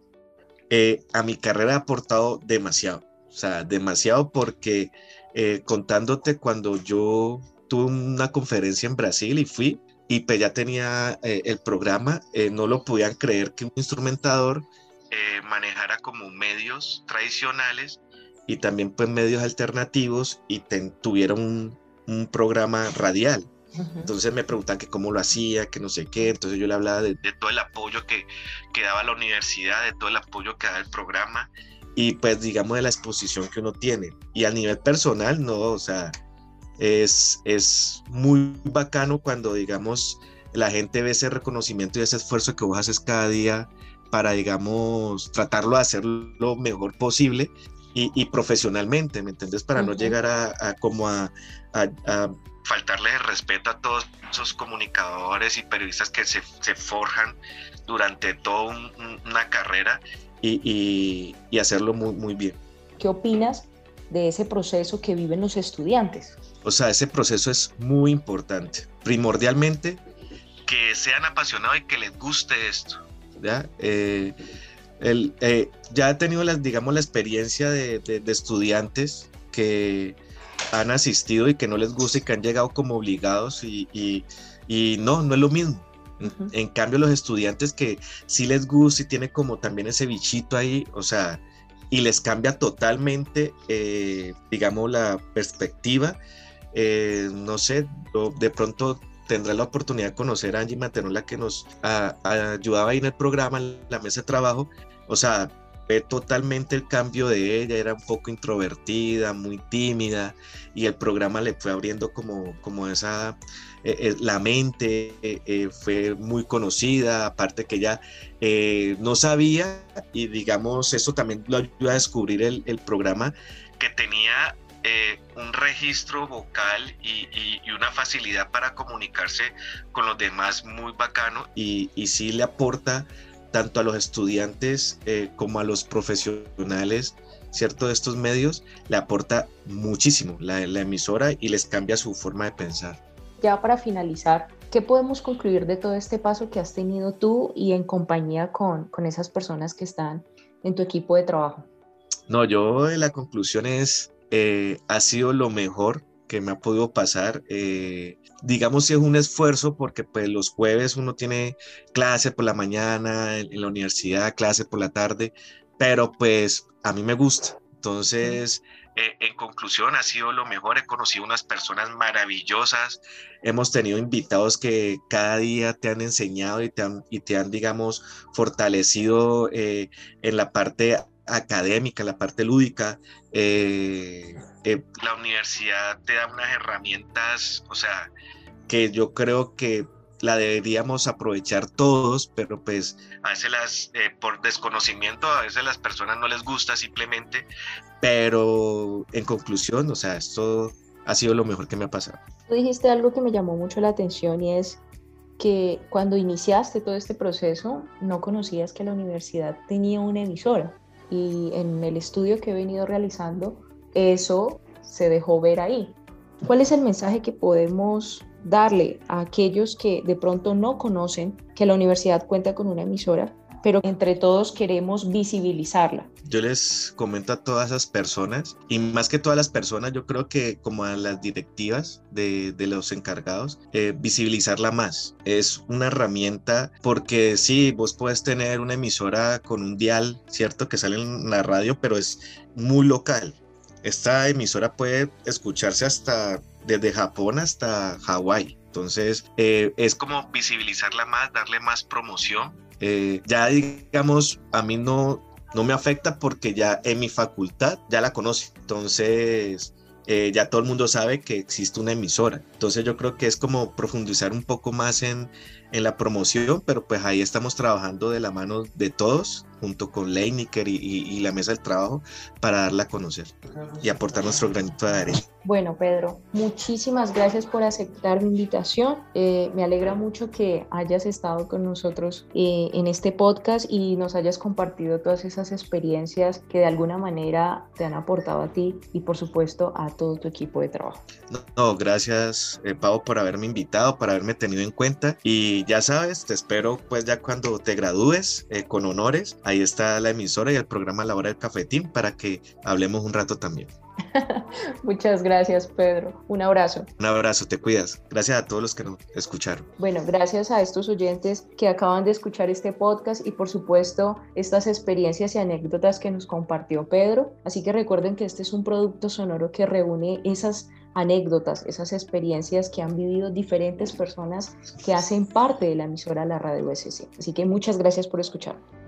Eh, a mi carrera ha aportado demasiado, o sea, demasiado porque eh, contándote, cuando yo tuve una conferencia en Brasil y fui, y pues ya tenía eh, el programa, eh, no lo podían creer que un instrumentador eh, manejara como medios tradicionales y también pues medios alternativos y ten, tuviera un, un programa radial. Entonces me preguntan que cómo lo hacía, que no sé qué. Entonces yo le hablaba de, de todo el apoyo que, que daba la universidad, de todo el apoyo que daba el programa y pues digamos de la exposición que uno tiene. Y a nivel personal, no, o sea, es, es muy bacano cuando digamos la gente ve ese reconocimiento y ese esfuerzo que vos haces cada día para, digamos, tratarlo de hacer lo mejor posible y, y profesionalmente, ¿me entiendes? Para uh-huh. no llegar a, a como a, a, a faltarle el respeto a todos esos comunicadores y periodistas que se, se forjan durante toda un, una carrera y, y, y hacerlo muy, muy bien. ¿Qué opinas de ese proceso que viven los estudiantes? O sea, ese proceso es muy importante. Primordialmente, que sean apasionados y que les guste esto, ¿ya? Eh, el, eh, ya he tenido, la, digamos, la experiencia de, de, de estudiantes que han asistido y que no les gusta y que han llegado como obligados y, y, y no, no es lo mismo. Uh-huh. En cambio, los estudiantes que sí les gusta y tiene como también ese bichito ahí, o sea, y les cambia totalmente, eh, digamos, la perspectiva. Eh, no sé, de pronto tendrá la oportunidad de conocer a Angie Materola, que nos a, a ayudaba ahí en el programa, en la mesa de trabajo. O sea, ve totalmente el cambio de ella, era un poco introvertida, muy tímida, y el programa le fue abriendo como, como esa, eh, eh, la mente, eh, eh, fue muy conocida, aparte que ella eh, no sabía, y digamos, eso también lo ayuda a descubrir el, el programa, que tenía eh, un registro vocal y, y, y una facilidad para comunicarse con los demás muy bacano, y, y sí le aporta tanto a los estudiantes eh, como a los profesionales, ¿cierto?, de estos medios, le aporta muchísimo la, la emisora y les cambia su forma de pensar. Ya para finalizar, ¿qué podemos concluir de todo este paso que has tenido tú y en compañía con, con esas personas que están en tu equipo de trabajo? No, yo la conclusión es, eh, ha sido lo mejor que me ha podido pasar. Eh, digamos si es un esfuerzo porque pues los jueves uno tiene clase por la mañana en, en la universidad, clase por la tarde, pero pues a mí me gusta. Entonces, eh, en conclusión, ha sido lo mejor. He conocido unas personas maravillosas. Hemos tenido invitados que cada día te han enseñado y te han, y te han digamos, fortalecido eh, en la parte académica, en la parte lúdica. Eh, eh, la universidad te da unas herramientas, o sea, que yo creo que la deberíamos aprovechar todos, pero pues a veces las, eh, por desconocimiento, a veces a las personas no les gusta simplemente, pero en conclusión, o sea, esto ha sido lo mejor que me ha pasado. Tú dijiste algo que me llamó mucho la atención y es que cuando iniciaste todo este proceso no conocías que la universidad tenía una emisora, y en el estudio que he venido realizando eso se dejó ver ahí. ¿Cuál es el mensaje que podemos darle a aquellos que de pronto no conocen que la universidad cuenta con una emisora, pero entre todos queremos visibilizarla? Yo les comento a todas esas personas, y más que todas las personas, yo creo que como a las directivas de, de los encargados, eh, visibilizarla más. Es una herramienta, porque sí, vos puedes tener una emisora con un dial, ¿cierto?, que sale en la radio, pero es muy local. Esta emisora puede escucharse hasta desde Japón hasta Hawái. Entonces, eh, es como visibilizarla más, darle más promoción. Eh, ya digamos, a mí no, no me afecta porque ya en mi facultad ya la conoce. Entonces, eh, ya todo el mundo sabe que existe una emisora. Entonces, yo creo que es como profundizar un poco más en, en la promoción, pero pues ahí estamos trabajando de la mano de todos, junto con Leinecker y, y, y la mesa del trabajo, para darla a conocer y aportar nuestro granito de arena. Bueno, Pedro, muchísimas gracias por aceptar mi invitación. Eh, me alegra mucho que hayas estado con nosotros eh, en este podcast y nos hayas compartido todas esas experiencias que de alguna manera te han aportado a ti y por supuesto a todo tu equipo de trabajo. No, no gracias eh, Pau, por haberme invitado, por haberme tenido en cuenta, y ya sabes, te espero pues ya cuando te gradúes eh, con honores. Ahí está la emisora y el programa La Hora del Cafetín para que hablemos un rato también. Muchas gracias, Pedro. Un abrazo. Un abrazo, te cuidas. Gracias a todos los que nos escucharon. Bueno, gracias a estos oyentes que acaban de escuchar este podcast y por supuesto estas experiencias y anécdotas que nos compartió Pedro. Así que recuerden que este es un producto sonoro que reúne esas anécdotas, esas experiencias que han vivido diferentes personas que hacen parte de la emisora La Radio U S C. Así que muchas gracias por escuchar.